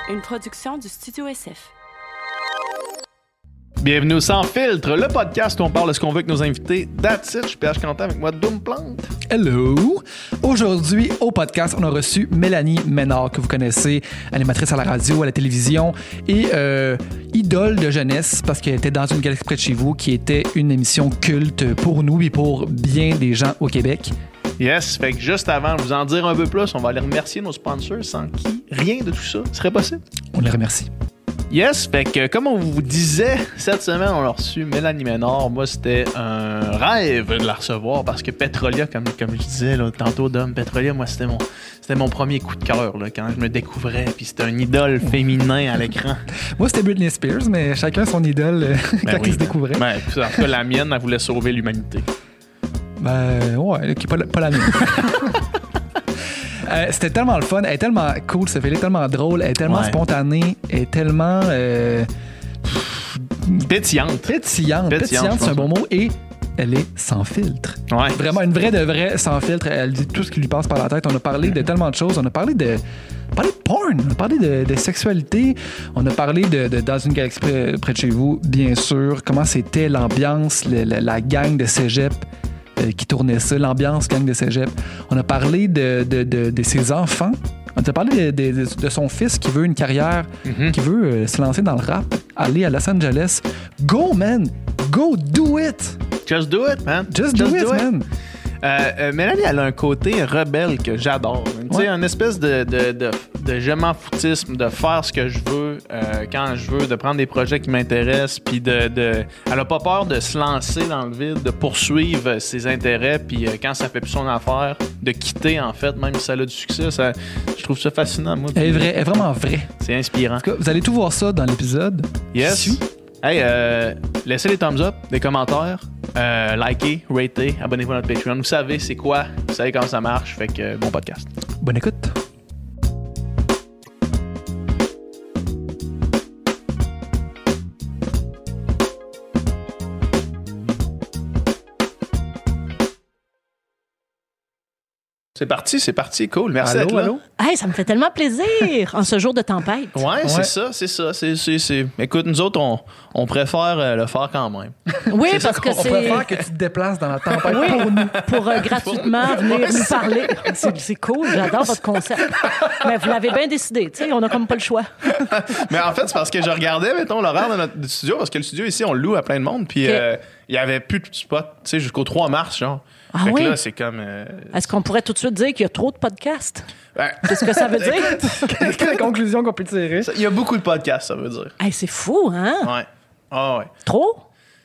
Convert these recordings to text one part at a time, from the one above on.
une production du Studio SF. Bienvenue au Sans Filtre, le podcast où on parle de ce qu'on veut avec nos invités. That's it, je suis PH Quentin avec moi, Doom Plante. Hello! Aujourd'hui, au podcast, on a reçu Mélanie Ménard, que vous connaissez, animatrice à la radio, à la télévision et idole de jeunesse, parce qu'elle était dans une galaxie près de chez vous, qui était une émission culte pour nous et pour bien des gens au Québec. Yes, fait que juste avant de vous en dire un peu plus, on va aller remercier nos sponsors sans qui rien de tout ça serait possible. On les remercie. Yes, fait que comme on vous disait, cette semaine, on a reçu Mélanie Ménard. Moi, c'était un rêve de la recevoir parce que Petrolia, comme je disais là, tantôt, Dom, Petrolia, moi, c'était mon premier coup de cœur là, quand je me découvrais. Puis c'était un idole féminin à l'écran. Moi, c'était Britney Spears, mais chacun son idole quand il se découvrait. Ben, en tout cas, la mienne, elle voulait sauver l'humanité. Ben, ouais, qui est pas la mienne. C'était tellement le fun, elle est tellement cool, cette fille est tellement drôle, elle est tellement spontanée, elle est tellement pétillante, c'est un bon mot, et elle est sans filtre. Ouais. Vraiment une vraie de vraie sans filtre, elle dit tout ce qui lui passe par la tête. On a parlé de tellement de choses, on a parlé de porn, on a parlé de sexualité, on a parlé de dans une galaxie près de chez vous, bien sûr, comment c'était l'ambiance, la gang de cégep qui tournait ça, l'ambiance gang de cégep. On a parlé de ses enfants. On a parlé de son fils qui veut une carrière, qui veut se lancer dans le rap, aller à Los Angeles. Go, man! Go, do it! Just do it, man! Just do it, man! Mélanie, elle a un côté rebelle que j'adore. Tu sais, une espèce de je m'en foutisme, de faire ce que je veux quand je veux, de prendre des projets qui m'intéressent, puis elle a pas peur de se lancer dans le vide, de poursuivre ses intérêts, puis quand ça fait plus son affaire, de quitter, en fait, même si ça a du succès. Je trouve ça fascinant, moi. Elle est vraiment vraie. C'est inspirant. En tout cas, vous allez tout voir ça dans l'épisode. Yes. Hey, laissez les thumbs up, des commentaires, likez, ratez, abonnez-vous à notre Patreon. Vous savez c'est quoi, vous savez comment ça marche, fait que bon podcast. Bonne écoute. C'est parti, cool. Merci d'être là. Allô? Hey, ça me fait tellement plaisir en ce jour de tempête. Ouais. C'est ça. Écoute, nous autres, on préfère le faire quand même. Oui, parce que On préfère que tu te déplaces dans la tempête pour nous. Pour gratuitement venir nous parler. C'est cool, j'adore votre concept. Mais vous l'avez bien décidé, tu sais, on n'a comme pas le choix. Mais en fait, c'est parce que je regardais, mettons, l'horaire de notre studio, parce que le studio ici, on le loue à plein de monde, puis il y avait plus de spots, tu sais, jusqu'au 3 mars, genre. Ah fait oui? que là, c'est comme... Est-ce qu'on pourrait tout de suite dire qu'il y a trop de podcasts? Ouais. Qu'est-ce que ça veut dire? Quelle est la conclusion qu'on peut tirer? Il y a beaucoup de podcasts, ça veut dire. Hey, c'est fou, hein? Ouais. Ah ouais. Trop?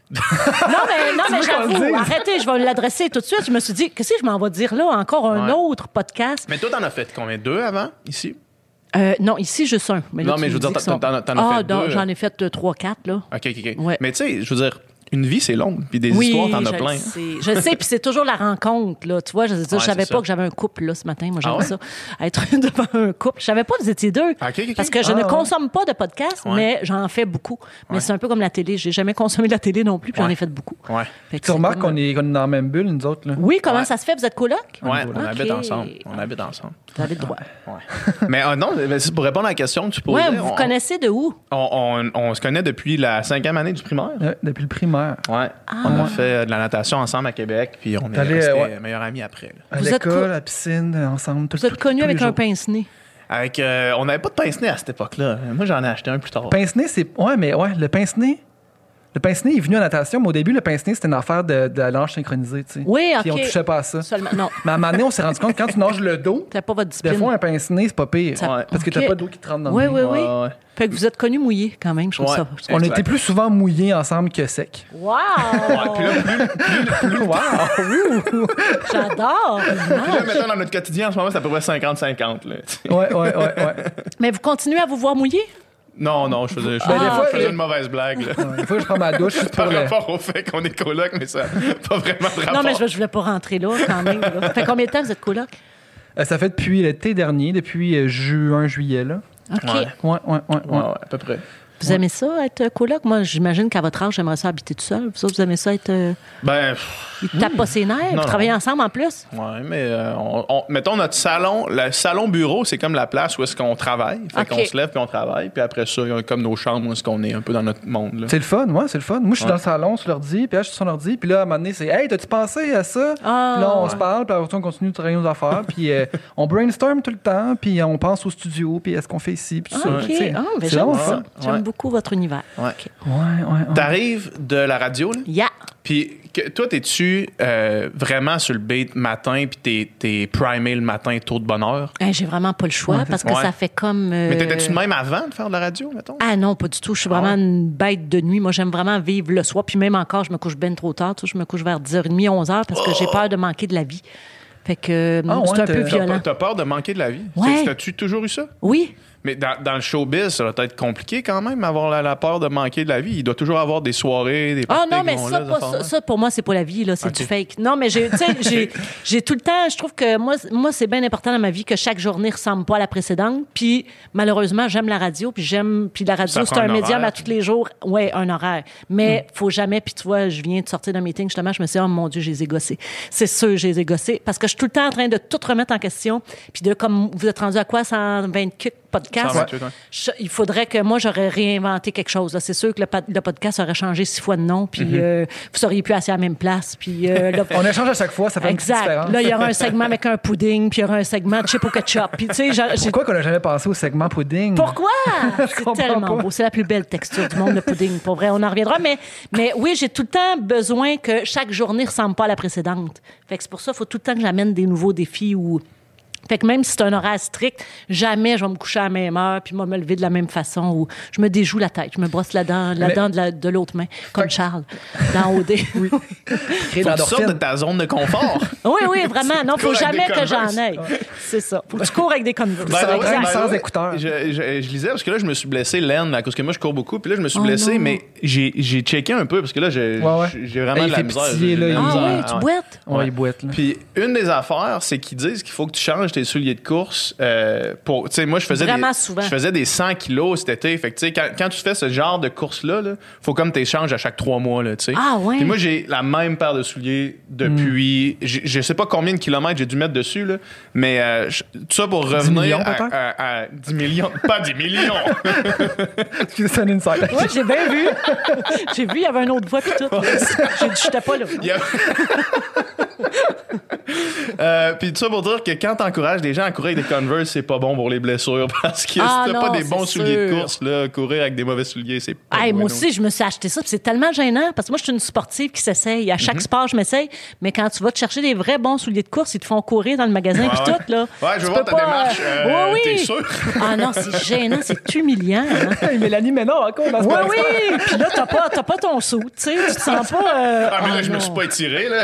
non, mais veux qu'on le j'avoue, dise? arrêtez, je vais l'adresser tout de suite. Je me suis dit, qu'est-ce que je m'en vais dire là? Encore un autre podcast? Mais toi, t'en as fait combien? 2 avant, ici? Non, ici, juste un. Mais là, Non, mais je veux dire, t'en as fait non, 2. j'en ai fait 3-4, là. OK. Ouais. Mais tu sais, je veux dire, une vie, c'est long. Puis des histoires, t'en as plein. Je sais, puis c'est toujours la rencontre, là. Tu vois, je savais c'est pas ça. que j'avais un couple, là, ce matin. Moi, j'aime ça. Être devant un couple. Je savais pas que vous étiez 2. OK. Parce que je ne consomme pas de podcasts, mais j'en fais beaucoup. Mais c'est un peu comme la télé. J'ai jamais consommé de la télé non plus, puis j'en ai fait beaucoup. Ouais. Fait que Tu c'est remarques comme- qu'on est dans la même bulle, nous autres, là? Oui, comment ça se fait? Vous êtes coloc? Ouais, on Ok. habite ensemble. Vous avez le droit. Ouais. Mais non, mais c'est pour répondre à la question que tu posais. Ouais, vous connaissez de où? On se connaît depuis la 5e année du primaire. Depuis le primaire. Ouais. On a fait de la natation ensemble à Québec, puis on est restés meilleurs amis après. Là. À Vous êtes l'école, co- à la piscine, ensemble. Vous êtes connus avec un pince-nez. On n'avait pas de pince-nez à cette époque-là. Moi, j'en ai acheté un plus tard. Pince-nez, c'est. Le pince-nez. Le pince-nez est venu en natation, mais au début, le pince-nez, c'était une affaire de la nage synchronisée, tu sais. Oui, OK. Puis on touchait pas à ça. Seulement, non, Mais à un moment donné, on s'est rendu compte que quand tu nages le dos, c'était pas votre des discipline. fois, un pince-nez, c'est pas pire. Ça- Parce que OK. t'as pas d'eau qui te rentre dans Oui, le nez. oui. Ouais. Fait que vous êtes connus mouillés quand même, je trouve ça. On Exact. était plus souvent mouillés ensemble que secs. Wow! Puis là, Wow! J'adore! puis là, mettons, dans notre quotidien, en ce moment, c'est à peu près 50-50. Là, tu sais. Ouais. Mais vous continuez à vous voir mouillés? Non, je faisais des fois, je faisais une mauvaise blague. Là. Des fois, je prends ma douche juste Par pour le... rapport au fait qu'on est coloc, mais ça n'a pas vraiment de rapport. Non, mais je voulais pas rentrer là quand même. Là. Fait combien de temps vous êtes coloc? Ça fait depuis l'été dernier, depuis juin, juillet, là. OK. Ouais. Ouais. Ouais, à peu près. Vous aimez ça, être coloc? Moi, j'imagine qu'à votre âge, j'aimerais ça habiter tout seul. Vous autres, vous aimez ça être... Ils te tapent pas ses nerfs, vous travaillez ensemble en plus? Oui, mais mettons notre salon, le salon-bureau, c'est comme la place où est-ce qu'on travaille. Fait qu'on se lève puis on travaille. Puis après ça, il y a comme nos chambres où est-ce qu'on est un peu dans notre monde. Là. C'est le fun, c'est le fun. Moi, je suis dans le salon sur l'ordi, puis là, je suis sur l'ordi, puis là, à un moment donné, c'est « Hey, t'as-tu pensé à ça? » Puis là, on se parle, puis après, on continue de travailler nos affaires, puis on brainstorm tout le temps, puis on pense au studio, puis est-ce qu'on fait ici, puis tout ça. Ben j'aime ça. J'aime beaucoup votre univers. Ouais. Okay. Ouais. T'arrives de la radio, là? Yeah. Puis toi, t'es-tu vraiment sur le beat matin, puis t'es primé le matin tôt de bonne heure? J'ai vraiment pas le choix parce que ça fait comme... Mais t'étais-tu de même avant de faire de la radio, mettons? Ah non, pas du tout. Je suis vraiment une bête de nuit. Moi, j'aime vraiment vivre le soir. Puis même encore, je me couche bien trop tard. Je me couche vers 10h30, 11h parce que j'ai peur de manquer de la vie. Fait que c'est un peu violent. T'as peur de manquer de la vie? Ouais. T'as-tu toujours eu ça? Oui. Mais dans le showbiz, ça doit être compliqué quand même, avoir la peur de manquer de la vie. Il doit toujours avoir des soirées, des parties. Ah non, mais ça, pour moi, c'est pas la vie, là. C'est du fake. Non, mais j'ai tout le temps... Je trouve que moi, c'est bien important dans ma vie que chaque journée ressemble pas à la précédente. Puis, malheureusement, j'aime la radio. Puis la radio, c'est un médium à tous les jours. Oui, un horaire. Mais faut jamais... Puis tu vois, je viens de sortir d'un meeting, justement, je me suis dit, oh mon Dieu, je les ai gossés. C'est sûr, je les ai gossés. Parce que je suis tout le temps en train de tout remettre en question. Puis comme vous êtes rendu à quoi, 120 podcasts? 128, il faudrait que moi, j'aurais réinventé quelque chose. Là. C'est sûr que le podcast aurait changé 6 fois de nom, puis vous seriez plus assis à la même place. Puis, on échange à chaque fois, ça fait une petite différence. Là, il y aura un segment avec un pudding, puis il y aura un segment de chip au ketchup. Puis, pourquoi qu'on n'a jamais pensé au segment pudding? Pourquoi? C'est tellement beau. C'est la plus belle texture du monde, le pudding. Pour vrai, on en reviendra. Mais oui, j'ai tout le temps besoin que chaque journée ne ressemble pas à la précédente. Fait que c'est pour ça qu'il faut tout le temps que j'amène des nouveaux défis ou... Fait que même si c'est un horaire strict, jamais je vais me coucher à la même heure puis me lever de la même façon ou je me déjoue la tête, je me brosse la dent de l'autre main, comme Charles, dans OD. Oui. Faut que tu sortes de ta zone de confort. Oui, vraiment. Non, il faut jamais que j'en aille. C'est ça. Faut que tu cours avec des Converse. Sans écouteurs. Je lisais, parce que là, je me suis blessé l'aine, à cause que moi, je cours beaucoup. Puis là, je me suis blessé, mais j'ai checké un peu, parce que là, j'ai vraiment de la misère. Oui, tu boites? Oui, il boite. Puis une des affaires, c'est qu'ils disent qu'il faut que tu changes tes souliers de course pour... Tu sais, moi, je faisais des 100 kilos cet été. Fait que, tu sais, quand tu fais ce genre de course-là, faut comme tu échanges à chaque 3 mois, là, tu sais. Ah, ouais. Puis moi, j'ai la même paire de souliers depuis... Je sais pas combien de kilomètres j'ai dû mettre dessus, là, mais tout ça pour revenir à 10 millions. Pas 10 millions! C'est un insight. Oui, j'ai bien vu. J'ai vu, il y avait une autre voix puis tout. J'ai dit, j'étais pas là. Puis tout ça pour dire que quand t'encourages des gens à courir avec des Converse, c'est pas bon pour les blessures parce que si t'as pas des bons souliers de course, là, courir avec des mauvais souliers, c'est pas bon. Moi aussi, je me suis acheté ça, puis c'est tellement gênant parce que moi, je suis une sportive qui s'essaye. À chaque sport, je m'essaye, mais quand tu vas te chercher des vrais bons souliers de course, ils te font courir dans le magasin puis tout, là. Ouais, je veux voir ta démarche. Oui. T'es sûr? Ah non, c'est gênant, c'est humiliant. Hein? Mélanie Ménard encore dans ce Oui. Puis là, t'as pas ton sou, tu sais, tu te sens pas... mais là, je me suis pas étiré, là.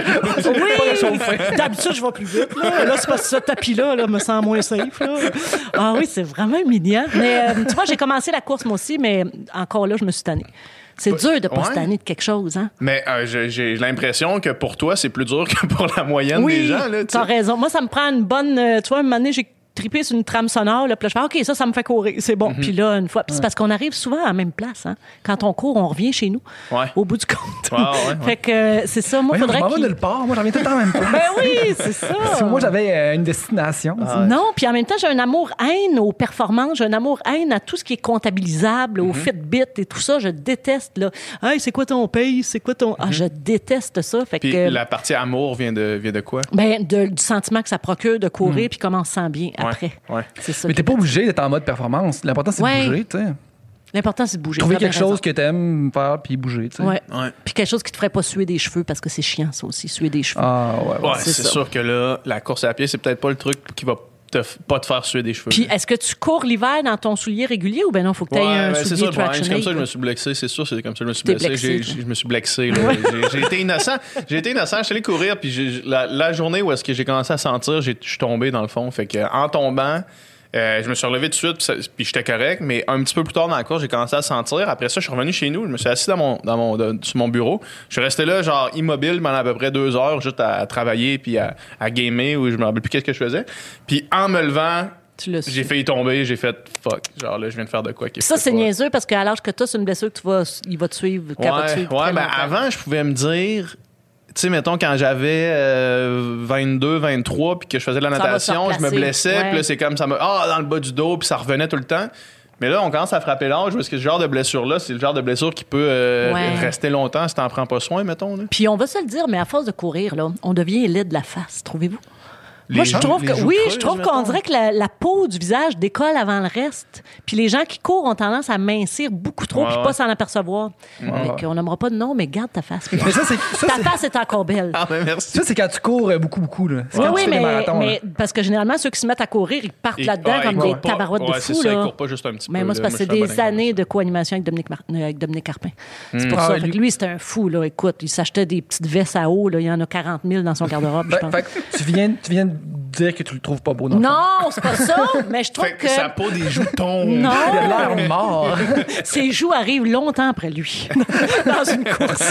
Oui! D'habitude, je vais plus vite, là. Là, c'est parce que ce tapis-là, me sent moins safe, là. Ah oui, c'est vraiment humiliant. Mais tu vois, j'ai commencé la course, moi aussi, mais encore là, je me suis tannée. C'est dur de pas se tanner de quelque chose, hein? Mais j'ai l'impression que pour toi, c'est plus dur que pour la moyenne des gens, là. T'as raison. Moi, ça me prend une bonne... tu vois, un moment donné, j'ai triper sur une trame sonore, là, puis là, je fais OK, ça me fait courir, c'est bon. Puis là, une fois, c'est parce qu'on arrive souvent à la même place. Hein. Quand on court, on revient chez nous, au bout du compte. Fait que c'est ça, moi, faudrait je m'en vais nulle part, moi, j'en viens tout le temps en même temps. Ben oui, c'est ça. Si moi, j'avais une destination. Non, puis en même temps, j'ai un amour-haine aux performances, j'ai un amour-haine à tout ce qui est comptabilisable, aux Fitbit et tout ça, je déteste, là. Hey, c'est quoi ton paye? C'est quoi ton... Ah, je déteste ça. Fait puis que... la partie amour vient de quoi? Ben, du sentiment que ça procure de courir puis comment on se sent bien après. C'est ça. Mais t'es pas obligé d'être en mode performance. L'important, c'est de bouger, tu sais. L'important, c'est de bouger. Trouver quelque chose que t'aimes faire puis bouger, tu sais. Ouais. Puis quelque chose qui te ferait pas suer des cheveux parce que c'est chiant, ça aussi, suer des cheveux. Ah, ouais. C'est sûr que là, la course à pied, c'est peut-être pas le truc qui va pas te faire suer des cheveux. Puis, est-ce que tu cours l'hiver dans ton soulier régulier ou ben non, faut que tu aies un soulier traction? C'est comme ça que je me suis blessé. C'est sûr, c'est comme ça que je me suis blessé. Je me suis blessé. J'ai été innocent. Je suis allé courir, puis la journée où est-ce que j'ai commencé à sentir, je suis tombé dans le fond. Fait que en tombant, je me suis relevé tout de suite, puis j'étais correct, mais un petit peu plus tard dans la course, j'ai commencé à sentir. Après ça, je suis revenu chez nous, je me suis assis sur mon bureau. Je suis resté là, genre immobile pendant à peu près 2 heures, juste à travailler puis à gamer, ou je me rappelle plus qu'est-ce que je faisais. Puis en me levant, Tu l'as su. J'ai failli tomber, j'ai fait fuck. Genre là, je viens de faire de quoi qui Ça, c'est niaiseux parce qu'à l'âge que tu as, c'est une blessure que il va te suivre. Ouais, ben avant, je pouvais me dire, tu sais, mettons, quand j'avais 22, 23, puis que je faisais de la natation, je me blessais, puis là, c'est comme ça me. Dans le bas du dos, puis ça revenait tout le temps. Mais là, on commence à frapper l'âge parce que ce genre de blessure-là, c'est le genre de blessure qui peut rester longtemps si t'en prends pas soin, mettons. Là. Puis on va se le dire, mais à force de courir, là, on devient laid de la face, trouvez-vous? Moi, je trouve qu'on dirait que la peau du visage décolle avant le reste. Puis les gens qui courent ont tendance à mincir beaucoup trop puis pas s'en apercevoir. On n'aimera pas de nom, mais garde ta face. Mais Ta face est encore belle. Ah, ben merci. Ça, c'est quand tu cours beaucoup, là. C'est quand tu fais des marathons, mais parce que généralement, ceux qui se mettent à courir, ils partent là-dedans comme des tabarouettes de fous. Ça, ils courent pas juste un petit peu. Mais moi, c'est parce que c'est des années de co-animation avec Dominique Carpin. C'est pour ça. Lui, c'était un fou, là. Écoute, il s'achetait des petites vestes à eau, là. Il y en a 40 000 dans son garde-robe, je pense. Tu viens de dire que tu le trouves pas beau, non? Non, c'est pas ça, mais je trouve que... Sa peau des joues tombe. Non. Il a l'air mort. Ses joues arrivent longtemps après lui, dans une course.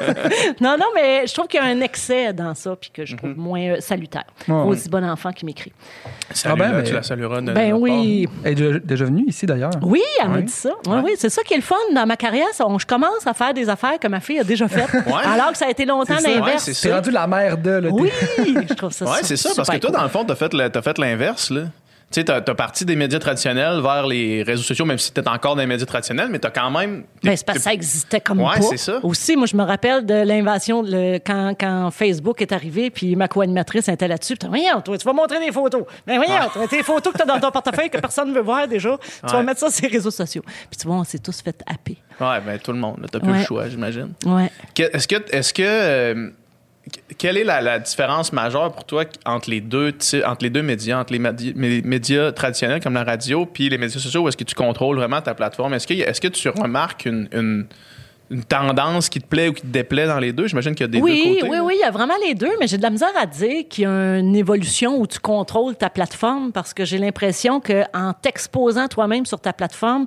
non, mais je trouve qu'il y a un excès dans ça, puis que je trouve moins salutaire. Rosie Bonenfant qui m'écrit. Salut, tu la salueras. Oui. Elle est déjà venue ici, d'ailleurs. Oui, elle m'a dit ça. Oui, c'est ça qui est le fun dans ma carrière. Je commence à faire des affaires que ma fille a déjà faites, alors que ça a été longtemps l'inverse. C'est rendu la mère de... Là, oui, je trouve ça super. Oui, c'est ça, parce que toi, dans le fond, t'as fait l'inverse, là. Tu sais, t'as parti des médias traditionnels vers les réseaux sociaux, même si t'es encore dans les médias traditionnels, mais t'as quand même... Ben, c'est parce que ça existait comme pas. C'est ça. Aussi, moi, je me rappelle de l'invasion, quand Facebook est arrivé, puis ma co-animatrice était là-dessus. Voyons, toi, tu vas montrer des photos. Ben voyons, toi, tes photos que t'as dans ton portefeuille que personne ne veut voir déjà, tu vas mettre ça sur les réseaux sociaux. Puis tu vois, on s'est tous fait happer. Ouais, ben tout le monde. T'as plus le choix, j'imagine. Ouais. Est-ce que quelle est la différence majeure pour toi entre les deux médias, entre les médias traditionnels comme la radio puis les médias sociaux où est-ce que tu contrôles vraiment ta plateforme? Est-ce que tu remarques une tendance qui te plaît ou qui te déplaît dans les deux? J'imagine qu'il y a des deux côtés. Oui, il y a vraiment les deux, mais j'ai de la misère à dire qu'il y a une évolution où tu contrôles ta plateforme parce que j'ai l'impression qu'en t'exposant toi-même sur ta plateforme,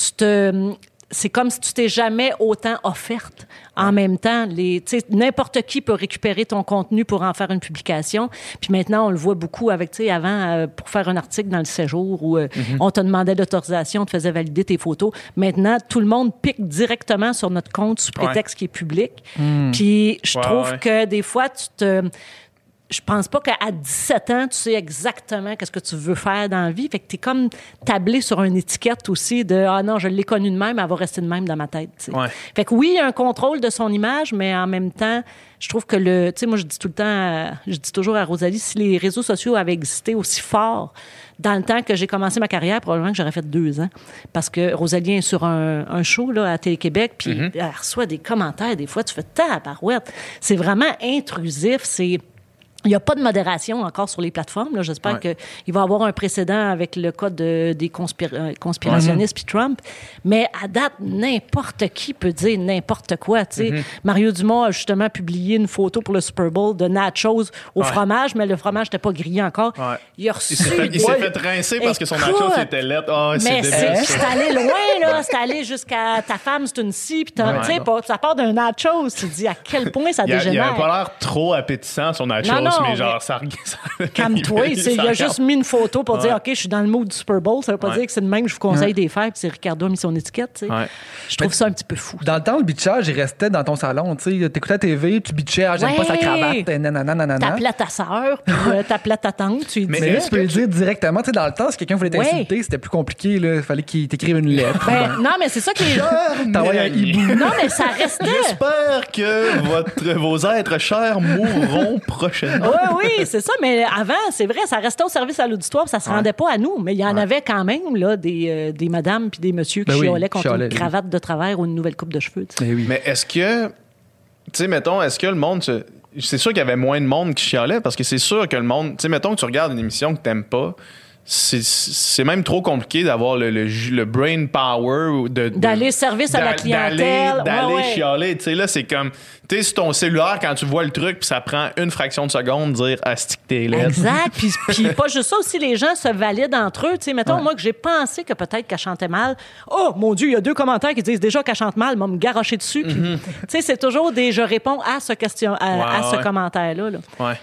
c'est comme si tu t'es jamais autant offerte. En même temps, n'importe qui peut récupérer ton contenu pour en faire une publication. Puis maintenant, on le voit beaucoup avec, avant, pour faire un article dans le Séjour où on te demandait l'autorisation, on te faisait valider tes photos. Maintenant, tout le monde pique directement sur notre compte sous prétexte qui est public. Puis je trouve que des fois, je pense pas qu'à 17 ans, tu sais exactement qu'est-ce que tu veux faire dans la vie. Fait que t'es comme tablé sur une étiquette aussi de « Ah non, je l'ai connue de même, elle va rester de même dans ma tête. » Fait que oui, il y a un contrôle de son image, mais en même temps, je trouve que tu sais, moi, je dis toujours à Rosalie, si les réseaux sociaux avaient existé aussi fort dans le temps que j'ai commencé ma carrière, probablement que j'aurais fait 2 ans. Parce que Rosalie est sur un show là, à Télé-Québec, puis elle reçoit des commentaires. Des fois, tu fais « tabarouette ». C'est vraiment intrusif, il n'y a pas de modération encore sur les plateformes. Là. J'espère qu'il va y avoir un précédent avec le cas des conspirationnistes puis Trump. Mais à date, n'importe qui peut dire n'importe quoi. Mario Dumont a justement publié une photo pour le Super Bowl de nachos au fromage, mais le fromage n'était pas grillé encore. Il a reçu... Il s'est fait rincer parce que son nachos était laid. Mais c'est allé loin, là. C'est allé jusqu'à ta femme, c'est une scie. Puis ça part d'un nachos. Tu te dis à quel point ça dégénère. Il a pas l'air trop appétissant, son nachos. Non, mais genre, ça... Calme-toi. Il a juste mis une photo pour dire, OK, je suis dans le mood du Super Bowl. Ça veut pas dire que c'est le même que je vous conseille des faire. Puis c'est Ricardo a mis son étiquette. Je trouve ça un petit peu fou. Dans le temps, le bitchage, il restait dans ton salon. Tu écoutais la TV, tu bitchais, j'aime pas sa cravate. T'appelais ta sœur, puis t'appelais ta tante. Tu peux le dire directement. Dans le temps, si quelqu'un voulait t'insulter, c'était plus compliqué. Il fallait qu'il t'écrive une lettre. Non, mais c'est ça qui est là. T'envoies un hibou. Non, mais ça restait. J'espère que vos êtres chers mourront prochainement. Oui, c'est ça. Mais avant, c'est vrai, ça restait au service à l'auditoire, ça se rendait pas à nous. Mais il y en avait quand même là, des madames puis des messieurs qui chiolaient contre une cravate de travers ou une nouvelle coupe de cheveux. Mais est-ce que, tu sais, mettons, est-ce que le monde... C'est sûr qu'il y avait moins de monde qui chialait parce que c'est sûr que le monde... Tu sais, mettons que tu regardes une émission que t'aimes pas, c'est même trop compliqué d'avoir le brain power d'aller service à la clientèle, d'aller chialer. Tu sais, là, c'est comme, tu sais, sur ton cellulaire, quand tu vois le truc, puis ça prend une fraction de seconde de dire « Asti que t'es laide ». Exact. Puis pas juste ça, aussi, les gens se valident entre eux. Tu sais, mettons, moi, que j'ai pensé que peut-être qu'elle chantait mal. Oh, mon Dieu, il y a 2 commentaires qui disent déjà qu'elle chante mal, m'a me garoché dessus. Tu sais, c'est toujours je réponds à ce commentaire-là. Là. Ouais.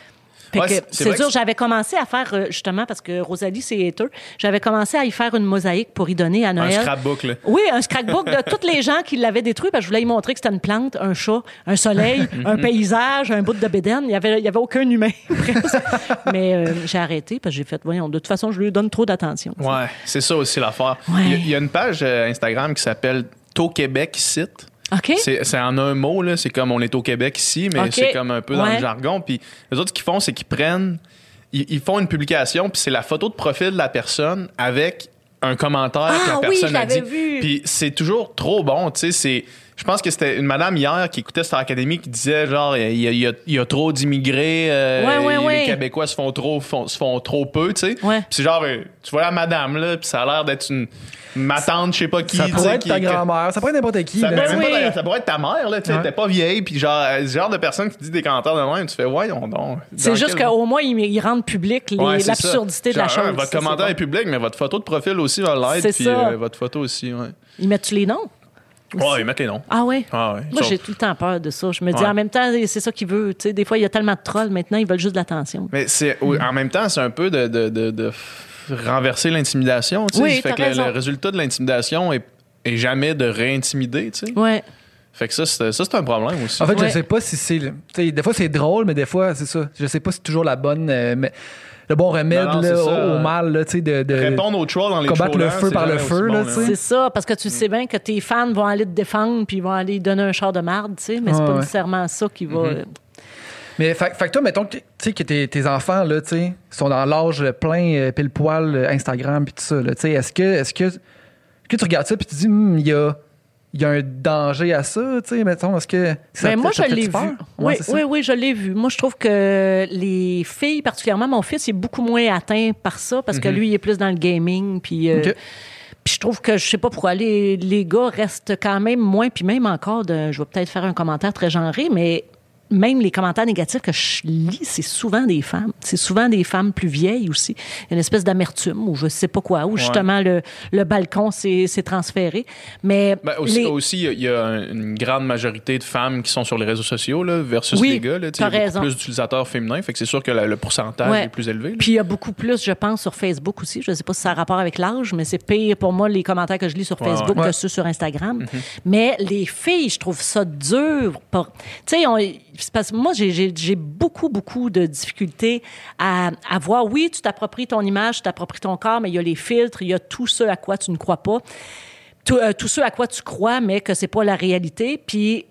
Fait Ouais, que c'est c'est vrai dur. que J'avais commencé à faire, justement, parce que Rosalie, c'est hater, j'avais commencé à y faire une mosaïque pour y donner à un Noël. scrapbook, là. Oui, un scrapbook de tous les gens qui l'avaient détruit, parce que je voulais y montrer que c'était une plante, un chat, un soleil, un paysage, un bout de bédaine. Il y avait aucun humain, presque. Mais j'ai arrêté, parce que j'ai fait, voyons, de toute façon, je lui donne trop d'attention. Ouais, c'est ça aussi l'affaire. Ouais. Il y a une page Instagram qui s'appelle Taux Québec Site. OK? C'est en un mot, là. C'est comme on est au Québec ici, mais OK. c'est comme un peu dans Ouais. le jargon. Puis les autres, ce qu'ils font, c'est qu'ils prennent, ils font une publication, puis c'est la photo de profil de la personne avec un commentaire que la Ah oui, personne je a dit. l'avais vu. Puis c'est toujours trop bon, tu sais. Je pense que c'était une madame hier qui écoutait Star Academy qui disait genre il y a trop d'immigrés, les Québécois se font trop peu, tu sais. Ouais. Puis c'est genre tu vois la madame là, puis ça a l'air d'être ma tante, je sais pas qui, Ça tu sais, pourrait être qui- ta grand-mère, ça pourrait être n'importe qui. ça, là. même oui. pas ça pourrait être ta mère, là, tu sais, Ouais. t'es pas vieille, puis genre, le genre de personne qui dit des commentaires de même, tu fais, ouais, on donc. C'est juste qu'au moins, ils rendent public Ouais, c'est l'absurdité ça. de la Genre, chose. votre Ça, commentaire c'est est public, mais votre photo de profil aussi va l'être, C'est puis ça. votre photo aussi, ouais. bon. Ils mettent-tu les noms? Ouais, ils mettent les noms. Ah oui? Ah ouais. Moi, Sauf- j'ai tout le temps peur de ça. Je me dis, Ouais. en même temps, c'est ça qu'ils veulent. Tu sais, des fois, il y a tellement de trolls maintenant, ils veulent juste de l'attention. Mais en même temps, c'est un peu de renverser l'intimidation, tu sais. Oui, fait t'as que raison. le résultat de l'intimidation est jamais de réintimider, tu sais. Ouais. Fait que ça, c'est un problème aussi. En fait, Ouais. je sais pas si c'est. Tu sais, des fois, c'est drôle, mais des fois, c'est ça. Je sais pas si c'est toujours la bonne. Le bon remède Non, là, c'est ça. au mal, là, tu sais, de Répondre aux trolls dans les combattre le trolls, feu c'est par le jamais feu, aussi là, bon, tu sais. C'est ça, parce que tu sais bien que tes fans vont aller te défendre puis ils vont aller donner un char de marde, tu sais, mais c'est Ouais, pas ouais. nécessairement ça qui va. Mais fait que toi, mettons que, tu sais, que tes enfants, là, tu sais, sont dans l'âge plein, pile poil, Instagram puis tout ça, là, tu sais, est-ce que tu regardes ça puis tu dis, il y a un danger à ça, tu sais, mettons, est-ce que ça Ben, moi, ça je l'ai fait-tu vu. peur? Oui, Ouais, c'est ça. oui, je l'ai vu. Moi, je trouve que les filles, particulièrement mon fils, il est beaucoup moins atteint par ça parce que lui, il est plus dans le gaming. Puis, OK. puis je trouve que, je sais pas pourquoi, les gars restent quand même moins. Puis même encore, je vais peut-être faire un commentaire très genré, mais même les commentaires négatifs que je lis, c'est souvent des femmes. C'est souvent des femmes plus vieilles aussi. Il y a une espèce d'amertume ou je sais pas quoi, où justement le balcon s'est transféré. Mais Ben, aussi, il y a une grande majorité de femmes qui sont sur les réseaux sociaux là, versus Oui, les gars. Là, t'as il y a beaucoup raison. plus d'utilisateurs féminins, fait que c'est sûr que le pourcentage Ouais. est plus élevé. là. Puis il y a beaucoup plus, je pense, sur Facebook aussi. Je ne sais pas si ça a rapport avec l'âge, mais c'est pire pour moi les commentaires que je lis sur Facebook ouais. que ceux sur Instagram. Mais les filles, je trouve ça dur. Tu sais, c'est parce que moi, j'ai beaucoup, beaucoup de difficultés à voir, oui, tu t'appropries ton image, tu t'appropries ton corps, mais il y a les filtres, il y a tout ce à quoi tu ne crois pas. Tout ce à quoi tu crois, mais que c'est pas la réalité. Puis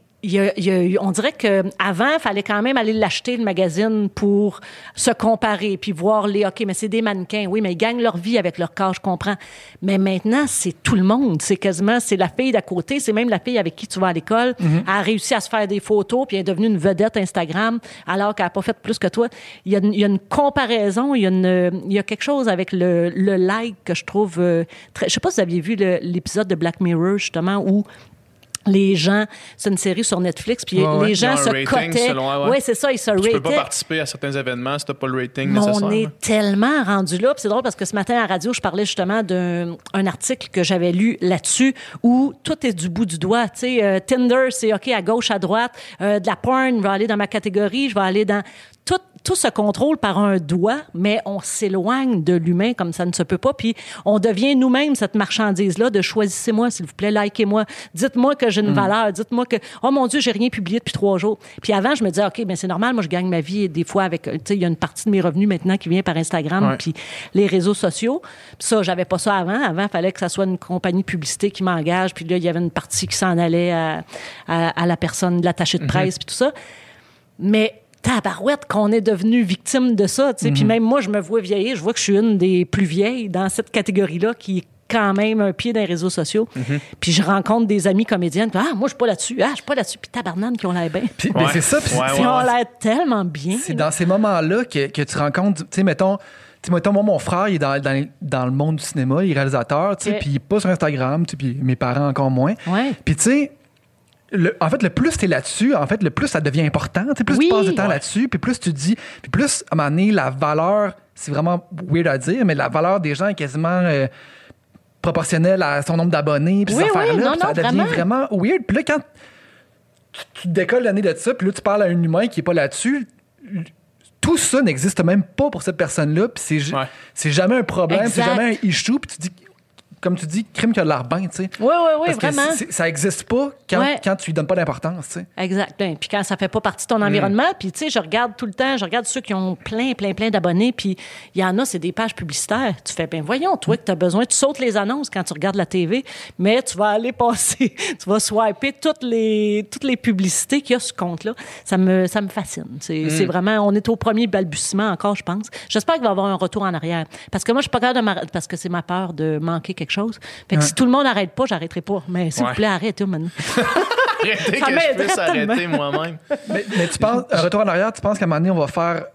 on dirait qu'avant, il fallait quand même aller l'acheter, le magazine, pour se comparer, puis voir OK, mais c'est des mannequins. Oui, mais ils gagnent leur vie avec leur corps, je comprends. Mais maintenant, c'est tout le monde. C'est la fille d'à côté, c'est même la fille avec qui tu vas à l'école. Elle a réussi à se faire des photos, puis elle est devenue une vedette Instagram, alors qu'elle n'a pas fait plus que toi. Il y a une comparaison, il y a quelque chose avec le like que je trouve très... Je sais pas si vous aviez vu l'épisode de Black Mirror, justement, où les gens, c'est une série sur Netflix, puis les gens Ils ont un se rating cotaient. selon- Oui, c'est ça, ils se Tu peux pas rataient. participer à certains événements si t'as pas le rating Mais nécessaire. on là. est tellement rendu là. Puis c'est drôle parce que ce matin à la radio, je parlais justement d'un article que j'avais lu là-dessus où tout est du bout du doigt. Tu sais, Tinder, c'est OK à gauche, à droite. De la porn, je vais aller dans ma catégorie, je vais aller dans... Tout se contrôle par un doigt, mais on s'éloigne de l'humain comme ça ne se peut pas. Puis on devient nous-mêmes cette marchandise-là de choisissez-moi, s'il vous plaît, likez-moi. Dites-moi que j'ai une valeur. Dites-moi que, oh mon Dieu, j'ai rien publié depuis 3 jours. Puis avant, je me disais, OK, ben c'est normal, moi, je gagne ma vie des fois avec, tu sais, il y a une partie de mes revenus maintenant qui vient par Instagram Ouais. puis les réseaux sociaux. Puis ça, j'avais pas ça avant. Avant, il fallait que ça soit une compagnie de publicité qui m'engage. Puis là, il y avait une partie qui s'en allait à la personne, l'attaché de presse, puis tout ça. Mais tabarouette qu'on est devenu victime de ça, tu sais. Puis même moi, je me vois vieillir, je vois que je suis une des plus vieilles dans cette catégorie-là qui est quand même un pied dans les réseaux sociaux. Puis je rencontre des amies comédiennes, puis, moi, je suis pas là-dessus, je suis pas là-dessus. Puis tabarnane qui ont l'air bien. Puis, mais c'est ça, puis Ouais, Ils ont l'air tellement bien. c'est dans ces moments-là que tu rencontres, tu sais, mettons, moi, mon frère, il est dans le monde du cinéma, il est réalisateur, tu sais, Ok. puis il est pas sur Instagram, tu sais, puis mes parents encore moins. Ouais. Puis, tu sais, en fait, le plus t'es là-dessus, en fait, le plus ça devient important. Tu sais, plus Oui. tu passes de temps Ouais. là-dessus, puis plus tu dis, puis plus, à un moment donné, la valeur, c'est vraiment weird à dire, mais la valeur des gens est quasiment proportionnelle à son nombre d'abonnés, puis Oui, ces oui, affaires-là, non, puis ça non, devient vraiment weird. Puis là, quand tu te décolles l'année de ça, puis là, tu parles à un humain qui est pas là-dessus, tout ça n'existe même pas pour cette personne-là, puis c'est jamais un problème, c'est jamais un issue, puis tu dis, comme tu dis, crime qui a de l'air bien, tu sais. Oui, Parce vraiment. Que ça n'existe pas quand tu lui donnes pas d'importance, tu sais. Exact. Puis quand ça fait pas partie de ton environnement, puis tu sais, je regarde tout le temps, ceux qui ont plein d'abonnés, puis il y en a, c'est des pages publicitaires. Tu fais, voyons, toi, que tu as besoin, tu sautes les annonces quand tu regardes la TV, mais tu vas aller passer, tu vas swiper toutes les publicités qu'il y a sur ce compte-là. Ça me fascine. C'est vraiment, on est au premier balbutiement encore, je pense. J'espère qu'il va y avoir un retour en arrière. Parce que moi, je suis pas capable parce que c'est ma peur de manquer quelque chose. Fait que si tout le monde n'arrête pas, j'arrêterai pas. Mais s'il vous plaît, arrêtez maintenant. Arrêtez que je puisse arrêter moi-même. Mais tu penses, un retour en arrière, tu penses qu'à un moment donné, on va faire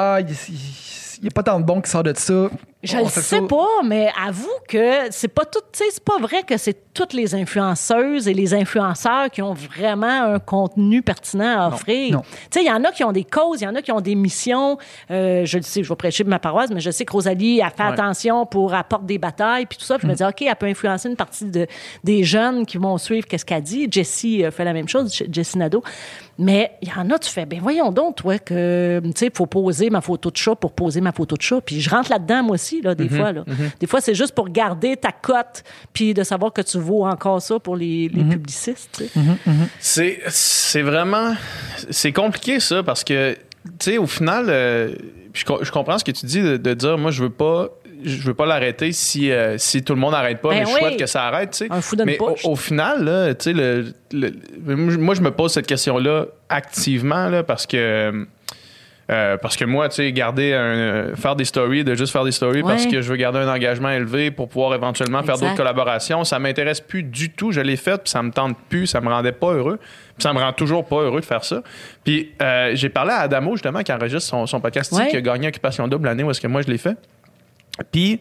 il n'y a pas tant de bon qui sort de ça. Je le sais pas, mais avoue que c'est pas tout, tu sais, c'est pas vrai que c'est toutes les influenceuses et les influenceurs qui ont vraiment un contenu pertinent à offrir. Non. Tu sais, il y en a qui ont des causes, il y en a qui ont des missions. Je le sais, je vais prêcher de ma paroisse, mais je sais que Rosalie a fait attention pour apporter des batailles puis tout ça. Puis je me dis, OK, elle peut influencer une partie des jeunes qui vont suivre qu'est-ce qu'elle dit. Jessie fait la même chose, Jessie Nadeau. Mais il y en a, tu fais, voyons donc, toi, que, tu sais, il faut poser ma photo de chat pour poser ma photo de chat. Puis je rentre là-dedans, moi aussi, là, des fois. Là. Des fois, c'est juste pour garder ta cote puis de savoir que tu vaux encore ça pour les publicistes, tu sais. C'est vraiment... C'est compliqué, ça, parce que, tu sais, au final, je comprends ce que tu dis de dire, moi, je veux pas l'arrêter si tout le monde n'arrête pas, mais je souhaite que ça arrête, tu sais. Un fou d'une poche. Au final, là, tu sais, moi, je me pose cette question-là activement, là, parce que moi, tu sais, faire des stories, de juste faire des stories parce que je veux garder un engagement élevé pour pouvoir éventuellement faire d'autres collaborations, ça m'intéresse plus du tout. Je l'ai fait, puis ça me tente plus, ça me rendait pas heureux. Puis ça me rend toujours pas heureux de faire ça. Puis j'ai parlé à Adamo, justement, qui enregistre son podcast, qui a gagné Occupation Double l'année où est-ce que moi, je l'ai fait. Puis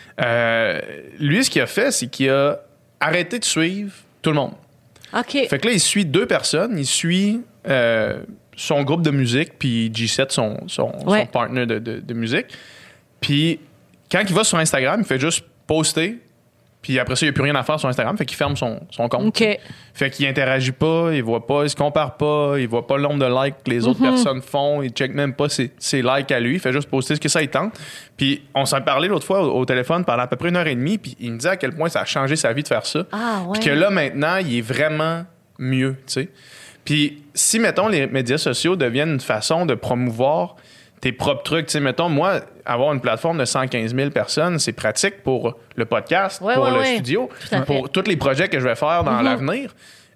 lui, ce qu'il a fait, c'est qu'il a arrêté de suivre tout le monde. OK. Fait que là, il suit 2 personnes. Il suit son groupe de musique, puis G7, son partner de musique. Puis quand il va sur Instagram, il fait juste poster, puis après ça, il n'y a plus rien à faire sur Instagram, fait qu'il ferme son compte. OK. Fait qu'il interagit pas, il voit pas, il se compare pas, il voit pas le nombre de likes que les autres personnes font, il check même pas ses likes à lui, il fait juste poster ce que ça il tente. Puis on s'en parlait l'autre fois au téléphone pendant à peu près 1h30, puis il me disait à quel point ça a changé sa vie de faire ça. Ah, ouais. Puis que là, maintenant, il est vraiment mieux, tu sais. Puis si, mettons, les médias sociaux deviennent une façon de promouvoir tes propres trucs, tu sais, mettons, moi, avoir une plateforme de 115 000 personnes, c'est pratique pour le podcast, pour le studio, pour tous les projets que je vais faire dans l'avenir.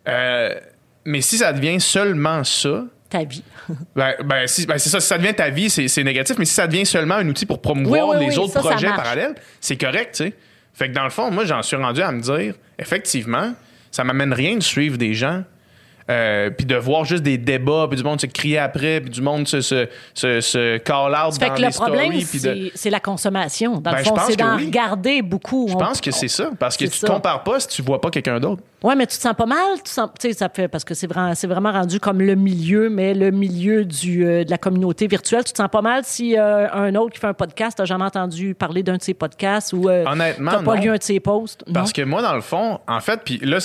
Mais si ça devient seulement ça... Ta vie. c'est ça. Si ça devient ta vie, c'est négatif. Mais si ça devient seulement un outil pour promouvoir les autres projets parallèles, c'est correct, tu sais. Fait que dans le fond, moi, j'en suis rendu à me dire, effectivement, ça m'amène rien de suivre des gens puis de voir juste des débats, puis du monde se crier après, puis du monde se call out dans les stories. Le problème, c'est la consommation. Dans le fond, c'est d'en regarder beaucoup. Je pense que c'est ça, parce que tu te compares pas si tu vois pas quelqu'un d'autre. Oui, mais tu te sens pas mal. Tu sais, ça fait, parce que c'est vraiment rendu comme le milieu, mais le milieu de la communauté virtuelle. Tu te sens pas mal si un autre qui fait un podcast, t'as jamais entendu parler d'un de ses podcasts ou honnêtement, t'as pas lu un de ses posts. Parce que moi, dans le fond, en fait, puis là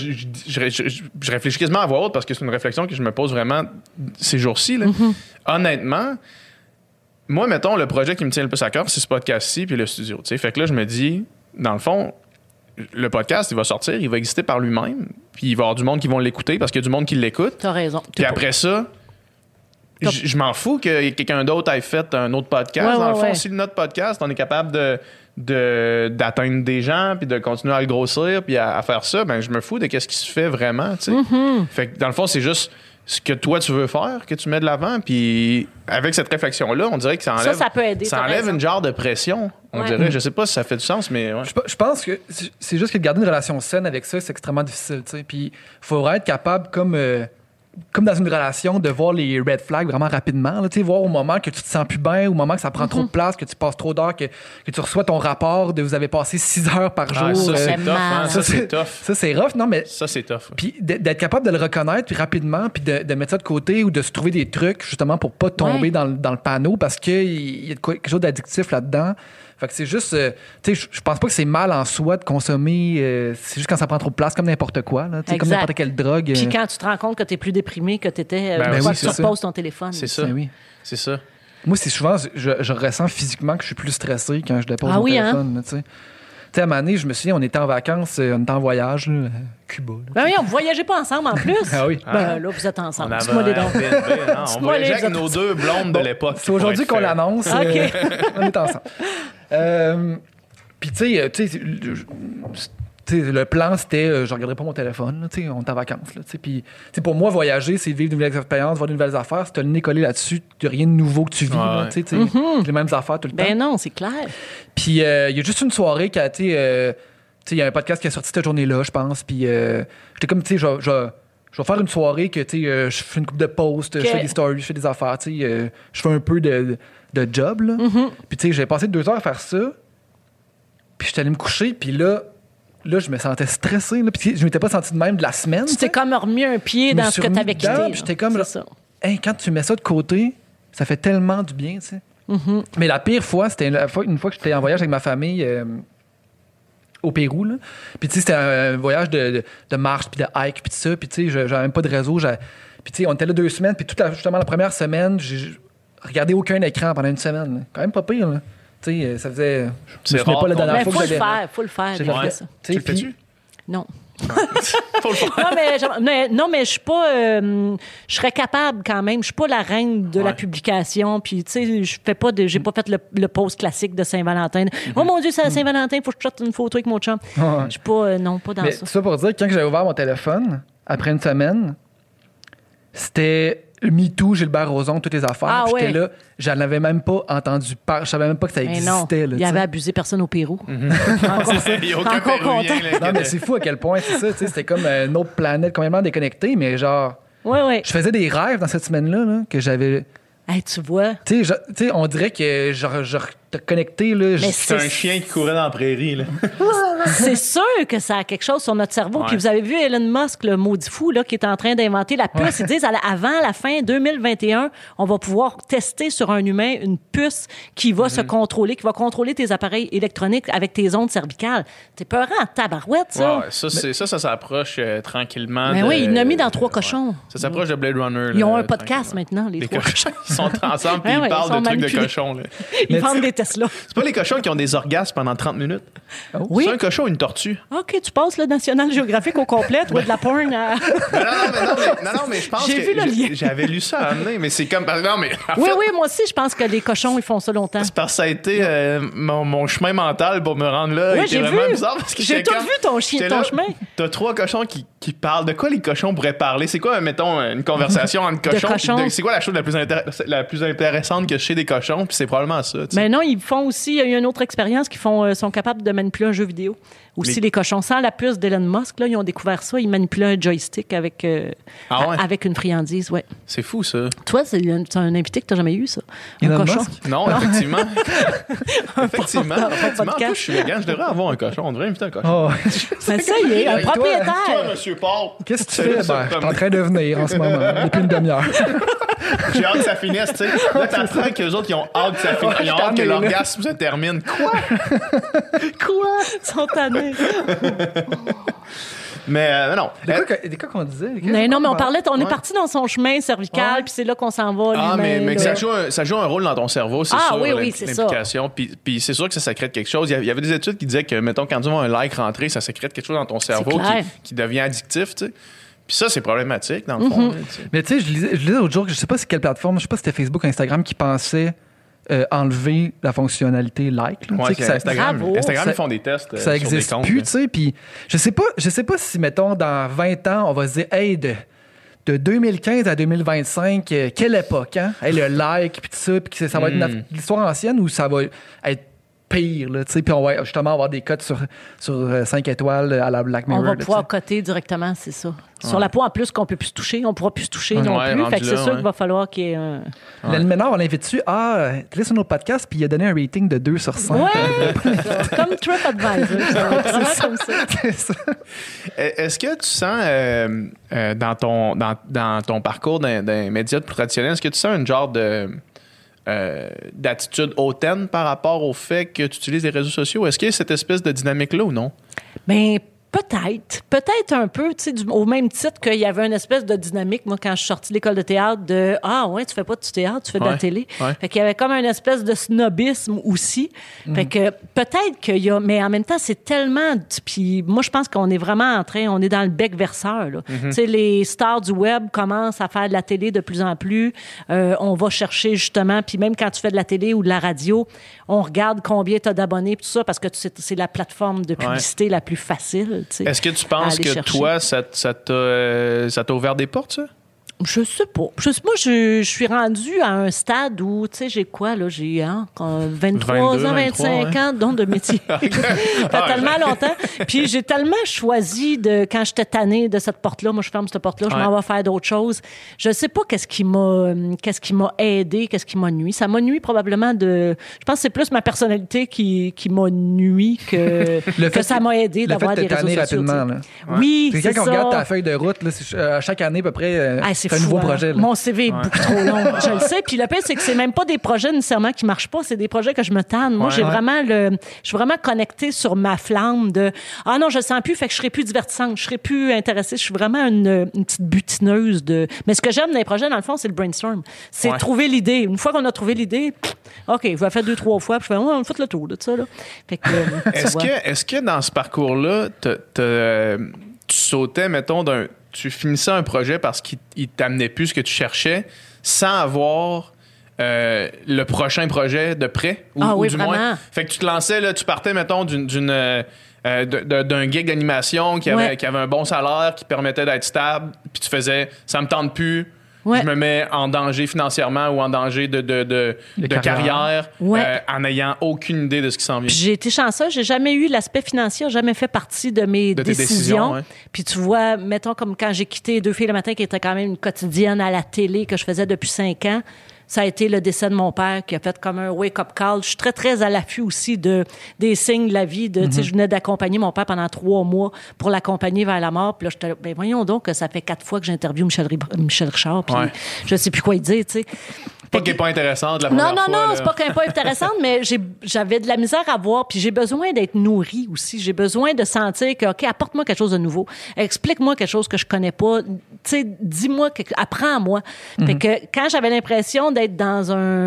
je réfléchis quasiment à voix haute parce que c'est une réflexion que je me pose vraiment ces jours-ci. Là. Honnêtement, moi, mettons, le projet qui me tient le plus à cœur, c'est ce podcast-ci puis le studio. T'sais. Fait que là, je me dis, dans le fond, le podcast, il va sortir, il va exister par lui-même, puis il va y avoir du monde qui vont l'écouter parce qu'il y a du monde qui l'écoute. T'as raison. Puis après ça, je m'en fous que quelqu'un d'autre ait fait un autre podcast. Dans le fond, si notre podcast, on est capable d'atteindre des gens, puis de continuer à le grossir, puis à faire ça, ben je me fous de qu'est-ce qui se fait vraiment, tu sais. Fait que dans le fond, c'est juste ce que toi tu veux faire, que tu mets de l'avant, puis avec cette réflexion-là, on dirait que ça enlève... Ça peut aider. Ça enlève une genre de pression, on dirait. Je sais pas si ça fait du sens, mais... Ouais. Je pense que c'est juste que de garder une relation saine avec ça, c'est extrêmement difficile, tu sais. Puis il faudrait être capable, comme dans une relation, de voir les red flags vraiment rapidement. Là, voir au moment que tu te sens plus bien, au moment que ça prend trop de place, que tu passes trop d'heures, que tu reçois ton rapport de vous avez passé 6 heures par jour. Ça, c'est tough. Hein? Ça, c'est tough. Ça, c'est rough. Non, mais ça, c'est tough. Puis d'être capable de le reconnaître puis rapidement, puis de mettre ça de côté ou de se trouver des trucs justement pour pas tomber dans le panneau parce qu'il y a quelque chose d'addictif là-dedans. Fait que c'est juste... tu sais, je pense pas que c'est mal en soi de consommer. C'est juste quand ça prend trop de place, comme n'importe quoi. Là, comme n'importe quelle drogue. Puis quand tu te rends compte que t'es plus déprimé que t'étais, tu reposes ton téléphone. C'est ça. Oui. C'est ça. Moi, c'est souvent, je ressens physiquement que je suis plus stressé quand je dépose mon oui, téléphone. Hein? Tu sais, à un moment donné, je me souviens, on était en vacances, on était en voyage, là, à Cuba. Là. Ben oui, on ne voyageait pas ensemble en plus. Ah oui. Ben là, vous êtes ensemble. On Dis-moi les dents. on voyageait avec nos deux blondes de l'époque. C'est aujourd'hui qu'on l'annonce. OK. On est ensemble. Puis, tu sais, le plan, c'était, je regarderais pas mon téléphone, là, on est en vacances. Là, puis, pour moi, voyager, c'est vivre de nouvelles expériences, voir de nouvelles affaires. Si tu as le nez collé là-dessus, il n'y a rien de nouveau que tu vis. Là, les mêmes affaires tout le temps. Ben non, c'est clair. Puis, il y a juste une soirée qui a été. Il y a un podcast qui est sorti cette journée-là, je pense. Puis, j'étais comme, tu sais, je vais faire une soirée que, tu sais, je fais une couple de posts, je fais des stories, je fais des affaires, tu sais, je fais un peu de job, là. Puis, tu sais, j'ai passé 2 heures à faire ça. Puis, j'étais allé me coucher, puis là, je me sentais stressé. Là, puis je m'étais pas senti de même de la semaine. Tu t'es comme remis un pied dans ce que tu avais quitté. Puis j'étais comme, là, ça. Hey, quand tu mets ça de côté, ça fait tellement du bien, tu sais. Mais la pire fois, c'était une fois que j'étais en voyage avec ma famille au Pérou. Là. Puis tu sais, c'était un voyage de marche, puis de hike, puis tout ça. Puis tu sais, j'avais même pas de réseau. Puis tu sais, on était là 2 semaines. Puis justement, la première semaine, j'ai regardé aucun écran pendant une semaine. Là. Quand même pas pire, là. Tu sais, ça faisait. Je me souvenais pas la dernière fois que j'avais. Faut le faire. Tu le fais-tu? Non. Faut le faire. Non, mais je suis pas. Je serais capable quand même. Je suis pas la reine de la publication. Puis, tu sais, j'ai pas fait le post classique de Saint-Valentin. Oh mon Dieu, c'est la Saint-Valentin, faut que je sorte une photo avec mon chum. Je suis pas. Non, pas dans mais ça. C'est ça pour dire que quand j'avais ouvert mon téléphone, après une semaine, c'était MeToo, Gilbert Rozon, toutes les affaires. Ah, j'étais là, j'en avais même pas entendu parler. Je savais même pas que ça Mais existait. non, Là, il avait abusé personne au Pérou. Il n'y a aucun Encore Péruvien, content. là, Non, mais c'est fou à quel point, c'est ça. C'était comme une autre planète complètement déconnectée, mais genre, Oui. je faisais des rêves dans cette semaine-là là, que j'avais. Hey, tu vois. Tu sais, on dirait que je te connecté. Là, Mais C'est un chien qui courait dans la prairie. Là. C'est sûr que ça a quelque chose sur notre cerveau. Ouais. Puis vous avez vu Elon Musk, le maudit fou, là, qui est en train d'inventer la puce. Ils disent, avant la fin 2021, on va pouvoir tester sur un humain une puce qui va se contrôler, qui va contrôler tes appareils électroniques avec tes ondes cervicales. T'es peurant en tabarouette, ça. Ouais, ça s'approche tranquillement. Mais oui, il l'a mis dans 3 cochons. Ouais. Ça s'approche de Blade Runner. Ils ont là, un podcast maintenant, les 3 cochons. Ils sont ensemble et Ouais, ils parlent ils sont de trucs de manipulés. cochons. Là. Ils vendent des Tesla. C'est pas les cochons qui ont des orgasmes pendant 30 minutes. Oui. C'est un cochon ou une tortue? OK, tu passes le National Geographic au complet, tu vois de la porn à... Non, mais je pense J'ai vu le lien. j'avais lu ça à amener, mais c'est comme... Non, mais en Oui, fait, moi aussi, je pense que les cochons, ils font ça longtemps. c'est parce que ça a été mon chemin mental pour me rendre là. Oui, était j'ai vraiment vu. bizarre parce que J'ai j'étais tout comme- vu ton j'étais ton là, chemin. T'as 3 cochons qui parlent. De quoi les cochons pourraient parler? C'est quoi, mettons, une conversation entre cochons? cochons. C'est quoi la chose la plus intéressante que chez des cochons? Puis c'est probablement ça. tu sais. Mais non, ils font aussi, il y a eu une autre expérience qu'ils sont capables de manipuler un jeu vidéo. Aussi, les cochons, sans la puce d'Elon Musk, là, ils ont découvert ça. Ils manipulaient un joystick avec, Ah ouais? avec une friandise, ouais. C'est fou, ça. Toi, c'est un invité que tu n'as jamais eu, ça. Un Elon cochon. Musk? Non, effectivement. effectivement. podcast. En plus, je suis vegan. Je devrais avoir un cochon. On devrait inviter un cochon. Oh, Ben, ça y est, un Toi, propriétaire. Toi, monsieur Paul. qu'est-ce que tu Salut, fais? ça, Ben, je suis comme- en train de venir en ce moment, depuis une demi-heure. J'ai hâte que ça finisse, tu sais. Là, t'apprends qu'eux autres, ils ont hâte que ça finisse. Ils ont hâte que tanné, là. l'orgasme se termine. Quoi? Ils sont tannés. Mais non. Des cas qu'on disait? Mais non, mais on parlait, on est Ouais. parti dans son chemin cervical, Ouais. puis c'est là qu'on s'en va. Ah, mais l'humain, que là. ça joue un rôle dans ton cerveau, c'est Ah, sûr. oui, oui, c'est ça. l'implication. Puis c'est sûr que ça sécrète quelque chose. Il y avait des études qui disaient que, mettons, quand tu vois un like rentrer, ça sécrète quelque chose dans ton cerveau clair. qui devient addictif, tu sais. Puis ça, c'est problématique, dans le fond. là, tu sais. Mais tu sais, je lisais l'autre jour, je sais pas c'est quelle plateforme, je sais pas si c'était Facebook ou Instagram qui pensait enlever la fonctionnalité like. Là, Ouais, tu sais, que ça, Instagram, Bravo. Instagram, Ça- ils font des tests. ça sur des existe comptes, plus, là. tu sais. Puis je sais pas si, mettons, dans 20 ans, on va se dire, hey, de 2015 à 2025, quelle époque, hein? Hey, le like, puis tout ça, puis que ça va être l'histoire ancienne ou ça va être pire, là, tu sais. Puis on va justement avoir des cotes sur 5 étoiles à la Black Mirror. On va là, tu pouvoir sais. coter directement, c'est ça. Sur la peau, en plus, qu'on peut plus se toucher, on pourra plus se toucher non Ouais, plus. rendu Fait que c'est là, sûr ouais. qu'il va falloir qu'il y ait un... L'année Ménard, on l'invite dessus. T'es sur notre podcast, puis il a donné un rating de 2 sur 5. Ouais! Comme TripAdvisor. Ça va être vraiment comme ça. C'est ça. Est-ce que tu sens, dans ton parcours dans les médias plus traditionnels, est-ce que tu sens un genre d'attitude hautaine par rapport au fait que tu utilises les réseaux sociaux? Est-ce qu'il y a cette espèce de dynamique-là ou non? Ben, Peut-être un peu, tu sais, au même titre qu'il y avait une espèce de dynamique, moi, quand je suis sortie de l'école de théâtre, de « Ah ouais, tu fais pas du théâtre, tu fais de la télé. » Fait qu'il y avait comme une espèce de snobisme aussi. Fait que peut-être qu'il y a... Mais en même temps, c'est tellement... Puis moi, je pense qu'on est vraiment on est dans le bec verseur, là. Tu sais, les stars du web commencent à faire de la télé de plus en plus. On va chercher, justement, puis même quand tu fais de la télé ou de la radio, on regarde combien tu as d'abonnés, tout ça, parce que c'est la plateforme de publicité la plus facile. T'sais, est-ce que tu penses que chercher. toi, ça t'a ouvert des portes, ça? Je sais pas. Moi, je suis rendue à un stade où, tu sais, j'ai quoi, là? J'ai 23 ans, 25 ans, donc de métier. Ça fait tellement longtemps. Puis j'ai tellement choisi quand j'étais tannée de cette porte-là, moi, je ferme cette porte-là, je m'en vais faire d'autres choses. Je sais pas qu'est-ce qui m'a aidé, qu'est-ce qui m'a nuit. Ça m'a nuit probablement je pense que c'est plus ma personnalité qui m'a nuit que ça m'a aidé d'avoir des réseaux sociaux. Rapidement, là. Oui, c'est ça. Quand on regarde ta feuille de route, là, à chaque année, à peu près, c'est un nouveau projet. Là. Mon CV est beaucoup trop long. Je le sais. Puis le pire, c'est que c'est même pas des projets nécessairement qui marchent pas. C'est des projets que je me tanne. Moi, je suis vraiment connectée sur ma flamme de « Ah non, je le sens plus, fait que je serai plus divertissante. Je serai plus intéressée. » Je suis vraiment une petite butineuse de... Mais ce que j'aime dans les projets, dans le fond, c'est le brainstorm. C'est trouver l'idée. Une fois qu'on a trouvé l'idée, OK, je vais faire 2-3 fois, puis je fais « on fait le tour de ça. » Fait que, est-ce que dans ce parcours-là, tu sautais, mettons, tu finissais un projet parce qu'il t'amenait plus ce que tu cherchais sans avoir le prochain projet de près ou du vraiment. moins. Fait que tu te lançais, là, tu partais, mettons, d'un gig d'animation qui avait un bon salaire, qui permettait d'être stable, puis tu faisais « ça me tente plus ». Je me mets en danger financièrement ou en danger de carrière en n'ayant aucune idée de ce qui s'en vient. Puis j'ai été chanceuse, j'ai jamais eu l'aspect financier, jamais fait partie de mes décisions. Puis tu vois, mettons comme quand j'ai quitté Deux filles le matin, qui était quand même une quotidienne à la télé que je faisais depuis 5 ans. Ça a été le décès de mon père qui a fait comme un wake-up call. Je suis très, très à l'affût aussi des signes de la vie. Tu sais, je venais d'accompagner mon père pendant 3 mois pour l'accompagner vers la mort. Puis là, j'étais ben voyons donc que ça fait 4 fois que j'interviewe Michel Richard. Puis je sais plus quoi lui dire, tu sais. Pas qu'elle n'est pas intéressante la première fois. Non, c'est pas qu'elle n'est pas intéressante, mais j'avais de la misère à voir, puis j'ai besoin d'être nourrie aussi. J'ai besoin de sentir que, OK, apporte-moi quelque chose de nouveau. Explique-moi quelque chose que je connais pas. Tu sais, dis-moi, apprends-moi. Fait que quand j'avais l'impression d'être dans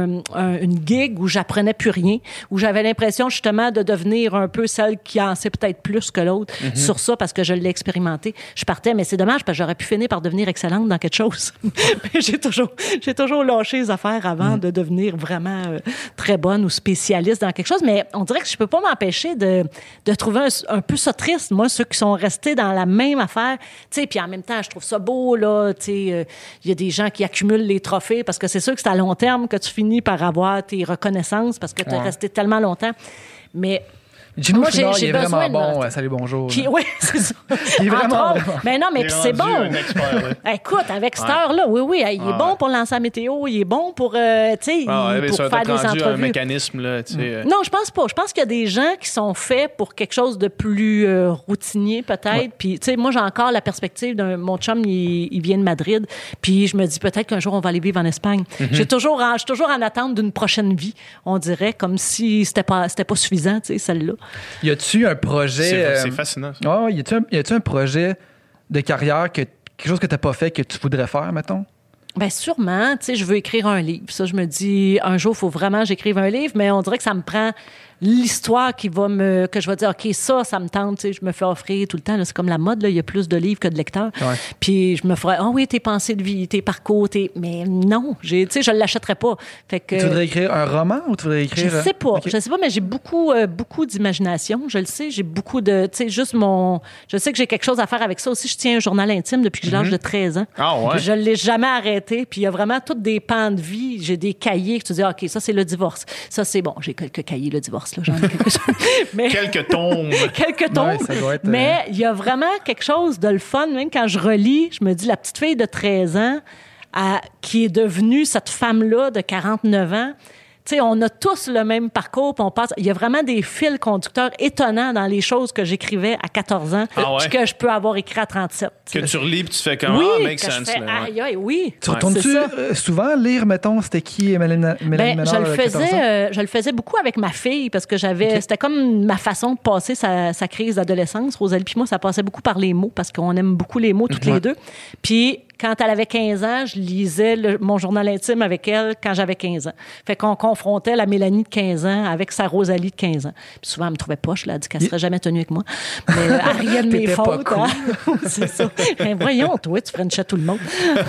une gig où j'apprenais plus rien, où j'avais l'impression justement de devenir un peu celle qui en sait peut-être plus que l'autre sur ça parce que je l'ai expérimenté, je partais, mais c'est dommage parce que j'aurais pu finir par devenir excellente dans quelque chose. j'ai toujours lâché les affaires avant de devenir vraiment très bonne ou spécialiste dans quelque chose, mais on dirait que je peux pas m'empêcher de trouver un peu ça triste, moi, ceux qui sont restés dans la même affaire, tu sais, puis en même temps, je trouve ça beau, là, tu sais, il y a des gens qui accumulent les trophées, parce que c'est sûr que c'est à long terme que tu finis par avoir tes reconnaissances, parce que tu es resté tellement longtemps, mais... Gino Chouinard, il est vraiment bon. Salut, bonjour. Oui, c'est ça. Il est vraiment bon. Mais non, mais c'est bon. Un expert, écoute, avec cette heure-là, oui, il est bon pour lancer la météo, il est bon pour, tu sais, pour faire des entrevues. Un mécanisme, là, tu sais. Non, je pense pas. Je pense qu'il y a des gens qui sont faits pour quelque chose de plus routinier, peut-être. Puis, tu sais, moi, j'ai encore la perspective mon chum, il vient de Madrid, puis je me dis peut-être qu'un jour, on va aller vivre en Espagne. Je suis toujours en attente d'une prochaine vie, on dirait, comme si c'était pas suffisant, tu sais, celle-là. Y a-tu un projet... C'est fascinant. Ça. Oh, y a-tu un projet de carrière, quelque chose que t'as pas fait que tu voudrais faire, mettons? Bien, sûrement. Tu sais, je veux écrire un livre. Ça, je me dis, un jour, il faut vraiment que j'écrive un livre, mais on dirait que ça me prend l'histoire que je vais dire, OK, ça me tente, tu sais, je me fais offrir tout le temps, là, c'est comme la mode, là, il y a plus de livres que de lecteurs. Puis je me ferais, oui, tes pensées de vie, tes parcours, mais non, tu sais, je l'achèterais pas. Fait que, tu voudrais écrire un roman ou tu voudrais écrire... Je sais pas, mais j'ai beaucoup d'imagination, je le sais, j'ai beaucoup de, tu sais, je sais que j'ai quelque chose à faire avec ça aussi, je tiens un journal intime depuis que j'ai l'âge de 13 ans. Ah ouais? Je l'ai jamais arrêté, puis il y a vraiment tous des pans de vie, j'ai des cahiers que tu dis, OK, ça c'est le divorce, ça c'est bon, j'ai quelques cahiers, le divorce, là, j'en ai quelques-uns. Mais... quelques tombes. Ouais, ça doit être, mais il y a vraiment quelque chose de le fun. Même quand je relis, je me dis, la petite fille de 13 ans qui est devenue cette femme-là de 49 ans, sais, on a tous le même parcours, puis on passe. Il y a vraiment des fils conducteurs étonnants dans les choses que j'écrivais à 14 ans, puis que je peux avoir écrit à 37. Que tu relis, puis tu fais comme make que sense. Je fais, aïe, aïe, oui. Tu retournes-tu souvent lire, mettons, c'était qui Mélanie Ménard? Je le faisais beaucoup avec ma fille, parce que c'était comme ma façon de passer sa crise d'adolescence. Rosalie puis moi, ça passait beaucoup par les mots, parce qu'on aime beaucoup les mots toutes les deux. Puis quand elle avait 15 ans, je lisais mon journal intime avec elle quand j'avais 15 ans. Fait qu'on confrontait la Mélanie de 15 ans avec sa Rosalie de 15 ans. Puis souvent, elle me trouvait poche, là, elle dit qu'elle serait jamais tenue avec moi. Mais elle riait de mes fautes. Cool. C'est ça. Mais voyons, toi, tu frenchais tout le monde.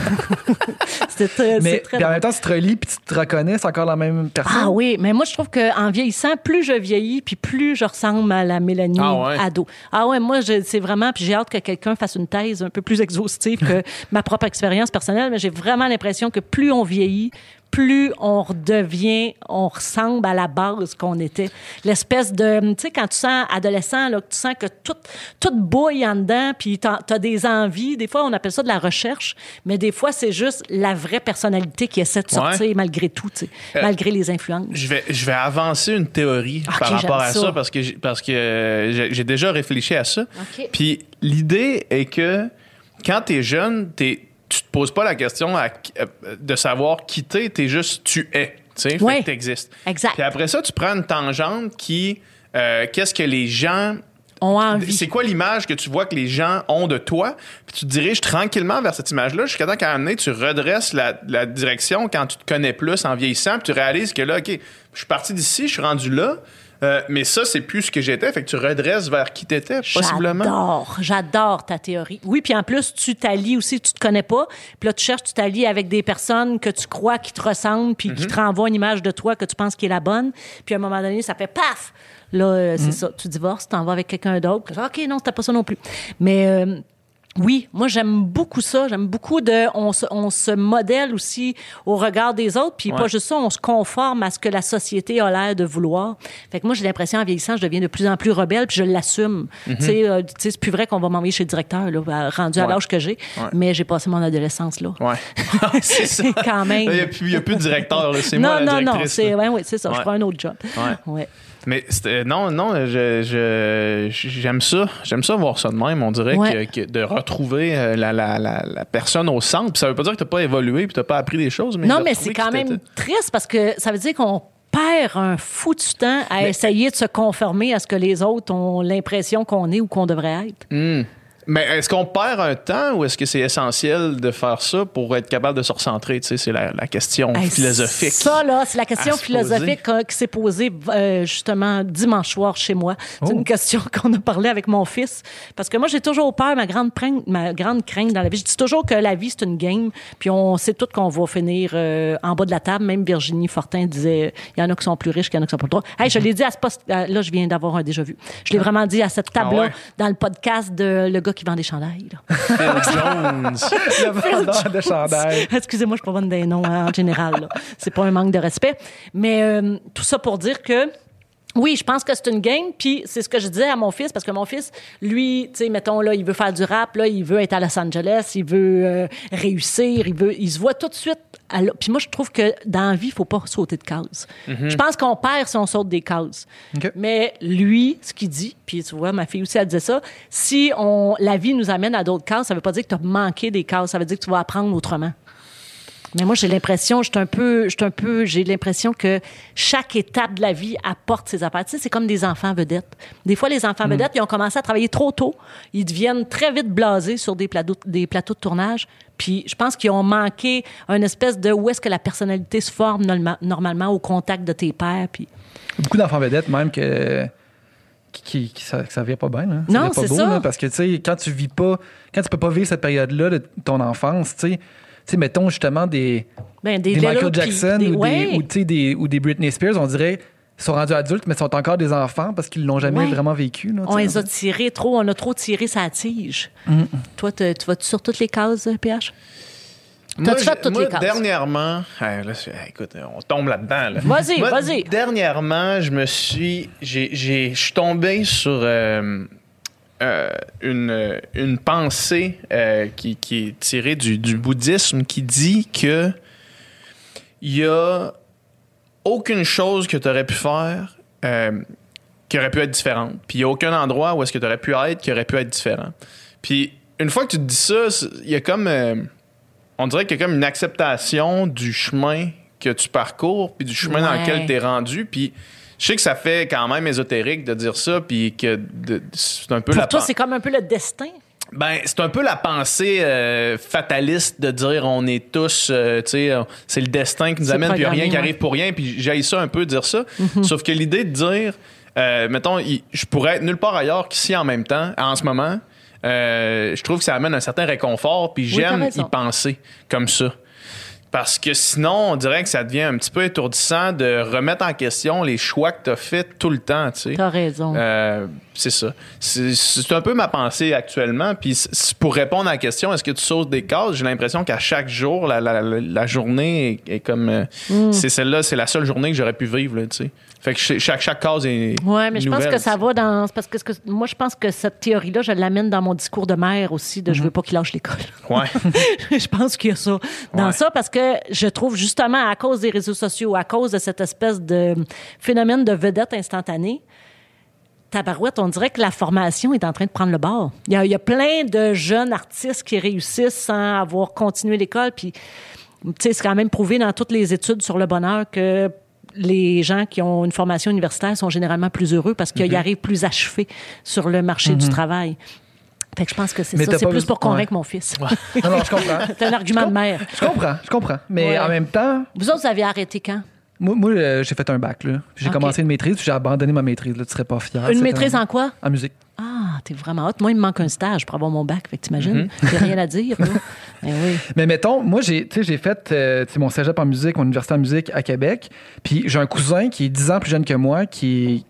Mais en même temps, tu te relis puis tu te reconnais, c'est encore la même personne. Ah oui, mais moi, je trouve qu'en vieillissant, plus je vieillis, puis plus je ressemble à la Mélanie ado. Ah ouais, moi, c'est vraiment... Puis j'ai hâte que quelqu'un fasse une thèse un peu plus exhaustive que ma propre expérience personnelle, mais j'ai vraiment l'impression que plus on vieillit, plus on ressemble à la base qu'on était. L'espèce de... Tu sais, quand tu sens adolescent, là, que tu sens que tout bouille en dedans, puis t'as des envies. Des fois, on appelle ça de la recherche, mais des fois, c'est juste la vraie personnalité qui essaie de sortir malgré tout, tu sais, malgré les influences. Je vais avancer une théorie par rapport à ça parce que j'ai déjà réfléchi à ça. Okay. Puis l'idée est que quand t'es jeune, tu te poses pas la question de savoir qui t'es juste tu es. Tu sais, fait que t'existes. Exact. Puis après ça, tu prends une tangente qui... qu'est-ce que les gens... ont envie. C'est quoi l'image que tu vois que les gens ont de toi? Puis tu te diriges tranquillement vers cette image-là jusqu'à temps qu'à un moment donné, tu redresses la direction quand tu te connais plus en vieillissant. Puis tu réalises que là, OK, je suis parti d'ici, je suis rendu là. Mais ça, c'est plus ce que j'étais. Fait que tu redresses vers qui t'étais, possiblement. J'adore ta théorie. Oui, puis en plus, tu t'allies aussi, tu te connais pas. Puis là, tu cherches, tu t'allies avec des personnes que tu crois qui te ressemblent, puis qui te renvoient une image de toi que tu penses qui est la bonne. Puis à un moment donné, ça fait paf! Là, c'est ça. Tu divorces, tu t'en vas avec quelqu'un d'autre. OK, non, c'était pas ça non plus. Mais... oui, moi, j'aime beaucoup ça. J'aime beaucoup on se modèle aussi au regard des autres. Puis pas juste ça, on se conforme à ce que la société a l'air de vouloir. Fait que moi, j'ai l'impression, en vieillissant, je deviens de plus en plus rebelle, puis je l'assume. Tu sais, c'est plus vrai qu'on va m'envoyer chez le directeur, là, rendu à l'âge que j'ai. Mais j'ai passé mon adolescence là. Ouais. C'est ça. Quand même. Il n'y a plus de directeur, là. C'est moi la directrice. Non, c'est ça. Je prends un autre job. Ouais. Mais non, j'aime ça. J'aime ça voir ça de même. On dirait que de retrouver la personne au centre. Puis ça veut pas dire que t'as pas évolué puis t'as pas appris des choses. Mais non, mais c'est quand même triste parce que ça veut dire qu'on perd un foutu temps à essayer de se conformer à ce que les autres ont l'impression qu'on est ou qu'on devrait être. Mais est-ce qu'on perd un temps ou est-ce que c'est essentiel de faire ça pour être capable de se recentrer? Tu sais, c'est la question philosophique. Ça, là, c'est la question philosophique qui s'est posée justement dimanche soir chez moi. C'est une question qu'on a parlé avec mon fils. Parce que moi, j'ai toujours peur, ma grande crainte dans la vie. Je dis toujours que la vie, c'est une game. Puis on sait tous qu'on va finir en bas de la table. Même Virginie Fortin disait, il y en a qui sont plus riches, qu'il y en a qui sont pas trop. Hey, je l'ai dit à ce poste. Là, je viens d'avoir un déjà-vu. Je l'ai vraiment dit à cette table-là dans le podcast de le gars qui vend des chandails. Phil Jones. Le vendeur de chandails. Excusez-moi, je suis pas bonne des noms en général. Là. C'est pas un manque de respect. Mais tout ça pour dire que oui, je pense que c'est une game, puis c'est ce que je disais à mon fils, parce que mon fils, lui, tu sais, mettons, là, il veut faire du rap, là, il veut être à Los Angeles, il veut réussir, il se voit tout de suite. Puis moi, je trouve que dans la vie, il faut pas sauter de cases. Je pense qu'on perd si on saute des cases. Okay. Mais lui, ce qu'il dit, puis tu vois, ma fille aussi, elle disait ça, si la vie nous amène à d'autres cases, ça veut pas dire que tu as manqué des cases, ça veut dire que tu vas apprendre autrement. Mais moi, j'ai l'impression que chaque étape de la vie apporte ses affaires. Tu sais, c'est comme des enfants vedettes. Des fois, les enfants vedettes, ils ont commencé à travailler trop tôt. Ils deviennent très vite blasés sur des plateaux de tournage. Puis je pense qu'ils ont manqué une espèce de où est-ce que la personnalité se forme normalement au contact de tes pairs. Puis... Beaucoup d'enfants vedettes, même ça vient pas bien. Là. Non, pas c'est beau, ça. Là, parce que, tu sais, quand tu peux pas vivre cette période-là de ton enfance, tu sais, mettons justement des Michael Jackson ou des Britney Spears, on dirait ils sont rendus adultes, mais sont encore des enfants parce qu'ils l'ont jamais vraiment vécu. Là, on les a tirés trop, on a trop tiré sa tige. Toi, tu vas-tu sur toutes les cases, PH? Moi, dernièrement... écoute, on tombe là-dedans. Là. Vas-y. Dernièrement, je suis tombé sur... une pensée qui est tirée du bouddhisme qui dit que il y a aucune chose que tu aurais pu faire qui aurait pu être différente. Puis il n'y a aucun endroit où est-ce que tu aurais pu être qui aurait pu être différent. Puis une fois que tu te dis ça, il y a comme... on dirait qu'il y a comme une acceptation du chemin que tu parcours puis du chemin dans lequel tu es rendu. Puis je sais que ça fait quand même ésotérique de dire ça, puis que c'est un peu Pour toi, c'est comme un peu le destin. Ben, c'est un peu la pensée fataliste de dire on est tous, tu sais, c'est le destin qui nous amène, puis il n'y a rien qui arrive pour rien, puis j'haïs ça un peu de dire ça. Sauf que l'idée de dire, mettons, je pourrais être nulle part ailleurs qu'ici en même temps, en ce moment, je trouve que ça amène un certain réconfort, puis j'aime y penser comme ça. Parce que sinon, on dirait que ça devient un petit peu étourdissant de remettre en question les choix que tu as faits tout le temps, tu sais. T'as raison. C'est ça. C'est un peu ma pensée actuellement. Puis pour répondre à la question, est-ce que tu sautes des cases? J'ai l'impression qu'à chaque jour, la journée est comme... c'est celle-là, c'est la seule journée que j'aurais pu vivre, là, tu sais. Fait que chaque case est ouais, mais je nouvelle, pense que ça va dans... Parce que moi, je pense que cette théorie-là, je l'amène dans mon discours de mère aussi, de je veux pas qu'il lâche l'école. Ouais. Je pense qu'il y a ça dans ça, parce que je trouve justement, à cause des réseaux sociaux, à cause de cette espèce de phénomène de vedette instantanée, tabarouette, on dirait que la formation est en train de prendre le bord. Il y a plein de jeunes artistes qui réussissent sans avoir continué l'école, puis tu sais, c'est quand même prouvé dans toutes les études sur le bonheur que les gens qui ont une formation universitaire sont généralement plus heureux parce qu'ils arrivent plus achevés sur le marché du travail. Fait que je pense que c'est ça. C'est plus pour convaincre mon fils. Ouais. Non, je comprends. C'est un argument de mère. Je comprends. Mais en même temps... Vous autres, vous avez arrêté quand? Moi, j'ai fait un bac, là. J'ai commencé une maîtrise, puis j'ai abandonné ma maîtrise. Là, tu serais pas fier. Une maîtrise en quoi? En musique. Ah, t'es vraiment hot. Moi, il me manque un stage pour avoir mon bac. Fait que t'imagines? J'ai rien à dire. Mais oui. Mais mettons, moi, j'ai fait mon cégep en musique, mon université en musique à Québec. Puis j'ai un cousin qui est 10 ans plus jeune que moi, qui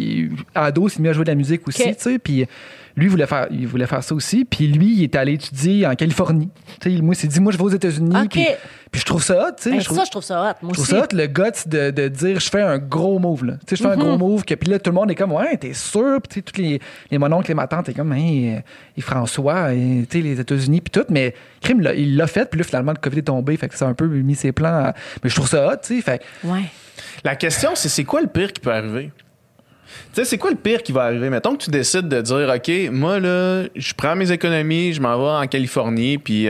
ado, s'est mis à jouer de la musique aussi, tu sais. Puis lui, il voulait faire ça aussi. Puis lui, il est allé étudier en Californie. Tu sais, moi, il s'est dit, moi, je vais aux États-Unis. Puis je trouve ça hot, tu sais. Ben, je trouve ça hot, moi aussi. Je trouve ça hot, le guts de dire, je fais un gros move, là. Tu sais, je fais un gros move, puis là, tout le monde est comme, ouais, t'es sûr. Puis tu sais, tous les mononcles et ma tante, t'es comme, hey, François, tu sais, les États-Unis, puis tout. Mais crime, il l'a fait, puis là, finalement, le COVID est tombé, fait que ça a un peu mis ses plans. Mais je trouve ça hot, tu sais. Fait. Ouais. La question, c'est quoi le pire qui peut arriver? Tu sais, c'est quoi le pire qui va arriver? Mettons que tu décides de dire, OK, moi, là, je prends mes économies, je m'en vais en Californie, puis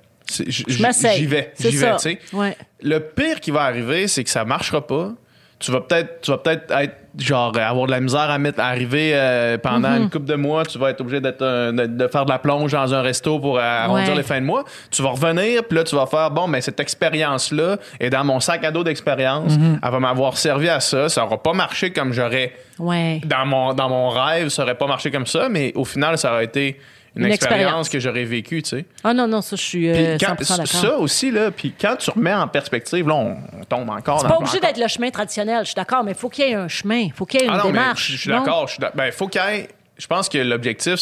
j'y vais, tu sais. Ouais. Le pire qui va arriver, c'est que ça marchera pas. Tu vas peut-être être, genre, avoir de la misère à arriver pendant une couple de mois. Tu vas être obligé de faire de la plonge dans un resto pour arrondir les fins de mois. Tu vas revenir, puis là, tu vas faire, bon, mais cette expérience-là est dans mon sac à dos d'expérience. Elle va m'avoir servi à ça. Ça n'aura pas marché comme j'aurais... Ouais. Dans mon rêve, ça n'aurait pas marché comme ça, mais au final, ça aurait été... Une expérience que j'aurais vécue, tu sais. Ah non, ça, je suis 100% d'accord. Ça aussi, là, puis quand tu remets en perspective, là, on tombe encore dans... C'est pas obligé d'être le chemin traditionnel, je suis d'accord, mais il faut qu'il y ait un chemin, il faut qu'il y ait une démarche. Je suis d'accord. Faut qu'il y ait... Je pense que l'objectif,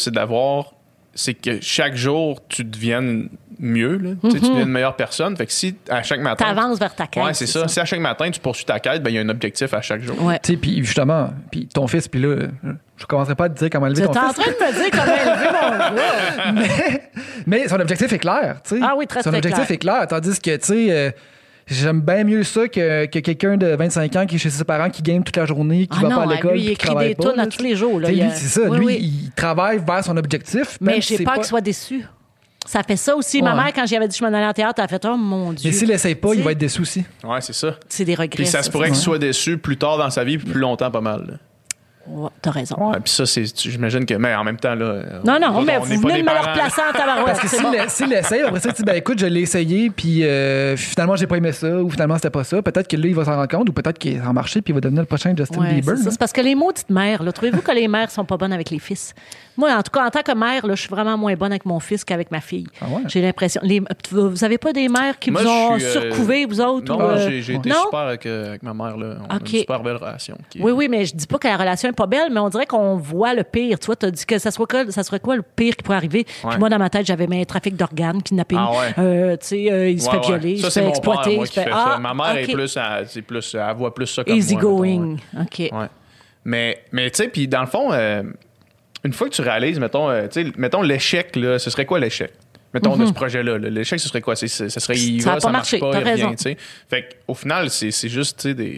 c'est que chaque jour, tu deviennes mieux, là. Tu deviens une meilleure personne. Fait que si à chaque matin... T'avances vers ta quête. Ouais, c'est ça. Si à chaque matin, tu poursuis ta quête, ben il y a un objectif à chaque jour. Ouais. Tu sais, puis justement, puis ton fils, puis là, je commencerai pas à te dire comment élever ton fils. Tu es en train de me dire comment élever mon gars. mais son objectif est clair, tu sais. Ah oui, très, très clair. Son objectif est clair, tandis que, tu sais... j'aime bien mieux ça que quelqu'un de 25 ans qui est chez ses parents, qui game toute la journée, qui va pas à l'école. Lui, il écrit des tunes à tous les jours. Là, lui, c'est ça. Oui, lui, il travaille vers son objectif. Mais j'ai peur qu'il soit déçu. Ça fait ça aussi. Ma mère, quand j'y avais dit que je m'en allais en théâtre, elle a fait « Oh mon Dieu! » Mais s'il l'essaye pas, il va être déçu aussi. Ouais, c'est ça. C'est des regrets. Puis ça se pourrait qu'il soit déçu plus tard dans sa vie, puis plus longtemps, pas mal. Là. Ouais, t'as raison. Ouais, puis ça, j'imagine que... Mais en même temps, là... Non, mais vous venez de me le replacer en tabarouette. Parce que s'il l'essaye, après ça, tu dis, ben écoute, je l'ai essayé, puis finalement, j'ai pas aimé ça, ou finalement, c'était pas ça. Peut-être que là, il va s'en rendre compte, ou peut-être qu'il va marcher, puis il va devenir le prochain Justin Bieber. C'est parce que les maudites mères, là, trouvez-vous que les mères sont pas bonnes avec les fils? Moi, en tout cas, en tant que mère, là, je suis vraiment moins bonne avec mon fils qu'avec ma fille. Ah ouais? J'ai l'impression... Vous avez pas des mères qui vous ont surcouvé, vous autres? Non, j'ai été super avec ma mère. Là. On a une super belle relation. Oui, mais je dis pas que la relation est pas belle, mais on dirait qu'on voit le pire. Tu vois, t'as dit que ça serait quoi le pire qui pourrait arriver? Puis moi, dans ma tête, j'avais un trafic d'organes, kidnapping. Tu sais, il se fait violer, il se fait exploiter. Moi qui fait ça. Ma mère est plus, elle voit plus ça comme easy moi. Going. OK. Ouais. Mais tu sais, puis dans le fond, une fois que tu réalises, mettons l'échec, là, ce serait quoi l'échec? Mettons, de ce projet-là. L'échec, ce serait quoi? Ce serait, ça marche pas, il revient, tu sais. Fait qu'au final, c'est juste, tu sais,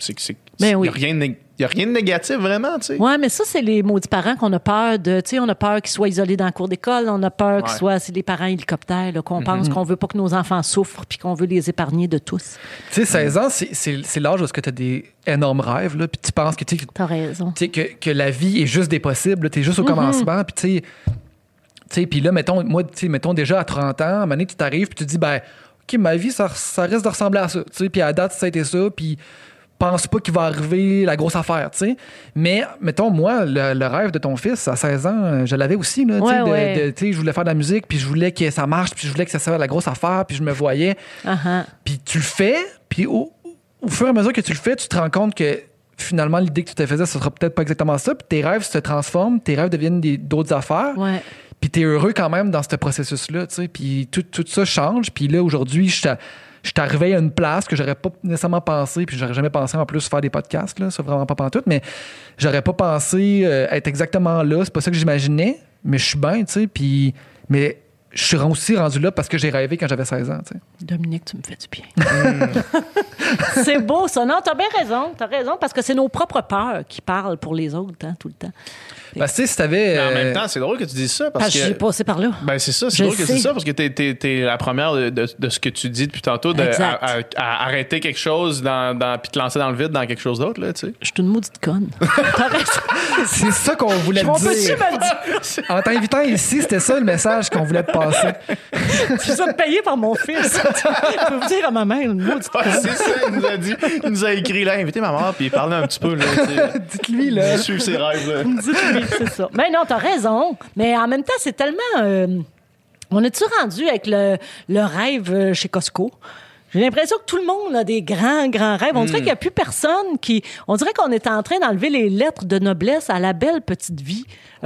Ben oui. Il n'y a rien de négatif, vraiment, tu sais. Oui, mais ça, c'est les maudits parents qu'on a peur de. Tu sais, on a peur qu'ils soient isolés dans le cours d'école. On a peur qu'ils soient. C'est les parents hélicoptères, là, qu'on pense qu'on veut pas que nos enfants souffrent puis qu'on veut les épargner de tous. Tu sais, 16 ans, c'est l'âge où tu as des énormes rêves, là, puis tu penses que t'as raison. Que la vie est juste des possibles. Tu es juste au commencement, puis tu sais, puis là, mettons déjà à 30 ans, à un moment donné, tu t'arrives, puis tu te dis, ben, OK, ma vie, ça risque de ressembler à ça. Tu sais, puis à la date, ça a été ça, puis pense pas qu'il va arriver la grosse affaire, tu sais. Mais, mettons, moi, le rêve de ton fils, à 16 ans, je l'avais aussi, là, tu sais, je voulais faire de la musique, puis je voulais que ça marche, puis je voulais que ça soit la grosse affaire, puis je me voyais. Puis tu le fais, puis au fur et à mesure que tu le fais, tu te rends compte que finalement, l'idée que tu te faisais, ce sera peut-être pas exactement ça, puis tes rêves se transforment, tes rêves deviennent d'autres affaires. Puis t'es heureux quand même dans ce processus-là, tu sais. Puis tout ça change, puis là, aujourd'hui, je suis arrivé à une place que j'aurais pas nécessairement pensé, puis j'aurais jamais pensé en plus faire des podcasts, là, ça vraiment pas pantoute, mais j'aurais pas pensé être exactement là, c'est pas ça que j'imaginais, mais je suis bien, tu sais, puis mais je suis aussi rendu là parce que j'ai rêvé quand j'avais 16 ans, tu sais. Dominique, tu me fais du bien. C'est beau ça, non, t'as raison, parce que c'est nos propres peurs qui parlent pour les autres, hein, tout le temps. Parce que si t'avais. En même temps, c'est drôle que tu dises ça. Parce que j'ai passé par là. Ben, c'est ça, c'est drôle que tu dises ça parce que t'es la première de ce que tu dis depuis tantôt, à arrêter quelque chose puis te lancer dans le vide dans quelque chose d'autre, là, tu sais. Je suis une maudite conne. C'est ça qu'on voulait te dire. En t'invitant ici, c'était ça le message qu'on voulait te passer. Je suis ça payé par mon fils. Je peux vous dire à ma mère, une maudite conne. C'est ça, il nous a écrit, là, invitez ma mère, puis il parlait un petit peu, là. Dites-lui, là. Suivre ses rêves, là. Dites-lui, c'est ça. Mais non, t'as raison. Mais en même temps, c'est tellement... on est-tu rendu avec le rêve chez Costco? J'ai l'impression que tout le monde a des grands rêves. On dirait qu'il n'y a plus personne qui... On dirait qu'on est en train d'enlever les lettres de noblesse à la belle petite vie.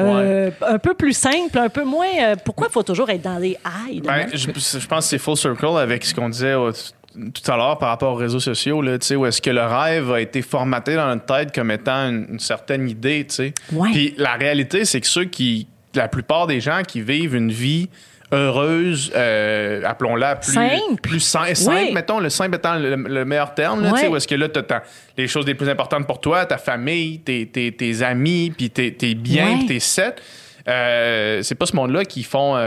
Un peu plus simple, un peu moins... pourquoi il faut toujours être dans les highs? Je pense que c'est full circle avec ce qu'on disait tout à l'heure par rapport aux réseaux sociaux, là, où est-ce que le rêve a été formaté dans notre tête comme étant une certaine idée, tu sais. Puis la réalité, c'est que la plupart des gens qui vivent une vie heureuse, appelons-la plus simple, mettons, le simple étant le meilleur terme, là, où est-ce que là, t'as les choses les plus importantes pour toi, ta famille, tes amis, puis tes biens, puis tes sets. C'est pas ce monde-là qui font...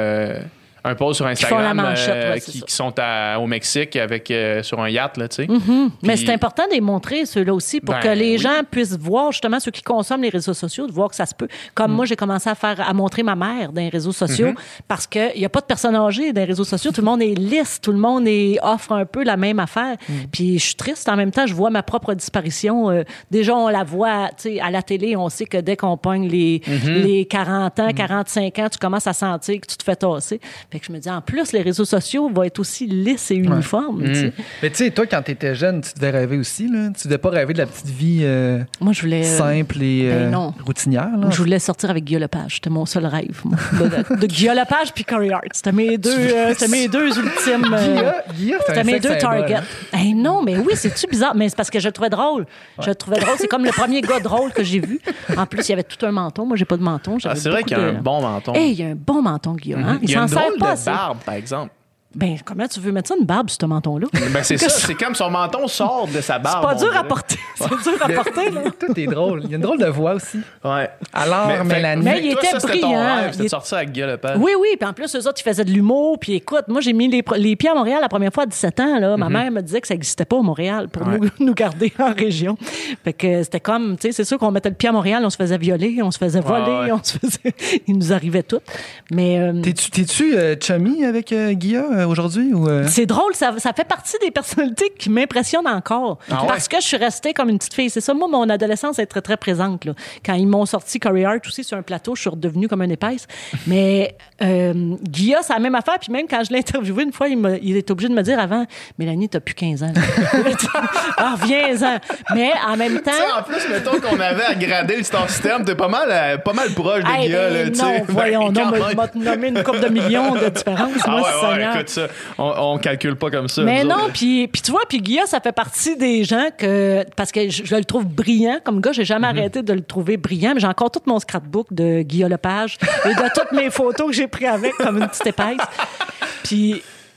un post sur Instagram qui sont au Mexique avec sur un yacht, là, tu sais. Mais c'est important de les montrer, ceux-là aussi, pour que les gens puissent voir, justement, ceux qui consomment les réseaux sociaux, de voir que ça se peut. Comme moi, j'ai commencé à montrer ma mère dans les réseaux sociaux parce qu'il n'y a pas de personnes âgées dans les réseaux sociaux. Tout le monde est lisse, tout le monde offre un peu la même affaire. Puis je suis triste. En même temps, je vois ma propre disparition. Déjà, on la voit, tu sais, à la télé, on sait que dès qu'on pogne les 40 ans, 45 ans, tu commences à sentir que tu te fais tasser. Fait que je me dis, en plus, les réseaux sociaux vont être aussi lisses et uniformes. T'sais. Mais tu sais, toi, quand tu étais jeune, tu devais rêver aussi. Là. Tu devais pas rêver de la petite vie moi, je voulais, simple et routinière. Là. Je voulais sortir avec Guillaume Lepage. C'était mon seul rêve. De Guillaume Lepage puis Corey Hart. C'était mes deux ultimes... c'était mes deux targets. Non, mais oui, c'est-tu bizarre? Mais c'est parce que je le trouvais drôle. Je le trouvais drôle. C'est comme le premier gars drôle que j'ai vu. En plus, il y avait tout un menton. Moi, j'ai pas de menton. C'est vrai qu'il y a un bon menton. Il y a un bon menton, Guillaume. Hein? Il s'en sert pas assez. Barbe, par exemple. Ben, comment tu veux mettre ça, une barbe, sur ce menton-là? Ben, c'est ça. C'est comme son menton sort de sa barbe. C'est pas dur à porter. C'est dur à porter, là. Tout est drôle. Il y a une drôle de voix aussi. Ouais. Alors, Mélanie. Mais il était brillant. C'était sorti avec Guillaume Lepage. Oui. Puis en plus, eux autres, ils faisaient de l'humour. Puis écoute, moi, j'ai mis les pieds à Montréal la première fois à 17 ans. Là. Ma mère me disait que ça n'existait pas à Montréal pour nous garder en région. Fait que c'était comme, tu sais, c'est sûr qu'on mettait le pied à Montréal, on se faisait violer, on se faisait voler, il nous arrivait tout. Mais. T'es-tu chummy avec Guilla aujourd'hui? C'est drôle, ça fait partie des personnalités qui m'impressionnent encore. Parce que je suis restée comme une petite fille. C'est ça, moi, mon adolescence est très, très présente. Là. Quand ils m'ont sorti Corey Hart aussi sur un plateau, je suis redevenue comme une épaisse. Mais Guilla, c'est la même affaire. Puis même quand je l'ai interviewé une fois, il est obligé de me dire avant, Mélanie, t'as plus 15 ans. Reviens-en. Mais en même temps... en plus, mettons qu'on avait à grader le star system, t'es pas mal proche de Guilla. Non, voyons, m'a nommé une couple de millions de différences. Écoute ça. On calcule pas comme ça. Mais non, puis tu vois, puis Guilla, ça fait partie des gens parce que je le trouve brillant comme gars, j'ai jamais arrêté de le trouver brillant, mais j'ai encore tout mon scrapbook de Guillaume Lepage et de toutes mes photos que j'ai prises avec comme une petite épaisse. Puis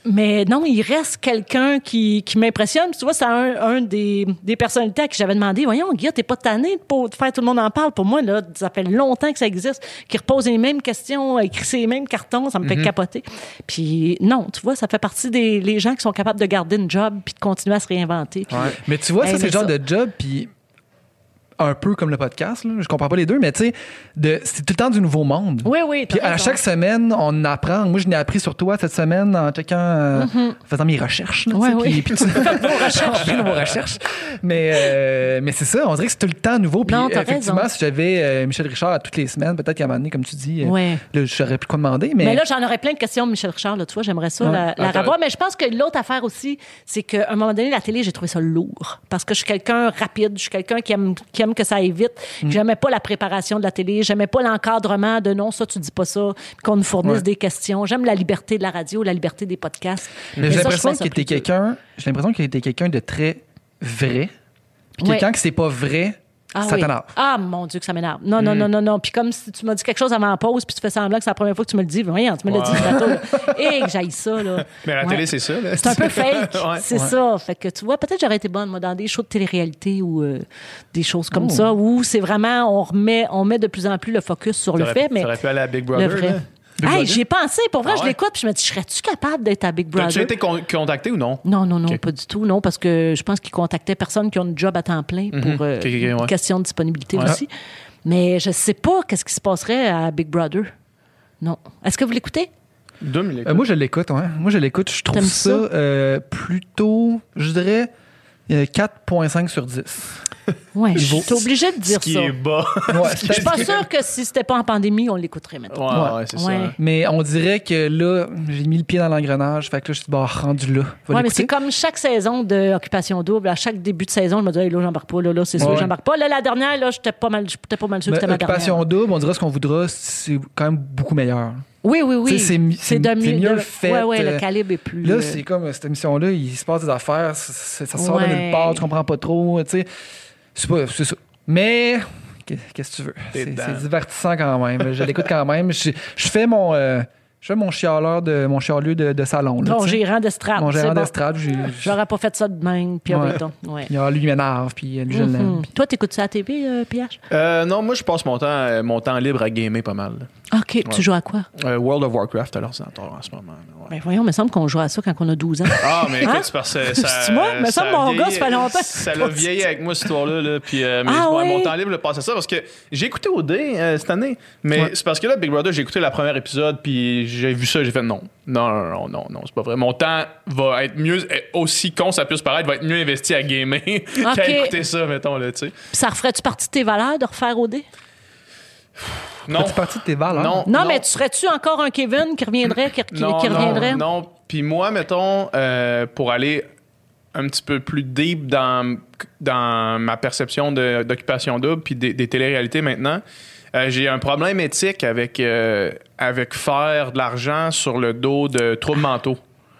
Mais non, il reste quelqu'un qui m'impressionne. Tu vois, c'est un des personnalités à qui j'avais demandé, voyons, Guy, t'es pas tanné de faire Tout le monde en parle. Pour moi, là, ça fait longtemps que ça existe, qui repose les mêmes questions, écrit ces mêmes cartons, ça me fait capoter. Puis non, tu vois, ça fait partie des gens qui sont capables de garder une job puis de continuer à se réinventer. Puis, Mais tu vois, ça, c'est le genre de job, puis un peu comme le podcast, là. Je comprends pas les deux, mais tu sais, c'est tout le temps du nouveau monde. Oui. Puis à chaque semaine, on apprend. Moi, je n'ai appris sur toi cette semaine en checkant, en faisant mes recherches. Là, oui. Puis tu fais vos recherches. Mais c'est ça, on dirait que c'est tout le temps nouveau. Puis effectivement, raison. si j'avais Michel Richard à toutes les semaines, peut-être qu'à un moment donné, comme tu dis, Ouais. là, j'aurais plus quoi demander. Mais là, j'en aurais plein de questions, Michel Richard. Là, tu vois, j'aimerais ça la revoir. Mais je pense que l'autre affaire aussi, c'est qu'à un moment donné, la télé, j'ai trouvé ça lourd. Parce que je suis quelqu'un rapide, je suis quelqu'un qui aime que ça aille vite. J'aimais pas la préparation de la télé, j'aimais pas l'encadrement de non, ça, tu dis pas ça, puis qu'on nous fournisse des questions. J'aime la liberté de la radio, la liberté des podcasts. Mais j'ai l'impression qu'il était quelqu'un de très vrai. Puis quelqu'un qui c'est pas vrai, ça t'énerve. Ah, mon Dieu, que ça m'énerve. Non. Puis comme si tu m'as dit quelque chose avant la pause, puis tu fais semblant que c'est la première fois que tu me le dis. Voyons, tu me l'as dit tantôt. Et que j'aille ça, là. Mais la télé, c'est ça, là. C'est un peu fake. C'est ça. Fait que tu vois, peut-être j'aurais été bonne, moi, dans des shows de télé-réalité ou des choses comme ça, où c'est vraiment, on met de plus en plus le focus sur le fait. Mais ça aurait pu aller à Big Brother, le vrai. Hey, j'y ai pensé. Pour vrai, je l'écoute, puis je me dis, serais-tu capable d'être à Big Brother? As-tu été contacté ou non? Non, pas du tout. Non, parce que je pense qu'ils contactaient personne qui a une job à temps plein pour question de disponibilité aussi. Mais je sais pas qu'est-ce qui se passerait à Big Brother. Non. Est-ce que vous l'écoutez? Moi, je l'écoute, ouais. Moi, je l'écoute. Je trouve ça plutôt, je dirais, 4,5 sur 10. Oui, je suis obligée de dire ça. Ce qui est bas. Je suis pas sûre que si c'était pas en pandémie, on l'écouterait maintenant. Ouais, c'est ça. Mais on dirait que là, j'ai mis le pied dans l'engrenage. Fait que là, je suis rendu là. Oui, mais c'est comme chaque saison d'Occupation Double. À chaque début de saison, je me disais, hey, là, j'embarque pas. Là, c'est sûr, j'embarque pas. Là, la dernière, là, j'étais pas mal sûr que c'était ma dernière. Occupation Double, on dira ce qu'on voudra, c'est quand même beaucoup meilleur. Oui. C'est mieux fait. Oui, le calibre est plus... Là, c'est comme cette émission-là, il se passe des affaires, ça sort de nulle part, tu comprends pas trop, tu sais. C'est ça. Mais, qu'est-ce que tu veux? C'est divertissant quand même. Je l'écoute quand même. Je fais mon chialeur mon chialeux de salon. Mon gérant d'estrade. Mon gérant d'estrade. J'aurais pas fait ça de même. Puis lui, il m'énerve, puis lui, je l'aime. Toi, t'écoutes ça à la TV, PH? Non, moi, je passe mon temps libre à gamer pas mal. OK. Tu joues à quoi? World of Warcraft à l'ordinateur en ce moment. Ben voyons, il me semble qu'on joue à ça quand on a 12 ans. Ah, mais écoute, c'est parce que ça... C'est moi? Il me semble mon gars, ça fait longtemps. Ça l'a vieilli avec moi, cette histoire-là. Là, puis, mon temps libre, le passe à ça. Parce que j'ai écouté OD cette année. Mais c'est parce que là, Big Brother, j'ai écouté le premier épisode, puis j'ai vu ça, j'ai fait non, c'est pas vrai. Mon temps va être mieux, aussi con ça puisse paraître, va être mieux investi à gamer qu'à écouter ça, mettons, là, tu sais. Ça referait-tu partie de tes valeurs de refaire OD? Non. Fais-tu partie de tes valeurs? Non, mais tu serais-tu encore un Kevin qui reviendrait? Non. Puis moi, mettons, pour aller un petit peu plus deep dans ma perception d'Occupation Double puis des téléréalités maintenant, j'ai un problème éthique avec faire de l'argent sur le dos de troubles mentaux.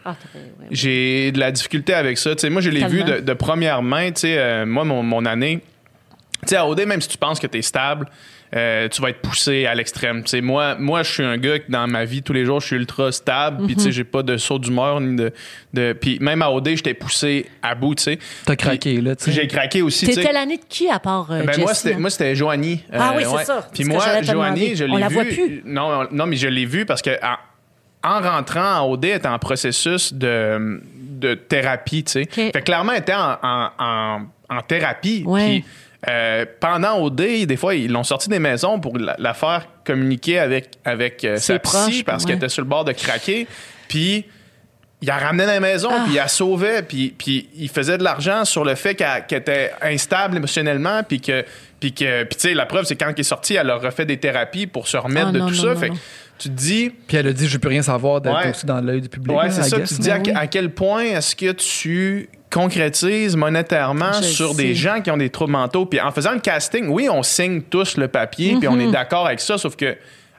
J'ai de la difficulté avec ça. T'sais, moi, je l'ai vu de première main. Moi, mon année, à OD, même si tu penses que tu es stable, tu vas être poussé à l'extrême. Moi, je suis un gars que dans ma vie, tous les jours, je suis ultra stable. Puis, j'ai pas de saut d'humeur. Puis, même à OD, j'étais poussé à bout. T'as craqué, là. J'ai craqué aussi. T'étais l'année de qui, à part Jessie? Moi, c'était Joanie. Oui, c'est ça. Puis moi, Joanie, je l'ai vu. On la voit plus. Non, mais je l'ai vu parce que en rentrant en OD, elle était en processus de thérapie. Fait que clairement, elle était en thérapie. Puis, pendant OD, des fois, ils l'ont sorti des maisons pour la faire communiquer avec sa psy parce qu'elle était sur le bord de craquer. Puis, il la ramenait dans la maison, puis il la sauvait, puis il faisait de l'argent sur le fait qu'elle était instable émotionnellement, puis tu sais, la preuve, c'est quand elle est sortie, elle a refait des thérapies pour se remettre de tout ça. Fait que tu te dis... Puis elle a dit, je ne peux rien savoir d'être aussi dans l'œil du public. Ouais, c'est ça. Tu te dis à quel point est-ce que tu concrétises monétairement sur des gens qui ont des troubles mentaux. Puis en faisant le casting, oui, on signe tous le papier, puis on est d'accord avec ça, sauf que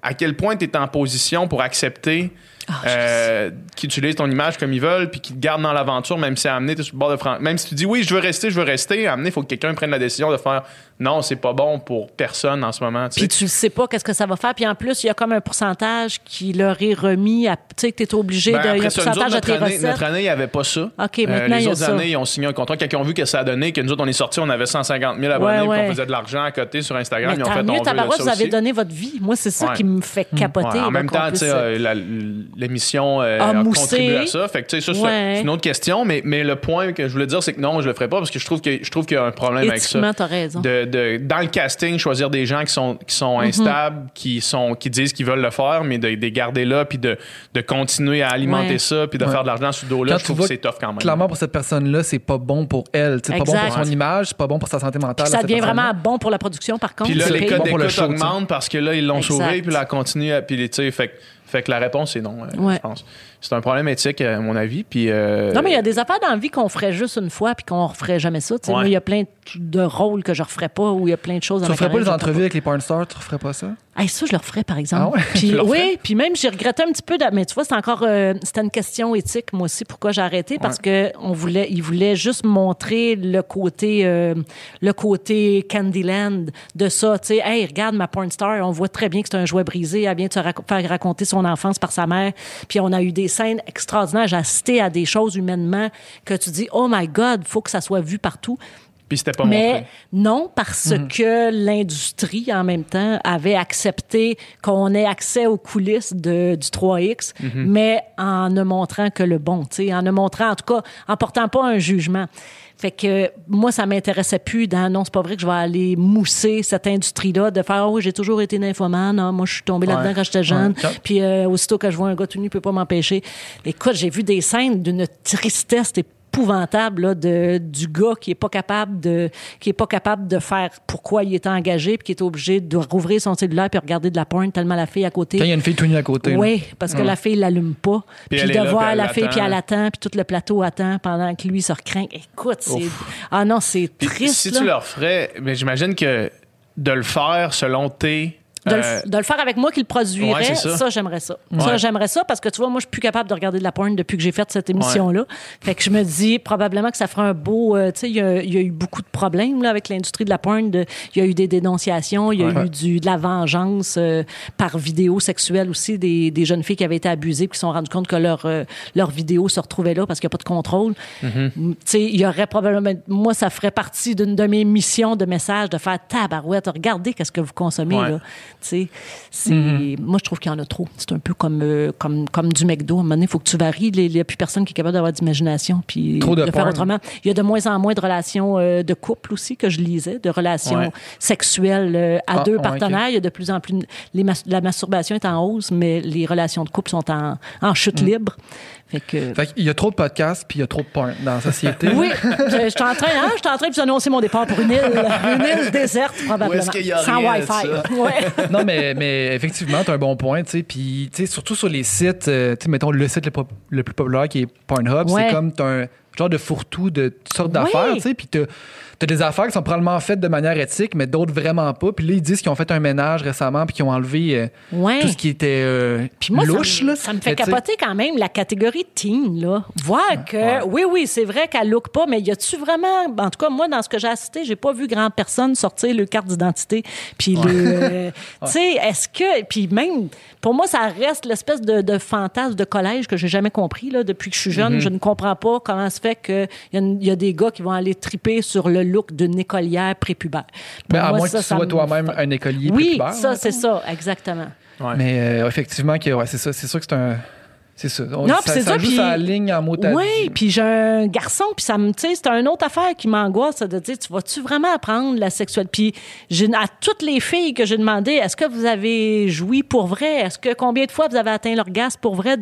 à quel point tu es en position pour accepter qu'ils utilisent ton image comme ils veulent, puis qu'ils te gardent dans l'aventure, même si à amener, t'es sur le bord de même si tu dis oui, je veux rester, à amener, il faut que quelqu'un prenne la décision de faire non, c'est pas bon pour personne en ce moment. Puis tu sais pas qu'est-ce que ça va faire. Puis en plus, il y a comme un pourcentage qui leur est remis. Tu sais que tu es obligé de. Il y a un pourcentage de tes recettes. Notre année, il n'y avait pas ça. OK, maintenant, les il y a autres ça. années, ils ont signé un contrat. Quand ils ont vu que ça a donné, que nous autres, on est sortis, on avait 150 000 abonnés, puis on faisait de l'argent à côté sur Instagram. Mais ils ont fait tant mieux, tabarouette, vous avez aussi. donné votre vie. Moi, c'est ça qui me fait capoter. En même temps, l'émission a contribué à ça. Fait que, tu sais, ça, c'est une autre question. Mais le point que je voulais dire, c'est que non, je le ferai pas parce que je trouve qu'il y a un problème avec ça. T'as raison. Dans le casting, choisir des gens qui sont instables, qui disent qu'ils veulent le faire, mais de les garder là, puis de continuer à alimenter ça, puis de faire de l'argent sur le dos-là, je trouve que c'est tough quand même. Clairement, pour cette personne-là, c'est pas bon pour elle. C'est pas bon pour son image, c'est pas bon pour sa santé mentale. Puis ça devient vraiment bon pour la production, par contre. Puis là, les codes bon d'écoute augmentent parce que là, ils l'ont sauvé, puis là, elle continue. Puis, tu sais, fait que la réponse, c'est non, je pense. C'est un problème éthique, à mon avis. Puis, non, mais il y a des affaires dans la vie qu'on ferait juste une fois puis qu'on ne referait jamais ça. Moi, il y a plein de rôles que je ne referais pas ou il y a plein de choses dans ma carrière. Tu ne ferais pas les entrevues avec les porn stars? Tu ne referais pas ça? Ça, je le referais, par exemple. Ah ouais? Puis, oui, puis même, j'ai regretté un petit peu. Mais tu vois, c'est encore... c'était une question éthique, moi aussi, pourquoi j'ai arrêté. Parce que ils voulaient juste montrer le côté Candyland de ça. Tu sais, hey, regarde ma porn star, on voit très bien que c'est un jouet brisé. Elle vient de se faire raconter son enfance par sa mère. Puis on a eu des scènes extraordinaires. J'ai assisté à des choses humainement que tu dis, oh my God, il faut que ça soit vu partout. Puis c'était pas montré. Mais non, parce que l'industrie, en même temps, avait accepté qu'on ait accès aux coulisses du 3X, mais en ne montrant que le bon, tu sais, en ne montrant, en tout cas, en portant pas un jugement. Fait que moi, ça m'intéressait plus dans non, c'est pas vrai que je vais aller mousser cette industrie-là, de faire, oui, j'ai toujours été nymphomane, non, moi, je suis tombée là-dedans quand j'étais jeune, puis aussitôt que je vois un gars tout nu, il peut pas m'empêcher. Écoute, j'ai vu des scènes d'une tristesse épouvantable là, du gars qui est pas capable de faire pourquoi il est engagé puis qui est obligé de rouvrir son cellulaire puis regarder de la porn tellement la fille à côté. Quand il y a une fille tout nue à côté. Oui, parce que la fille l'allume pas. Puis de voir la fille puis elle attend puis tout le plateau attend pendant que lui se recrinque. Écoute, c'est triste. Si tu leur ferais, mais j'imagine que de le faire selon tes... De le faire avec moi qui le produirait, ça, j'aimerais ça. Ouais. Ça, j'aimerais ça parce que, tu vois, moi, je suis plus capable de regarder de la porn depuis que j'ai fait cette émission-là. Fait que je me dis probablement que ça ferait un beau... tu sais, il y a eu beaucoup de problèmes là, avec l'industrie de la porn. Il y a eu des dénonciations, il y a eu de la vengeance par vidéo sexuelle aussi, des jeunes filles qui avaient été abusées et qui se sont rendues compte que leur vidéo se retrouvait là parce qu'il n'y a pas de contrôle. Tu sais, il y aurait probablement... Moi, ça ferait partie d'une de mes missions de message de faire tabarouette, regardez qu'est-ce que vous consommez, là. Moi, je trouve qu'il y en a trop. C'est un peu comme du McDo. À un moment donné, il faut que tu varies. Il n'y a plus personne qui est capable d'avoir d'imagination puis de faire autrement. Il y a de moins en moins de relations de couple aussi que je lisais, de relations sexuelles à deux partenaires. Il y a de plus en plus... la masturbation est en hausse, mais les relations de couple sont en chute libre. Fait il y a trop de podcasts puis il y a trop de porn dans la société. Oui, je suis en train de vous annoncer mon départ pour une île déserte, probablement. Où est-ce qu'il y a sans rien, Wi-Fi. Ouais. Non, mais effectivement, tu as un bon point. Puis, surtout sur les sites, mettons le site le plus populaire qui est Pornhub, c'est comme tu as un genre de fourre-tout de toutes sortes d'affaires. Puis tu as des affaires qui sont probablement faites de manière éthique, mais d'autres vraiment pas. Puis là, ils disent qu'ils ont fait un ménage récemment puis qu'ils ont enlevé tout ce qui était puis moi, louche. Ça me fait capoter quand même la catégorie teen. Là. Voir que, oui, c'est vrai qu'elle look pas, mais y a-tu vraiment... En tout cas, moi, dans ce que j'ai assisté, j'ai pas vu grande personne sortir le carte d'identité. Puis tu sais, est-ce que... Puis même, pour moi, ça reste l'espèce de fantasme de collège que j'ai jamais compris. Là, depuis que je suis jeune, je ne comprends pas comment se fait qu'il y a des gars qui vont aller triper sur le look d'une écolière prépubère. Mais à moins que tu sois toi-même un écolier prépubère. Oui, ça, c'est ça, exactement. Ouais. Mais effectivement, c'est ça. C'est sûr que c'est un... C'est ça. Non, c'est ça. Joue sa ligne en mot à dire. Oui, puis j'ai un garçon, puis ça me, tu sais, c'est une autre affaire qui m'angoisse, de dire, tu vas-tu vraiment apprendre la sexualité? Puis à toutes les filles que j'ai demandé, est-ce que vous avez joui pour vrai? Combien de fois vous avez atteint l'orgasme pour vrai?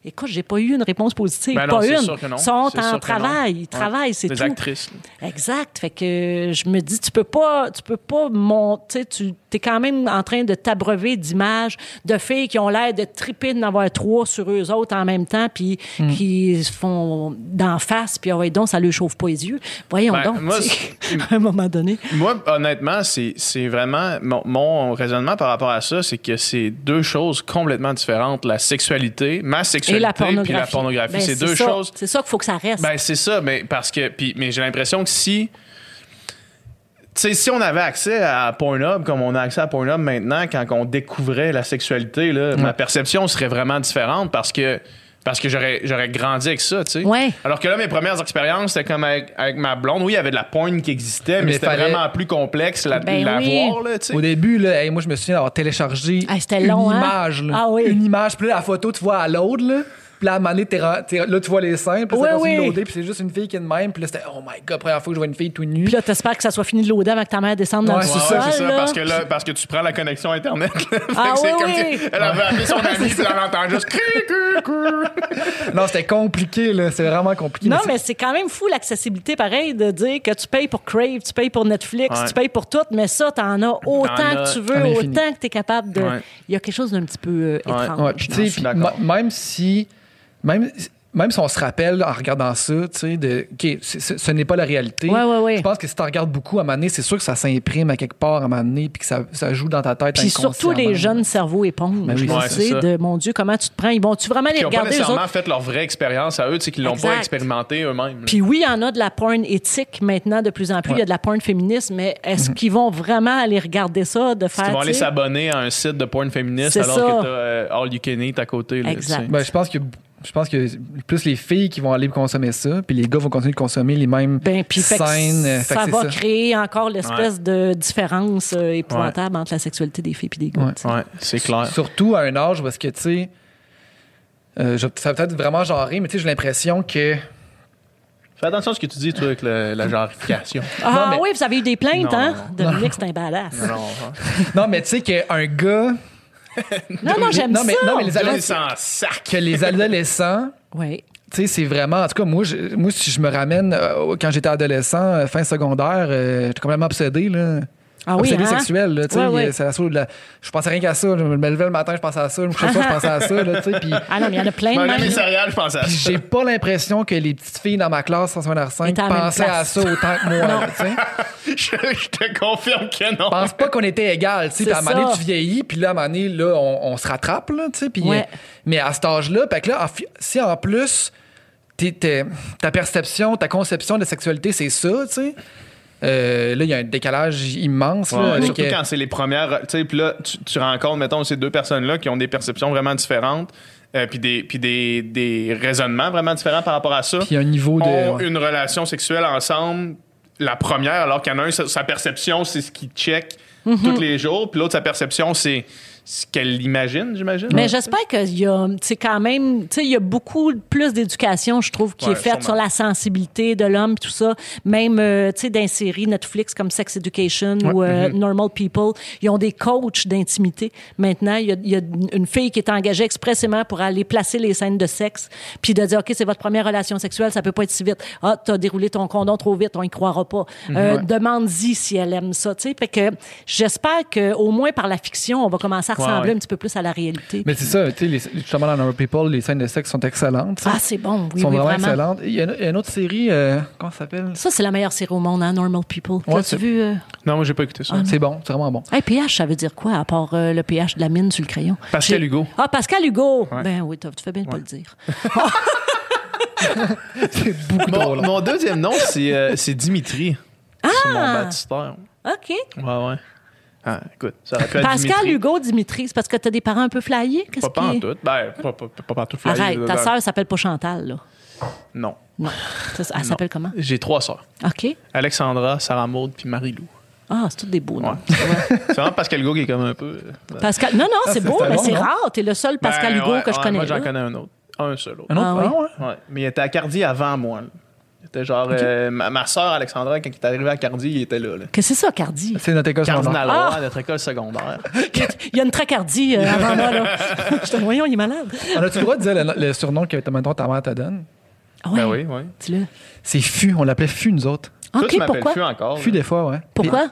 Écoute, j'ai pas eu une réponse positive. Ben non, pas c'est une. sûr que non. Ils sont C'est sûr en que travail. non. Ils travaillent, c'est Des tout. actrices. Exact. Fait que je me dis, tu peux pas monter. Tu es quand même en train de t'abreuver d'images de filles qui ont l'air de triper d'en avoir 3 sur eux autres en même temps, puis qui se font d'en face, puis ouais, donc ça leur chauffe pas les yeux. Voyons donc. Moi, à un moment donné. Moi, honnêtement, c'est vraiment... Mon raisonnement par rapport à ça, c'est que c'est 2 choses complètement différentes. La sexualité, ma sexualité, puis la pornographie. Ben, c'est 2 choses... C'est ça qu'il faut que ça reste. Ben, c'est ça, mais parce que... Mais j'ai l'impression que si... Tu sais, si on avait accès à Pornhub comme on a accès à Pornhub maintenant, quand on découvrait la sexualité, là, ma perception serait vraiment différente parce que j'aurais grandi avec ça, tu sais. Ouais. Alors que là, mes premières expériences, c'était comme avec ma blonde. Oui, il y avait de la porn qui existait, mais c'était vraiment plus complexe la oui. voir, là, tu sais. Au début, là, moi, je me souviens d'avoir téléchargé c'était long, une image. Là. Ah oui. Une image, puis là, la photo, tu vois à l'autre, là. Puis là, à un moment donné, là, tu vois les seins, puis là, ça continue de loader, puis c'est juste une fille qui est de même. Puis là, c'était, oh my God, première fois que je vois une fille tout nue. Puis là, t'espères que ça soit fini de loader avant que ta mère descende dans le sous-sol. C'est ça, là. parce que tu prends la connexion Internet. Ah c'est oui, comme oui. si elle avait appelé son ami, puis elle entend juste... Non, c'était compliqué, là. C'est vraiment compliqué. Non, mais c'est quand même fou l'accessibilité, pareil, de dire que tu payes pour Crave, tu payes pour Netflix, tu payes pour tout, mais ça, t'en as autant que tu veux, autant que t'es capable de... Il y a quelque chose d'un petit peu étrange. Ouais, puis tu sais, même si on se rappelle en regardant ça, tu sais, OK, ce n'est pas la réalité. Ouais. Je pense que si tu regardes beaucoup à un moment donné, c'est sûr que ça s'imprime à quelque part à un moment donné, puis que ça joue dans ta tête. Puis surtout les jeunes cerveaux éponges. Ben oui, de mon Dieu, comment tu te prends? Ils vont-tu vraiment les regarder? Ils n'ont pas nécessairement fait leur vraie expérience à eux, tu sais, qu'ils l'ont pas expérimenté eux-mêmes. Puis oui, il y en a de la porn éthique maintenant de plus en plus. Il y a de la porn féministe, mais est-ce qu'ils vont vraiment aller regarder ça, de faire... Ils vont aller s'abonner à un site de porn féministe alors que tu as All You Can Eat à côté. Là, exact. Ben, je pense que plus les filles qui vont aller consommer ça, puis les gars vont continuer de consommer les mêmes scènes. Ça va créer encore l'espèce de différence épouvantable entre la sexualité des filles et des gars. Ouais, c'est clair. Surtout à un âge parce que, tu sais, ça va peut-être vraiment genré, mais tu sais, j'ai l'impression que... Fais attention à ce que tu dis, toi, avec la genrification. Ah oui, vous avez eu des plaintes, hein? Non. Dominique, c'est un badass. Non, mais tu sais qu'un gars... Non, j'aime ça. Non, mais les adolescents, oui. tu sais, c'est vraiment... En tout cas, moi, si je me ramène quand j'étais adolescent, fin secondaire, j'étais complètement obsédé, là. Ah oui, obsédé sexuel, là, tu sais. C'est je pensais rien qu'à ça. Je me levais le matin, je pensais à ça. Je me couchais le soir, je pensais à ça, là, tu sais. Puis... Ah non, mais il y en a plein de même. Mes céréales, je pensais à ça. J'ai pas l'impression que les petites filles dans ma classe en secondaire 5 pensaient à ça autant que moi, là, tu sais. Je te confirme que non. Je pense pas qu'on était égal, tu sais. Puis à un moment donné, tu vieillis, puis là, à un moment donné, là, on se rattrape, là, tu sais. Puis, mais à cet âge-là, fait que là, si en plus, ta perception, ta conception de la sexualité, c'est ça, tu sais. Là, il y a un décalage immense. Là, surtout quand c'est les premières... Tu sais, puis là, tu rencontres, mettons, ces 2 personnes-là qui ont des perceptions vraiment différentes, puis des raisonnements vraiment différents par rapport à ça. Puis un niveau ont une relation sexuelle ensemble, la première, alors qu'il y en a un, sa perception, c'est ce qu'il check tous les jours, puis l'autre, sa perception, c'est ce qu'elle imagine, j'imagine. Mais j'espère qu'il y a, quand même, il y a beaucoup plus d'éducation, je trouve, qui est faite sur la sensibilité de l'homme, tout ça. Même, dans séries Netflix comme Sex Education ou Normal People, ils ont des coachs d'intimité. Maintenant, il y a une fille qui est engagée expressément pour aller placer les scènes de sexe, puis de dire, OK, c'est votre première relation sexuelle, ça peut pas être si vite. Ah, t'as déroulé ton condom trop vite, on y croira pas. Demande-y si elle aime ça, tu sais. Fait que j'espère qu'au moins par la fiction, on va commencer à ressembler un petit peu plus à la réalité. Mais c'est ça, tu sais, justement dans Normal People, les scènes de sexe sont excellentes. Ah, c'est bon, oui, sont oui, vraiment excellentes. Il y a une autre série, comment ça s'appelle? Ça, c'est la meilleure série au monde, hein, Normal People. Ouais, L'as-tu vu? Non, moi, j'ai pas écouté ça. C'est bon, c'est vraiment bon. Hey, pH, ça veut dire quoi, à part le pH de la mine sur le crayon? Pascal Hugo. Ah, Pascal Hugo! Ouais. Ben oui, tu fais bien de pas le dire. C'est beaucoup drôle. Mon deuxième nom, c'est Dimitri. C'est mon baptistère. OK. Ouais. Ah, écoute, ça aurait pu être Pascal Dimitri. Hugo Dimitri, c'est parce que t'as des parents un peu flyés? Pas en tout. Ben, pas en tout flyés. Arrête, ta sœur s'appelle pas Chantal, là. Non. Elle s'appelle comment? J'ai 3 sœurs. OK. Alexandra, Sarah Maud puis Marie-Lou. Ah, c'est tous des beaux noms. C'est vraiment Pascal Hugo qui est comme un peu... Pascal... Non, c'est beau, mais c'est rare. T'es le seul Pascal Hugo que je connais. Moi, j'en connais un autre. Un seul autre. Un autre? Ah, oui. Ouais. Mais il était à Cardi avant moi. C'était genre ma soeur Alexandra, quand il est arrivé à Cardi, il était là. Qu'est-ce que c'est ça, Cardi? C'est notre école Cardinal secondaire. Roy, notre école secondaire. Il y a une tracardie avant moi, là. J'étais, voyons, il est malade. On a-tu le droit de dire le surnom que mettons, ta mère te donne? Ah ouais. Ben oui, oui. Dis-le. C'est Fu. On l'appelait Fu, nous autres. Toi, tu OK, m'appelles pourquoi? Fu encore. Fu, là. des fois, ouais. Pourquoi?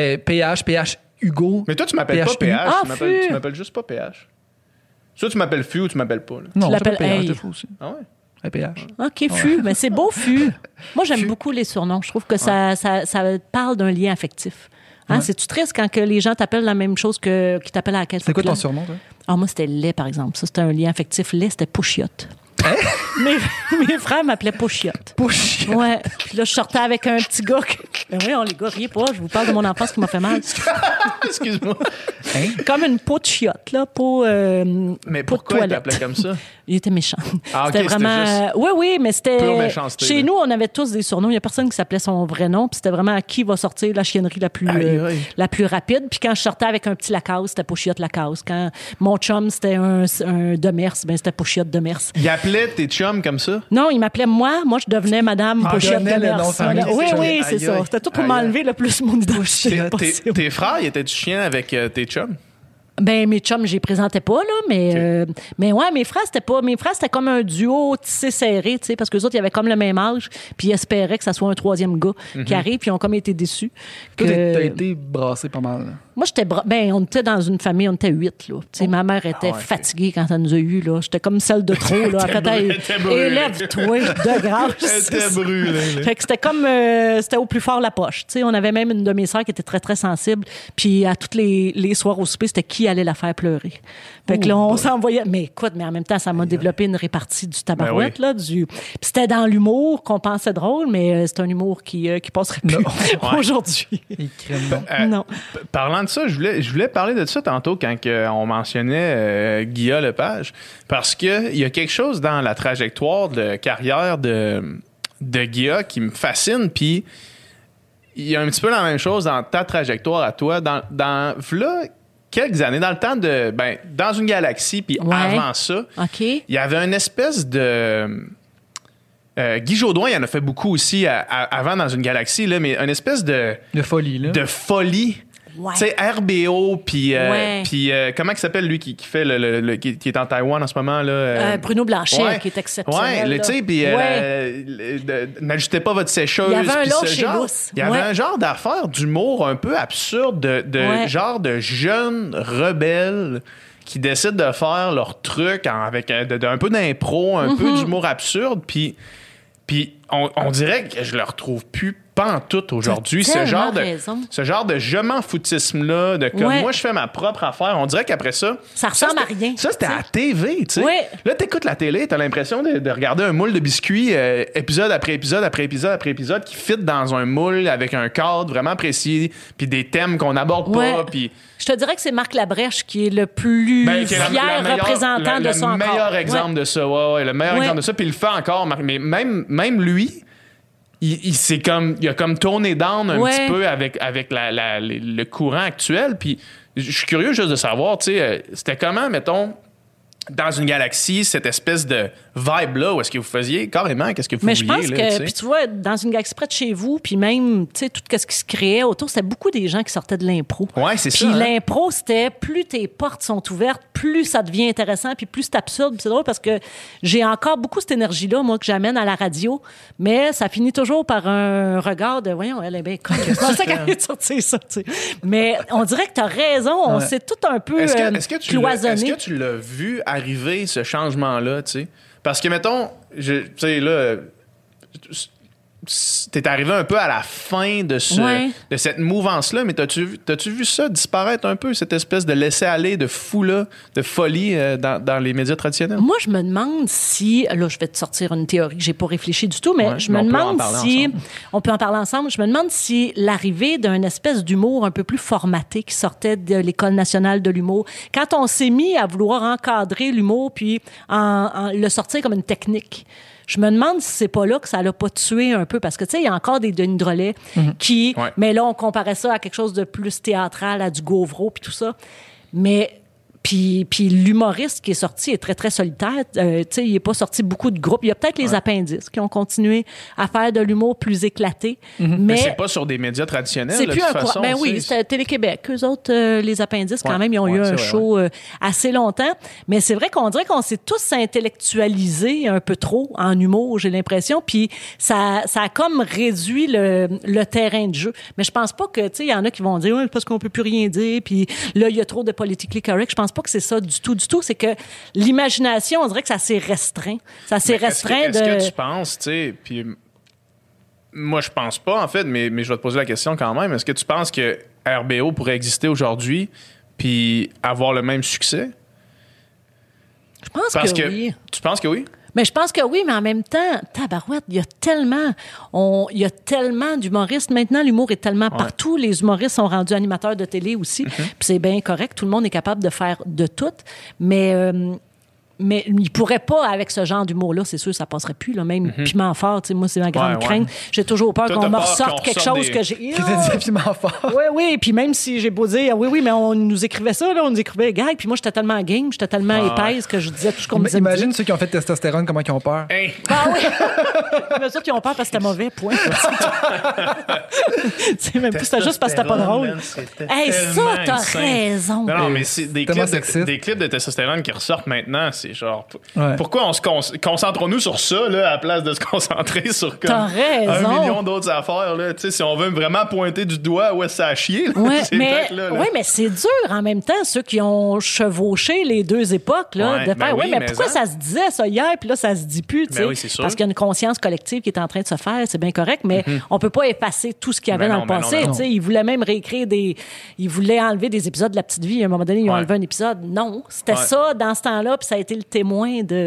PH, Hugo. Mais toi, tu m'appelles pas PHU. PH. Ah, Tu Fu. m'appelles juste pas PH. Soit tu m'appelles Fu ou tu m'appelles pas. Là. Non, Tu l'appelles c'est pas PH, Hey. t'es fou aussi. Ah ouais? Hey, PH. OK, Fu. Mais c'est beau, Fu. Moi, j'aime Fu. beaucoup les surnoms. Je trouve que ça parle d'un lien affectif. Hein, Ouais. C'est-tu triste quand que les gens t'appellent la même chose qu'ils t'appellent à laquelle C'est quoi ton surnom, toi? Ah, moi, c'était lait, par exemple. Ça, c'était un lien affectif. Lait, c'était Pouchiotte. Hein? Mes frères m'appelaient Pouchiotte. Push. Ouais. Puis là, je sortais avec un petit gars. Ben oui, les gars, riez pas. Je vous parle de mon enfance qui m'a fait mal. Excuse-moi. Comme une peau de chiotte, là. Peau, Mais peau de pourquoi il toilette. t'appelait comme ça? Il était méchant. Ah, ok, c'était vraiment. c'était juste Oui, mais c'était. pure méchanceté, Chez là. nous, on avait tous des surnoms. Il n'y a personne qui s'appelait son vrai nom. Puis c'était vraiment à qui va sortir la chiennerie la plus, Aïe, aïe. la plus rapide. Puis quand je sortais avec un petit Lacasse, c'était Pouchiotte Lacasse. Quand mon chum, c'était un Demers, ben c'était Pouchiotte Demers. Il appelait tes chums comme ça? Non, il m'appelait moi. Moi, je devenais Madame Ah, Pouchiotte donnait le Demers. nom de famille, Oui, c'est oui, ça. c'est Aïe, ça. aïe. C'était tout pour Aïe, m'enlever le plus mon identité possible. Tes frères, ils étaient-tu chiens avec tes chums? Ben, mes chums, je les présentais pas, là, mais ouais, mes frères, c'était comme un duo tissé serré, tu sais, parce que les autres, ils avaient comme le même âge, puis ils espéraient que ça soit un troisième gars qui arrive, puis ils ont comme été déçus. Toi, que- t'as été brassé pas mal. là. Moi, on était dans une famille, on était 8, là. Tu sais, ma mère était ouais, fatiguée quand elle nous a eu, là. J'étais comme celle de trop, là. Elle fait, hey, était brûlée. élève-toi, de grâce. Elle était brûlée, là. Fait que c'était comme, c'était au plus fort la poche. Tu sais, on avait même une de mes sœurs qui était très, très sensible. Puis à tous les soirs au souper, c'était qui allait la faire pleurer. Fait que là, on s'envoyait. Mais écoute, mais en même temps, ça m'a développé une répartie du tabarouette, Ben là. Puis c'était dans l'humour qu'on pensait drôle, mais c'est un humour qui passerait plus aujourd'hui. Il crème, non. Non. Parlant de ça, je voulais parler de ça tantôt quand on mentionnait Guilla Lepage, parce qu'il y a quelque chose dans la trajectoire de carrière de Guilla qui me fascine, puis il y a un petit peu la même chose dans ta trajectoire à toi. Dans v'là quelques années, dans le temps de... Ben, dans une galaxie, puis Ouais. avant ça, OK. il y avait une espèce de... Guy Jodoin, il en a fait beaucoup aussi avant dans une galaxie, là, mais une espèce de folie, là. folie. Ouais. Tu sais, RBO, puis Ouais. comment il s'appelle, lui, qui fait qui est en Taïwan en ce moment, là? Bruno Blanchet, ouais. qui est exceptionnel. Ouais, là. tu sais, puis Ouais. n'ajustez pas votre sécheuse. Il y avait un puis lot ce chez genre- Lousse. Il y avait Ouais. un genre d'affaire d'humour un peu absurde, Ouais. genre de jeunes rebelles qui décident de faire leur truc avec un peu d'impro, un peu d'humour absurde, puis on dirait que je le retrouve plus pantoute aujourd'hui. T'as Ce genre tellement de je m'en foutisme-là, de comme Ouais. moi, je fais ma propre affaire. On dirait qu'après ça... Ça ressemble à c'était- rien, Ça, c'était tu sais. à TV, tu sais. Ouais. Là, t'écoutes la télé, t'as l'impression de regarder un moule de biscuits, épisode après épisode après épisode après épisode, qui fit dans un moule avec un cadre vraiment précis, puis des thèmes qu'on n'aborde Ouais. pas, puis... Je te dirais que c'est Marc Labrèche qui est le plus Ben, qui est fier représentant de ça le encore. meilleur exemple de ça, ouais, le meilleur Ouais. exemple de ça, puis il le fait encore, mais même lui, il a comme tourné down un Ouais. petit peu avec le courant actuel, puis je suis curieux juste de savoir, tu sais, c'était comment, mettons, dans une galaxie, cette espèce de vibe-là, où est-ce que vous faisiez carrément, qu'est-ce que vous Mais je vouliez, pense là, que, tu sais? puis tu vois, dans une galaxie près de chez vous, puis même, tu sais, tout ce qui se créait autour, c'était beaucoup des gens qui sortaient de l'impro. Ouais, c'est Puis ça, hein? l'impro, c'était plus tes portes sont ouvertes, plus ça devient intéressant, puis plus c'est absurde. Puis c'est drôle parce que j'ai encore beaucoup cette énergie-là, moi, que j'amène à la radio, mais ça finit toujours par un regard de, voyons, elle est bien conne. C'est pour ça qu'elle est sortie ça, tu sais. Mais on dirait que tu as raison, on s'est tout un peu Est-ce que tu cloisonné. l'as vu arriver, ce changement-là, tu sais? Parce que, mettons, tu sais, là, t'es arrivé un peu à la fin de cette mouvance-là, mais t'as-tu vu ça disparaître un peu, cette espèce de laisser-aller, de fou-là, de folie dans les médias traditionnels? Moi, je me demande si... Là, je vais te sortir une théorie que j'ai pas réfléchi du tout, mais Ouais, je mais me on peut en demande parler si... ensemble. On peut en parler ensemble. Je me demande si l'arrivée d'un espèce d'humour un peu plus formaté qui sortait de l'École nationale de l'humour, quand on s'est mis à vouloir encadrer l'humour puis en le sortir comme une technique, je me demande si c'est pas là que ça l'a pas tué un peu, parce que, tu sais, il y a encore des Denis Drolet qui... Mais là, on comparait ça à quelque chose de plus théâtral, à du Gauvreau puis tout ça. Mais... Puis Puis l'humoriste qui est sorti est très, très solitaire. Tu sais, il n'est pas sorti beaucoup de groupes. Il y a peut-être les appendices qui ont continué à faire de l'humour plus éclaté. Mais c'est pas sur des médias traditionnels, c'est de plus toute un façon. Ben oui, c'était Télé-Québec. Eux autres, les appendices, quand même, ils ont eu un show assez longtemps. Mais c'est vrai qu'on dirait qu'on s'est tous intellectualisés un peu trop en humour, j'ai l'impression. Puis ça a comme réduit le terrain de jeu. Mais je pense pas que, tu sais, il y en a qui vont dire, parce qu'on peut plus rien dire, puis là, il y a trop de politically correct. Je pense pas que c'est ça du tout. C'est que l'imagination, on dirait que ça s'est restreint. Ça s'est restreint Est-ce que tu penses, tu sais, puis moi, je pense pas, en fait, mais je vais te poser la question quand même. Est-ce que tu penses que RBO pourrait exister aujourd'hui puis avoir le même succès? Je pense que oui. Tu penses que oui? Mais je pense que oui, mais en même temps, tabarouette, il y a tellement d'humoristes. Maintenant, l'humour est tellement partout. Les humoristes sont rendus animateurs de télé aussi. Puis c'est bien correct. Tout le monde est capable de faire de tout. Mais il pourrait pas, avec ce genre d'humour-là, c'est sûr, ça passerait plus. Là. Même piment fort, tu sais, moi, c'est ma grande crainte. J'ai toujours peur qu'on me ressorte quelque chose que j'ai... Qui te dit piment fort. Oui. Puis même si j'ai beau dire, oui, mais on nous écrivait ça, là, on nous écrivait gag. Puis moi, j'étais tellement game, j'étais tellement épaisse que je disais tout ce qu'on me disait. Imagine ceux qui ont fait testostérone, comment ils ont peur. Hey. Ah oui! Mais ceux qui ont peur parce que c'était mauvais, point. Même plus, c'était juste parce que c'était pas drôle. Hey, ça, t'as raison. Non, mais c'est des clips de testostérone qui ressortent maintenant, c'est genre... Ouais. Pourquoi on se concentrons-nous sur ça, là, à la place de se concentrer sur comme T'as raison. 1 million d'autres affaires, là? Tu sais, si on veut vraiment pointer du doigt où est-ce que ça a chié, là, c'est peut-être là. Oui, mais c'est dur en même temps, ceux qui ont chevauché les deux époques, là, de faire, mais pourquoi ça se disait ça hier, puis là, ça se dit plus, tu sais? Oui, c'est sûr. Parce qu'il y a une conscience collective qui est en train de se faire, c'est bien correct, mais on peut pas effacer tout ce qu'il y avait dans le passé, tu sais. Ils voulaient même réécrire ils voulaient enlever des épisodes de La Petite Vie. À un moment donné, ils ont enlevé un épisode. Non, c'était ça dans ce temps-là, puis ça a été le témoin de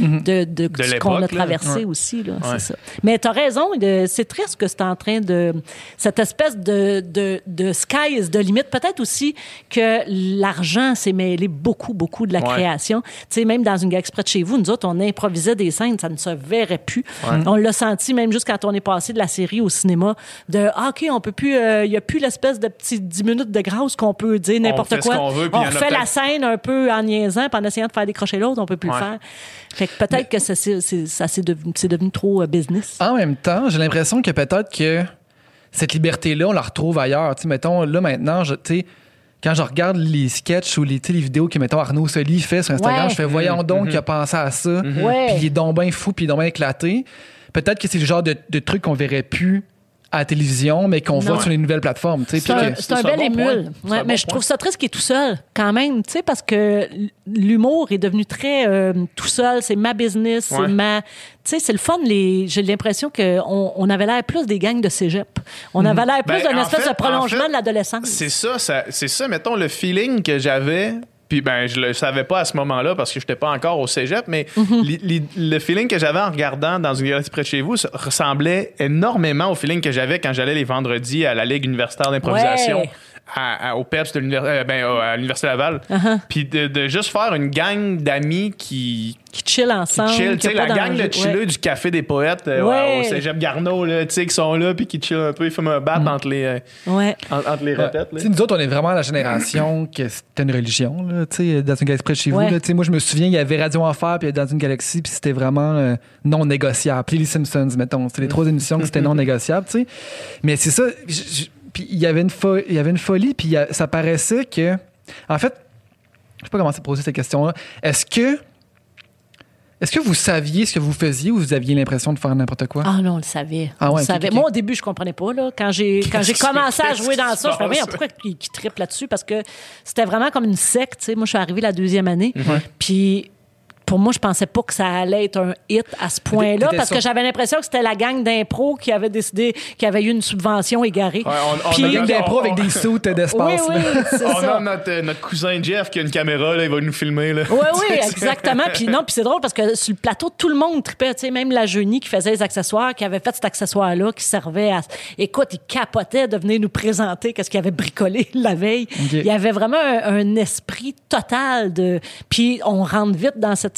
ce qu'on a traversé aussi, là, c'est ça. Mais t'as raison, c'est triste que c'est en train de... Cette espèce de sky is the limit. Peut-être aussi que l'argent s'est mêlé beaucoup de la création. Tu sais, même dans une gag exprès de chez vous, nous autres, on improvisait des scènes, ça ne se verrait plus. On l'a senti même juste quand on est passé de la série au cinéma, OK, on peut plus... Il n'y a plus l'espèce de petits 10 minutes de grâce qu'on peut dire n'importe quoi. On refait la scène un peu en niaisant, puis en essayant de faire décrocher l'autre, on peut plus le faire. Fait que peut-être que c'est devenu trop business. En même temps, j'ai l'impression que peut-être que cette liberté-là, on la retrouve ailleurs. Tu sais, mettons, là, maintenant, tu sais, quand je regarde les sketchs ou les vidéos que, mettons, Arnaud Soli fait sur Instagram, je fais, voyons donc qu'il a pensé à ça. Puis il est donc bien fou, puis il est donc bien éclaté. Peut-être que c'est le genre de truc qu'on verrait plus à la télévision, mais qu'on voit sur les nouvelles plateformes. C'est un bel émule. Mais je trouve ça triste qu'il est tout seul, quand même, tu sais, parce que l'humour est devenu très tout seul. C'est ma business, c'est ma... Tu sais, c'est le fun. J'ai l'impression qu'on avait l'air plus des gangs de cégep. On avait l'air plus d'une espèce de prolongement de l'adolescence. C'est ça, mettons, le feeling que j'avais... Puis je le savais pas à ce moment-là parce que j'étais pas encore au cégep, mais le feeling que j'avais en regardant dans une galerie près de chez vous ressemblait énormément au feeling que j'avais quand j'allais les vendredis à la Ligue universitaire d'improvisation. Au PEPS à l'Université Laval. Puis de juste faire une gang d'amis qui chillent ensemble. Tu sais, la gang de chilleux du Café des Poètes au Cégep Garneau, tu sais, qui sont là puis qui chillent un peu. Ils fument un bat entre les répètes. Nous autres, on est vraiment la génération que c'était une religion, là, tu sais, dans une galaxie près de chez vous. Là, moi, je me souviens, il y avait Radio Enfer puis Dans une galaxie, puis c'était vraiment non négociable. Puis les Simpsons, mettons. C'était les 3 émissions que c'était non négociable, tu sais. Mais c'est ça... Puis il y avait une folie, puis ça paraissait que... En fait, je sais pas comment poser cette question-là. Est-ce que vous saviez ce que vous faisiez ou vous aviez l'impression de faire n'importe quoi? Ah non, on le savait. Ah ouais, okay. Moi, au début, je comprenais pas. Là. Quand j'ai commencé à jouer dans ça, je me disais, pourquoi ils trippent là-dessus? Parce que c'était vraiment comme une secte. T'sais. Moi, je suis arrivée la 2e année. Puis... Pour moi, je pensais pas que ça allait être un hit à ce point-là parce que j'avais l'impression que c'était la gang d'impro qui avait décidé qu'il y avait eu une subvention égarée. Puis une gang d'impro avec des sous d'espace. Oui, c'est ça. On a notre cousin Jeff qui a une caméra, là, il va nous filmer. Là. Oui, exactement. Puis c'est drôle parce que sur le plateau, tout le monde trippait. Tu sais, même la Jeunie qui faisait les accessoires, qui avait fait cet accessoire-là, qui servait à... Écoute, il capotait de venir nous présenter qu'est-ce qu'il avait bricolé la veille. Okay. Il y avait vraiment un esprit total de... Puis on rentre vite dans cette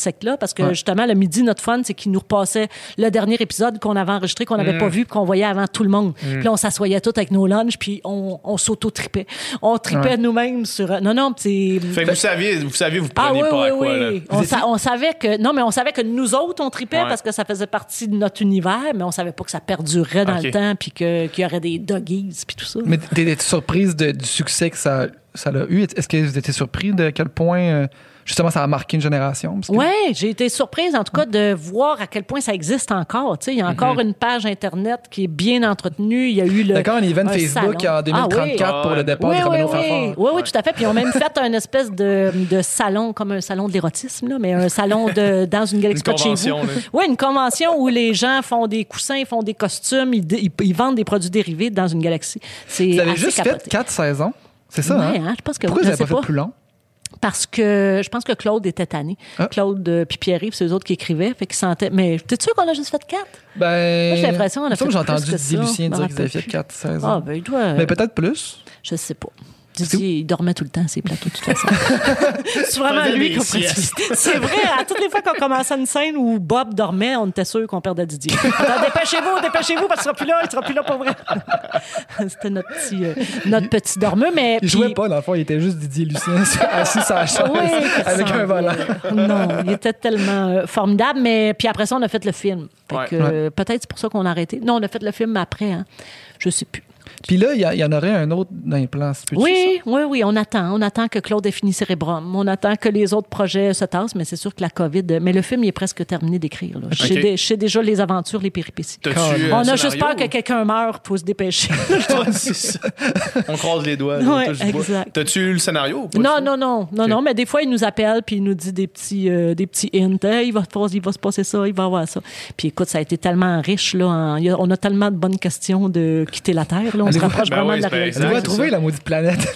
secte-là, parce que justement, le midi, notre fun, c'est qu'ils nous repassait le dernier épisode qu'on avait enregistré, qu'on n'avait pas vu, puis qu'on voyait avant tout le monde. Puis là, on s'assoyait tous avec nos lunchs, puis on s'auto-tripait. On tripait nous-mêmes sur... Non, c'est... Fait que vous saviez, vous preniez pas à quoi, là. On savait que... Non, mais on savait que nous autres, on tripait parce que ça faisait partie de notre univers, mais on savait pas que ça perdurerait dans le temps, puis qu'il y aurait des doggies, puis tout ça. Mais t'es surprise du succès que ça a eu? Est-ce que vous étiez surpris de quel point... justement, ça a marqué une génération? Oui, j'ai été surprise, en tout cas, de voir à quel point ça existe encore. Tu sais, il y a encore une page Internet qui est bien entretenue. Il y a eu D'accord, un event Facebook salon. En 2034 pour le départ de Romano Fafard. Oui, tout à fait. Puis ils ont même fait un espèce de salon, comme un salon de l'érotisme, là, mais un salon dans une galaxie près de chez vous. Oui, une convention où les gens font des coussins, font des costumes, ils vendent des produits dérivés dans une galaxie. Vous avez juste fait 4 saisons? C'est ça, hein? Je pense que pourquoi vous n'avez pas fait plus long? Parce que je pense que Claude était tanné. Claude puis Pierre-Yves, c'est eux autres qui écrivaient. Fait qu'ils sentaient... Mais t'es sûr qu'on a juste fait 4? Ben... Moi, j'ai l'impression qu'on a fait plus que ça. J'ai entendu Didier Lucien dire qu'ils avaient fait 4 saisons. Ah, ben il doit... Mais peut-être plus. Je sais pas. Didier, il dormait tout le temps, ses plateaux, de toute façon. C'est vraiment lui qu'on précise. C'est vrai, à toutes les fois qu'on commençait une scène où Bob dormait, on était sûr qu'on perdait Didier. Attends, dépêchez-vous, parce qu'il sera plus là pour vrai. C'était notre petit dormeux, mais... Il jouait pas, dans le fond, il était juste Didier Lucien assis sur la chaise avec un volant. Non, il était tellement formidable, mais puis après ça, on a fait le film. Fait que, peut-être c'est pour ça qu'on a arrêté. Non, on a fait le film après, hein. Je sais plus. Puis là, il y en aurait un autre dans les plans. Oui, on attend que Claude ait fini Cérébrum. On attend que les autres projets se tassent, mais c'est sûr que la COVID... Mais le film, il est presque terminé d'écrire. Là. Je sais déjà les aventures, les péripéties. On a juste peur que quelqu'un meure pour se dépêcher. C'est ça. On croise les doigts. Oui, exact. T'as-tu eu le scénario ou pas? Non, mais des fois, il nous appelle puis il nous dit des petits hints. Hey, il va se passer ça, il va avoir ça. Puis écoute, ça a été tellement riche. Là, on a tellement de bonnes questions de quitter la Terre. Là, on se rapproche vraiment de la réalité. On va trouver la maudite planète. Je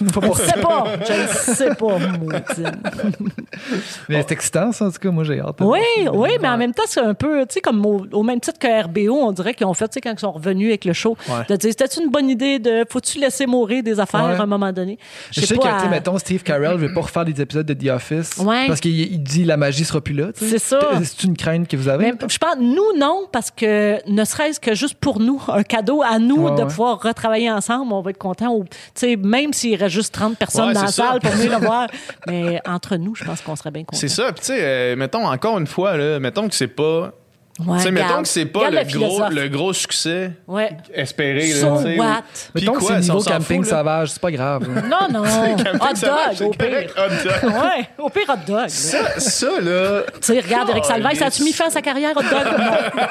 ne sais pas, maudine. Mais c'est excitant, ça, en tout cas. Moi, j'ai hâte. Oui, mais en même temps, c'est un peu, tu sais, comme au même titre que RBO, on dirait qu'ils ont fait, tu sais, quand ils sont revenus avec le show, de dire, c'était-tu une bonne idée de, faut-tu laisser mourir des affaires à un moment donné? Je sais que, mettons, Steve Carell ne veut pas refaire des épisodes de The Office parce qu'il dit la magie sera plus là. C'est ça. C'est une crainte que vous avez? Mais, je pense, nous, non, parce que ne serait-ce que juste pour nous, un cadeau à nous de pouvoir retravailler ensemble, on va être contents. Même s'il reste juste 30 personnes dans la salle pour venir le voir. Mais entre nous, je pense qu'on serait bien contents. C'est ça. Puis, tu sais, mettons, encore une fois, là, mettons que c'est pas... mettons que c'est pas le gros succès espéré. So là, what? Mettons que c'est niveau camping sauvage, c'est pas grave. Non. Hot dog, au pire. Ouais, au pire, hot dog. Ça, là... Tu sais, regarde, Eric Salvaille, ça a-tu mis fin à sa carrière, hot dog?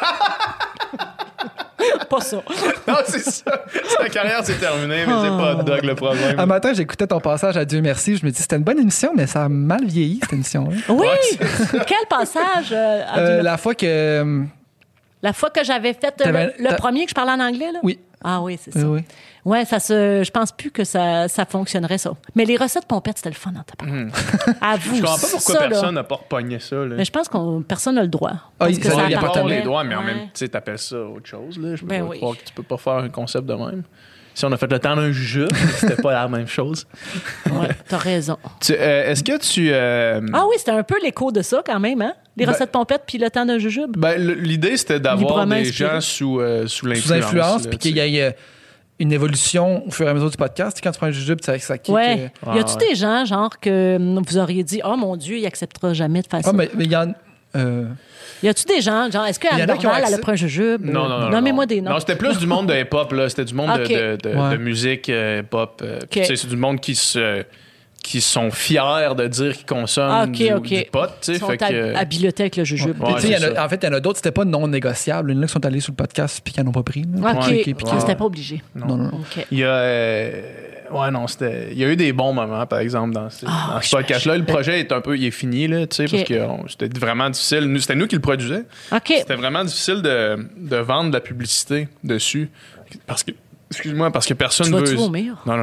Pas ça. Non, c'est ça. Sa carrière, c'est terminé, mais c'est pas hot dog le problème. Un matin, j'écoutais ton passage à Dieu merci. Je me dis, c'était une bonne émission, mais ça a mal vieilli, cette émission-là. Oui! Quel passage? La fois que... La fois que j'avais fait le premier que je parlais en anglais, là? Oui. Ah oui, c'est ça. Oui. Ouais, je pense plus que ça fonctionnerait, ça. Mais les recettes pompettes, c'était le fun en tapant. Avoue. Je comprends pas pourquoi personne n'a pas repogné ça. Là. Mais je pense que personne n'a le droit. Il n'y a pas les droits, mais en même temps, tu appelles ça autre chose. Là. Je peux pas croire que tu peux pas faire un concept de même. Si on a fait le temps d'un jujube, c'était pas la même chose. Oui, t'as raison. Est-ce que tu... Ah oui, c'était un peu l'écho de ça quand même, hein? Les recettes pompettes puis le temps d'un jujube. L'idée, c'était d'avoir des gens sous l'influence. Sous influence, puis qu'il y ait une évolution au fur et à mesure du podcast. Quand tu prends un jujube, c'est ça qui... Ouais. Y a-tu des gens, genre, que vous auriez dit « Oh mon Dieu, il acceptera jamais de faire ça. » mais il y en... Y a-tu des gens, genre, est-ce qu'Anne Dorval, elle a pris un jujube? Non. Nommez-moi des noms. Non, c'était plus du monde de hip-hop, là. C'était du monde de musique hip-hop. C'est du monde qui sont fiers de dire qu'ils consomment du pot. Ils sont habilités avec le jujube. En fait, il y en a d'autres, c'était pas non négociable. Il y en a qui sont allés sur le podcast puis qui n'en ont pas pris. C'était pas obligé. Non. Il y a... il y a eu des bons moments, par exemple, dans ce podcast-là. Le projet il est fini, là, parce que c'était vraiment difficile. C'était nous qui le produisions. C'était vraiment difficile de vendre de la publicité dessus. Parce que personne veut... Tu vas-tu vomir? Non.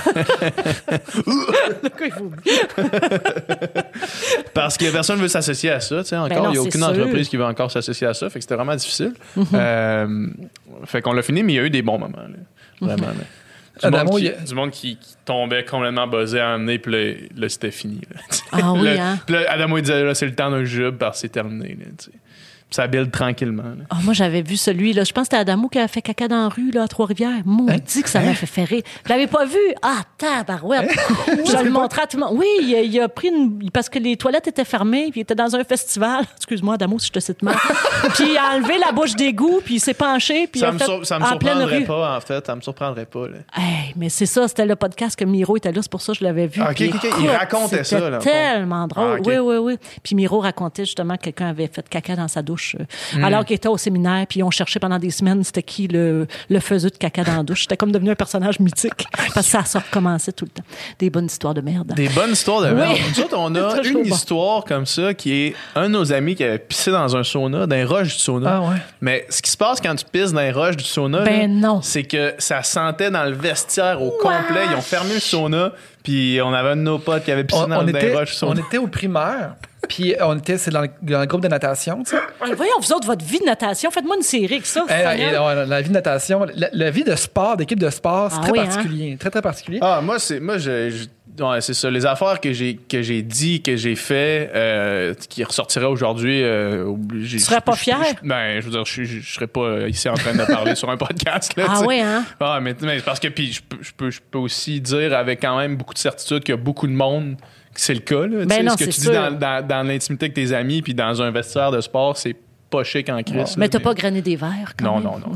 Parce que personne veut s'associer à ça. Il n'y a aucune entreprise qui veut encore s'associer à ça. Fait que c'était vraiment difficile. Fait qu'on l'a fini, mais il y a eu des bons moments. Là. Vraiment. Du monde qui tombait complètement buzzé à amener, puis là, c'était fini. Là, ah oui, hein? Puis là, Adamo, il disait, là, c'est le temps d'un jube, parce que c'est terminé. Là, puis ça build tranquillement. Moi, j'avais vu celui, là. Je pense que c'était Adamo qui a fait caca dans la rue, là, à Trois-Rivières. Maudit que ça m'a fait rire. Je l'avais pas vu. Ah, tabarouette. Je le montrais à tout le monde. Oui, il a pris parce que les toilettes étaient fermées, puis il était dans un festival. Excuse-moi, Adamo, si je te cite mal. Puis il a enlevé la bouche d'égout, puis il s'est penché, puis ça il a me fait ça me surprendrait pas, en fait. Ça me surprendrait pas, là. Hey, mais c'est ça, c'était le podcast que Miro était là, c'est pour ça que je l'avais vu. OK. Il racontait ça, là. Tellement drôle. Ah, okay. Oui. Puis Miro racontait justement que quelqu'un avait fait caca dans sa douche alors qu'il était au séminaire, puis on cherchait pendant des semaines c'était qui le faiseux de caca dans la douche. C'était comme devenu un personnage mythique parce que ça recommençait tout le temps. Des bonnes histoires de merde. Des bonnes histoires de merde. Oui. Nous autres, on a une histoire comme ça qui est un de nos amis qui avait pissé dans un sauna, dans les roches du sauna. Ah ouais. Mais ce qui se passe quand tu pisses dans les roches du sauna, non. c'est que ça sentait dans le vestiaire au complet. Ils ont fermé le sauna, puis on avait un de nos potes qui avait pissé dans les roches du sauna. On était au primaire. Puis c'est dans le groupe de natation, tu sais. Voyons, vous autres, votre vie de natation, faites-moi une série avec ça. La vie de natation, la vie de sport, d'équipe de sport, c'est très particulier. Hein? Très, très particulier. Ah, moi, ouais, c'est ça. Les affaires que j'ai dit, que j'ai fait, qui ressortiraient aujourd'hui. Tu serais pas fier? Je veux dire, je serais pas ici en train de parler sur un podcast. Là, ah oui, hein? Ah, mais parce que puis je peux aussi dire avec quand même beaucoup de certitude qu'il y a beaucoup de monde. C'est le cas, là. Ben non, ce que tu dis dans l'intimité avec tes amis puis dans un vestiaire de sport, c'est pas chic en crise. Mais t'as pas grané des verres, quand même? Non.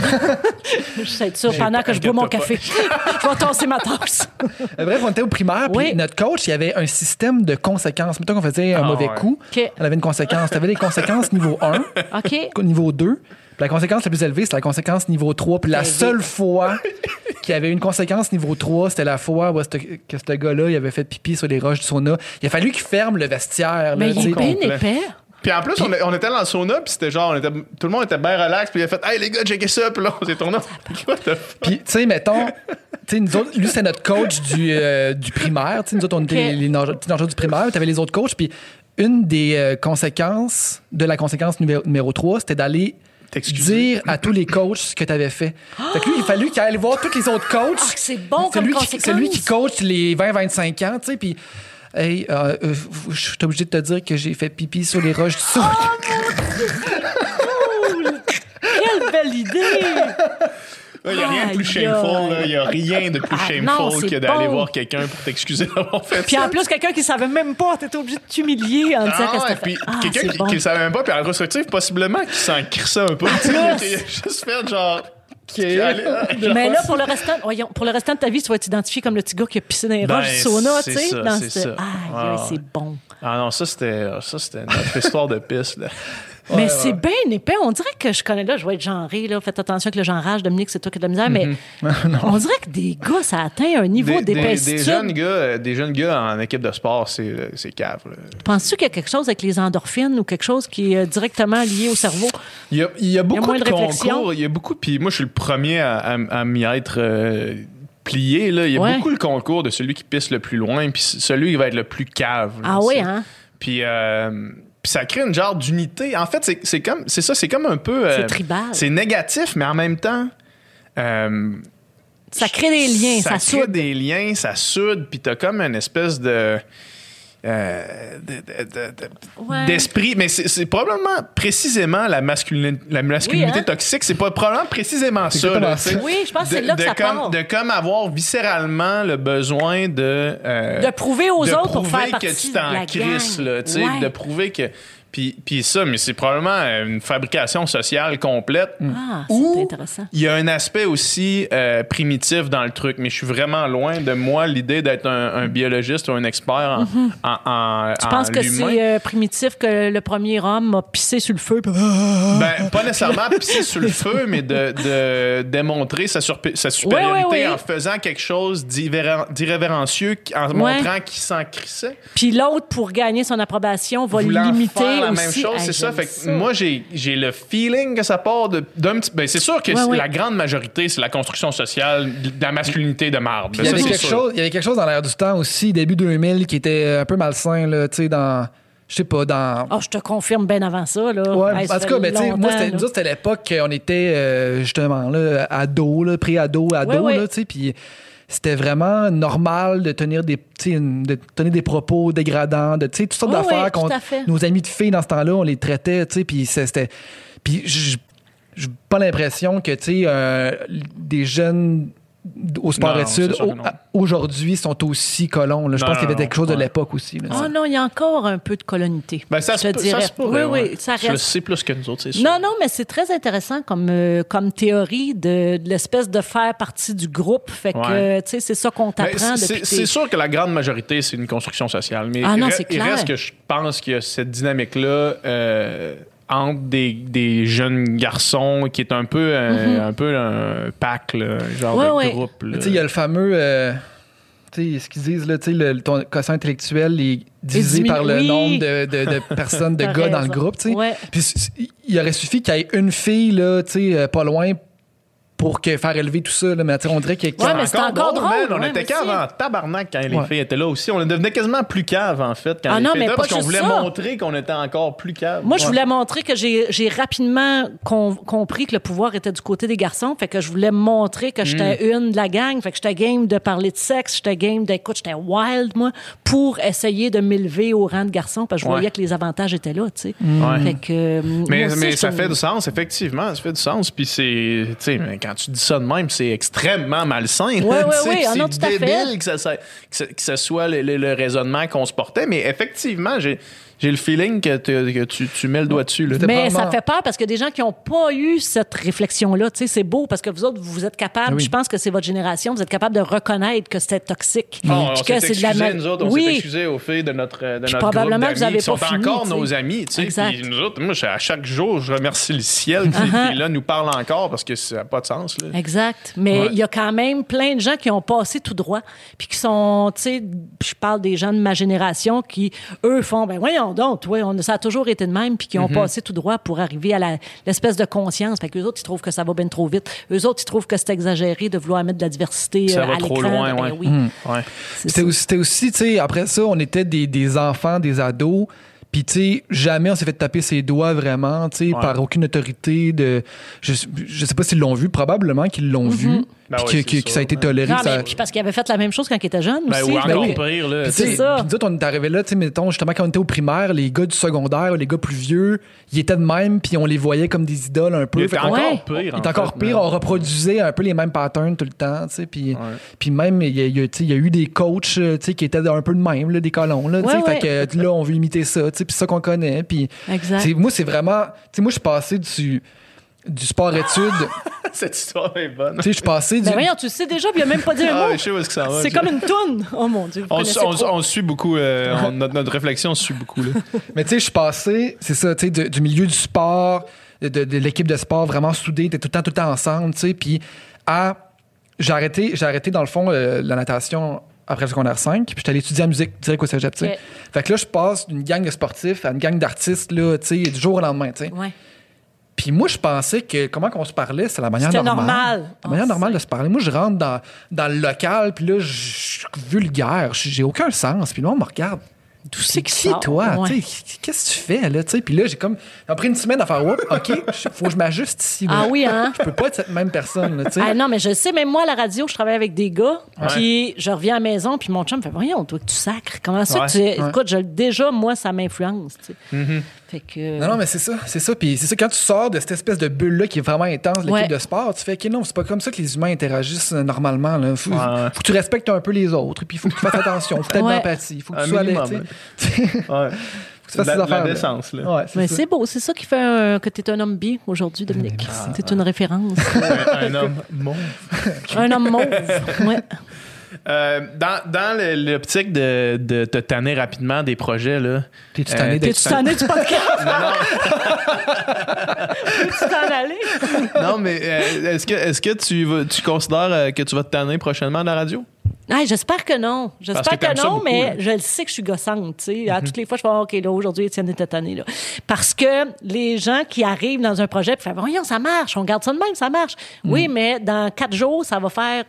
Je sais être sûr, pendant que je bois mon café. Je vais tasser ma tasse. Bref, on était au primaire, puis notre coach, il y avait un système de conséquences. Mettons qu'on faisait un mauvais coup, elle avait une conséquence. Tu avais les conséquences niveau 1, niveau 2, puis la conséquence la plus élevée, c'est la conséquence niveau 3. Puis la seule fois qu'il y avait une conséquence niveau 3, c'était la fois où que ce gars-là, il avait fait pipi sur les roches du sauna. Il a fallu qu'il ferme le vestiaire. Mais il est bien épais. Puis en plus, on était dans le sauna, puis c'était genre, tout le monde était bien relax, puis il a fait « Hey les gars, checkez ça », puis là, on s'est tourné. Puis, tu sais, mettons, nous autres, lui, c'était notre coach du primaire. Nous autres, on était les nageurs du primaire, t'avais les autres coachs, puis une des conséquences de la conséquence numéro 3, c'était d'aller dire à tous les coachs ce que tu avais fait. Fait que lui, il fallu qu'il aille voir tous les autres coachs. Ah, c'est bon comme conséquence. C'est lui qui coach les 20-25 ans, tu sais, puis hey, je suis obligé de te dire que j'ai fait pipi sur les roches du sauna. Oh, mon Dieu! Quelle belle idée! Il n'y a rien de plus shameful. Il n'y a rien de plus shameful que d'aller voir quelqu'un pour t'excuser d'avoir fait ça. Puis en plus, quelqu'un qui ne savait même pas, t'étais obligé de t'humilier en disant que c'était fait. Quelqu'un qui ne le savait même pas, puis en rétrospective, possiblement qu'il s'en crissait un peu. Il a juste fait genre... Mais là, pour le restant de ta vie, tu vas t'identifier comme le petit gars qui a pissé dans les roches du sauna, tu sais. C'est bon. Ah non, ça, c'était notre histoire de pisse, là. Mais c'est bien épais. On dirait que je connais là, je vais être genré, là. Faites attention avec le genrage, Dominique, c'est toi qui as de la misère, mais on dirait que des gars, ça atteint un niveau d'épaissitude. Des jeunes gars en équipe de sport, c'est cave. Là. Penses-tu qu'il y a quelque chose avec les endorphines ou quelque chose qui est directement lié au cerveau? Il y a beaucoup de concours. Il y a beaucoup, puis moi, je suis le premier à m'y être... plié, là. Il y a beaucoup le concours de celui qui pisse le plus loin, puis celui qui va être le plus cave. Là, oui, hein? Puis ça crée une genre d'unité. En fait, c'est comme un peu... c'est tribal. C'est négatif, mais en même temps... ça crée des liens, ça soude. Ça crée des liens, ça soude, puis t'as comme une espèce de... d'esprit, mais c'est probablement précisément la masculinité toxique, c'est probablement précisément ça. Là, oui, je pense que c'est là que ça part. De comme avoir viscéralement le besoin de prouver aux autres pour faire partie que tu t'en crisses, de prouver que... Puis ça, mais c'est probablement une fabrication sociale complète. C'est intéressant. Il y a un aspect aussi primitif dans le truc, mais je suis vraiment loin de moi l'idée d'être un biologiste ou un expert en Tu penses que c'est primitif que le premier homme a pissé sur le feu? Ben, pas nécessairement pisser sur le feu, mais de démontrer sa supériorité en faisant quelque chose d'irrévérencieux, en montrant qu'il s'en crissait. Puis l'autre, pour gagner son approbation, va l'imiter. La même chose, c'est ça. Fait que moi, j'ai le feeling que ça part d'un petit... Ben, c'est sûr que la grande majorité, c'est la construction sociale de la masculinité de marde. Il y avait quelque chose dans l'air du temps aussi, début 2000, qui était un peu malsain, là, tu sais, dans je sais pas, dans... Oh, je te confirme bien avant ça, là. Ouais, Hey, en tout cas, ben, moi, longtemps, nous autres, c'était l'époque qu'on était justement là, ados, là, pré-ado, ado, Ouais. là, tu sais, puis c'était vraiment normal de tenir des propos dégradants, de, tu sais, toutes sortes d'affaires. tout à fait. Nos amis de filles, dans ce temps-là, on les traitait, tu sais, puis c'était... Puis j'ai pas l'impression que, tu sais, des jeunes au sport-études aujourd'hui sont aussi colons. Là. Je pense qu'il y avait quelque chose de l'époque aussi. Là, non, il y a encore un peu de colonité. Ben, ça se pourrait, oui, ça reste. Je le sais plus que nous autres, c'est sûr. Non, mais c'est très intéressant comme théorie de l'espèce de faire partie du groupe. Fait que, tu sais, c'est ça qu'on t'apprend depuis c'est sûr que la grande majorité, c'est une construction sociale. Mais c'est clair. il reste que je pense qu'il y a cette dynamique-là entre des jeunes garçons qui est un peu un pack, là, genre de groupe. Tu sais, il y a le fameux... tu sais, ce qu'ils disent, là, tu sais, ton quotient intellectuel est divisé par le nombre de personnes, de gars dans le groupe, tu sais. Ouais. Puis il aurait suffi qu'il y ait une fille, là, tu sais, pas loin, pour faire élever tout ça, là, mais on dirait qu'il y a... mais c'est encore drôle. On était cave en tabarnak quand les filles étaient là aussi. On devenait quasiment plus cave, en fait, quand les filles étaient là, parce qu'on voulait montrer qu'on était encore plus cave. Moi, je voulais montrer que j'ai rapidement compris que le pouvoir était du côté des garçons. Fait que je voulais montrer que j'étais une de la gang. Fait que j'étais game de parler de sexe. J'étais game d'écoute. J'étais wild, moi, pour essayer de m'élever au rang de garçon. Parce que je voyais que les avantages étaient là, tu sais. Fait que... Mais ça fait du sens, effectivement. Ça fait du sens. Puis c'est... Tu sais, quand tu dis ça de même, c'est extrêmement malsain. Oui. C'est débile que ça soit le raisonnement qu'on se portait. Mais effectivement, j'ai le feeling que tu mets le doigt dessus. Là. Mais ça fait peur parce que des gens qui n'ont pas eu cette réflexion-là, tu sais, c'est beau parce que vous autres, vous êtes capables, je pense que c'est votre génération, vous êtes capables de reconnaître que c'était toxique. On s'est excusé, nous autres, on s'est excusé aux filles de notre groupe d'amis qui sont encore nos amis. Tu sais, puis nous autres, moi, à chaque jour, je remercie le ciel que ces filles-là nous parlent encore parce que ça n'a pas de sens. Là. Exact. Mais il y a quand même plein de gens qui ont passé tout droit puis qui sont, tu sais, je parle des gens de ma génération qui, eux, font, ben voyons donc, ça a toujours été de même, puis qui ont passé tout droit pour arriver à l'espèce de conscience. Fait qu'eux autres, ils trouvent que ça va bien trop vite. Eux autres, ils trouvent que c'est exagéré de vouloir mettre de la diversité ça à va l'écran. trop loin, ben, oui. C'était aussi, tu sais, après ça, on était des enfants, des ados, puis, tu sais, jamais on s'est fait taper ses doigts vraiment, tu sais, par aucune autorité de... Je sais pas s'ils l'ont vu, probablement qu'ils l'ont vu. Ben puis que ça a été toléré. Non, mais puis parce qu'il avait fait la même chose quand il était jeune aussi. Ou encore pire, là. C'est ça. Puis nous autres, on est arrivés là, tu sais, mettons, justement, quand on était au primaire, les gars du secondaire, les gars plus vieux, ils étaient de même, puis on les voyait comme des idoles un peu. Il était encore pire. Il est encore pire. On reproduisait un peu les mêmes patterns tout le temps, tu sais. Puis même, il y a eu des coachs, tu sais, qui étaient un peu de même, là, des colons, là, tu sais. Fait que là, on veut imiter ça, tu sais, puis ça qu'on connaît. Puis moi, c'est vraiment... Tu sais, moi, je suis passé du sport-études. Cette histoire est bonne. Tu sais, je suis passé du... Ben voyons, tu sais déjà, puis il a même pas dit un mot. Je sais où est-ce que ça va. C'est comme une toune. Oh mon Dieu, on suit beaucoup. Notre réflexion suit beaucoup. Là. Mais tu sais, je suis passé, c'est ça, tu sais, du milieu du sport, de l'équipe de sport vraiment soudée, t'es tout le temps ensemble, tu sais, puis j'ai arrêté dans le fond la natation après le secondaire 5, puis j'étais allé étudier en musique direct au cégep, tu sais. Fait que là, je passe d'une gang de sportifs à une gang d'artistes, là, tu sais, du jour au lendemain, tu sais. Puis moi, je pensais que comment qu'on se parlait, c'est la manière normale. La manière normale de se parler. Moi, je rentre dans le local, puis là, je suis vulgaire, j'ai aucun sens. Puis là, on me regarde. D'où c'est que qui, toi? Qu'est-ce que tu fais, là? Puis là, j'ai pris une semaine à faire, OK, faut que je m'ajuste ici. Là. Ah oui, hein? Je peux pas être cette même personne, là, tu sais. Ah non, mais je sais, même moi, à la radio, je travaille avec des gars, puis je reviens à la maison, puis mon chum me fait, voyons, toi, que tu sacres. Comment ça? Écoute, déjà, moi, ça m'influence, tu sais. Fait que... Non, mais c'est ça. Puis c'est ça, quand tu sors de cette espèce de bulle-là qui est vraiment intense, l'équipe de sport, tu fais, OK, non, c'est pas comme ça que les humains interagissent normalement. Là. Faut que tu respectes un peu les autres, puis il faut que tu fasses attention, faut que tu aies de l'empathie, il faut que tu sois allé, tu sais. Faut que tu fasses ces affaires. La décence, là. Ouais, mais c'est beau, c'est ça qui fait que tu es un homme bien aujourd'hui, Dominique. C'est une référence. Un homme mauve. Un homme mauve, ouais. Dans l'optique de te tanner rapidement des projets, là. T'es-tu tanné du podcast? Non. Veux-tu t'en aller? Non, mais est-ce que tu considères que tu vas te tanner prochainement de la radio? Ah, j'espère que non. J'espère que ça non, beaucoup, mais là. je le sais que je suis gossante. Tu sais. À toutes les fois, je fais OK, là, aujourd'hui, Étienne était tanné. Là. Parce que les gens qui arrivent dans un projet et font voyons, ça marche, on garde ça de même, ça marche. Oui, mais dans 4 jours, ça va faire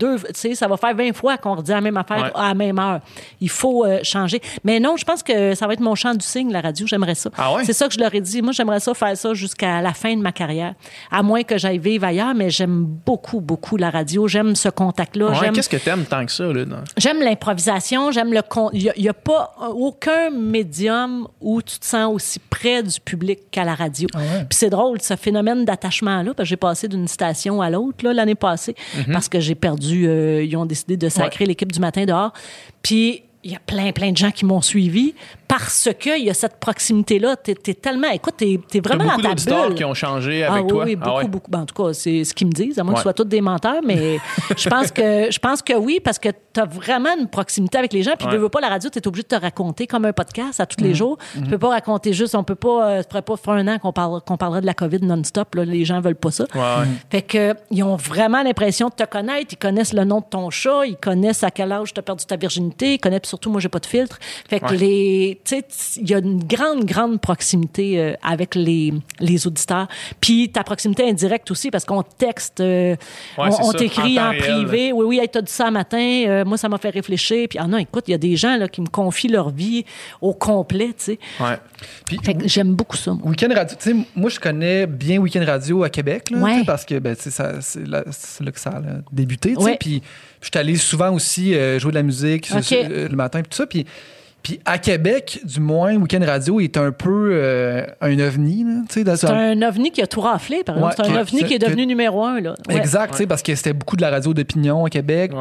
20 fois qu'on redit la même affaire à la même heure. Il faut changer. Mais non, je pense que ça va être mon champ du signe, la radio. J'aimerais ça. Ah ouais? C'est ça que je leur ai dit. Moi, j'aimerais ça faire ça jusqu'à la fin de ma carrière. À moins que j'aille vivre ailleurs, mais j'aime beaucoup, beaucoup la radio. J'aime ce contact-là. Ouais, qu'est-ce que t'aimes tant que ça, là? J'aime l'improvisation, j'aime le... Il n'y a pas aucun médium où tu te sens aussi près du public qu'à la radio. Ah ouais. Puis c'est drôle, ce phénomène d'attachement-là, parce que j'ai passé d'une station à l'autre là, l'année passée, parce que j'ai perdu... ils ont décidé de sacrer l'équipe du matin dehors. Puis il y a plein de gens qui m'ont suivi parce qu'il y a cette proximité-là. T'es tellement... Écoute, t'es vraiment dans ta bulle. Beaucoup d'auditeurs qui ont changé avec toi. Oui, beaucoup. Ben, en tout cas, c'est ce qu'ils me disent, à moins qu'ils soient tous des menteurs, mais je pense que oui, parce que t'as vraiment une proximité avec les gens. Puis, veux pas, la radio, t'es obligé de te raconter comme un podcast à tous les jours. Tu peux pas raconter juste... On peut pas... ça ferait pas faire un an qu'on parlerait de la COVID non-stop. Là, les gens veulent pas ça. Fait que ils ont vraiment l'impression de te connaître. Ils connaissent le nom de ton chat. Ils connaissent à quel âge t'as perdu ta virginité. Ils connaissent surtout, moi, j'ai pas de filtre. Fait que il y a une grande proximité avec les auditeurs. Puis ta proximité indirecte aussi, parce qu'on texte, on t'écrit en privé. Oui, hey, t'as dit ça un matin, moi, ça m'a fait réfléchir. Puis, non, écoute, il y a des gens là, qui me confient leur vie au complet, tu sais. Puis, fait que j'aime beaucoup ça. Week-end Radio, tu sais, moi, je connais bien Week-end Radio à Québec, là, parce que c'est là que ça a débuté, tu sais. Puis, je suis allé souvent aussi jouer de la musique le matin, puis tout ça. Puis à Québec, du moins, Week-end Radio est un peu un ovni. Là, c'est un ovni qui a tout raflé, par exemple. C'est un ovni qui est devenu numéro 1. Là. Exact, parce que c'était beaucoup de la radio d'opinion à Québec.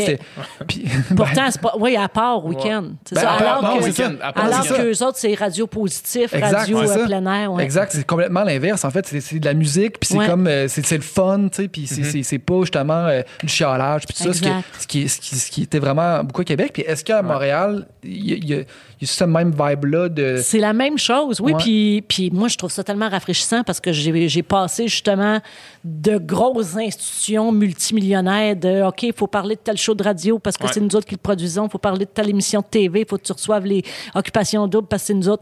Pourtant, c'est pas... Oui, à part Week-end. Alors qu'eux autres, c'est radio positif, radio plein air. Ouais. Exact, c'est complètement l'inverse. En fait, c'est de la musique, puis c'est comme... c'est le fun, puis c'est pas justement du chialage, puis tout ça, ce qui était vraiment beaucoup à Québec. Puis est-ce qu'à Montréal, il y a ce même vibe-là de... C'est la même chose, oui. Puis moi, je trouve ça tellement rafraîchissant parce que j'ai passé justement de grosses institutions multimillionnaires de OK, il faut parler de tel show de radio parce que c'est nous autres qui le produisons, il faut parler de telle émission de TV, il faut que tu reçoives les occupations doubles parce que c'est nous autres.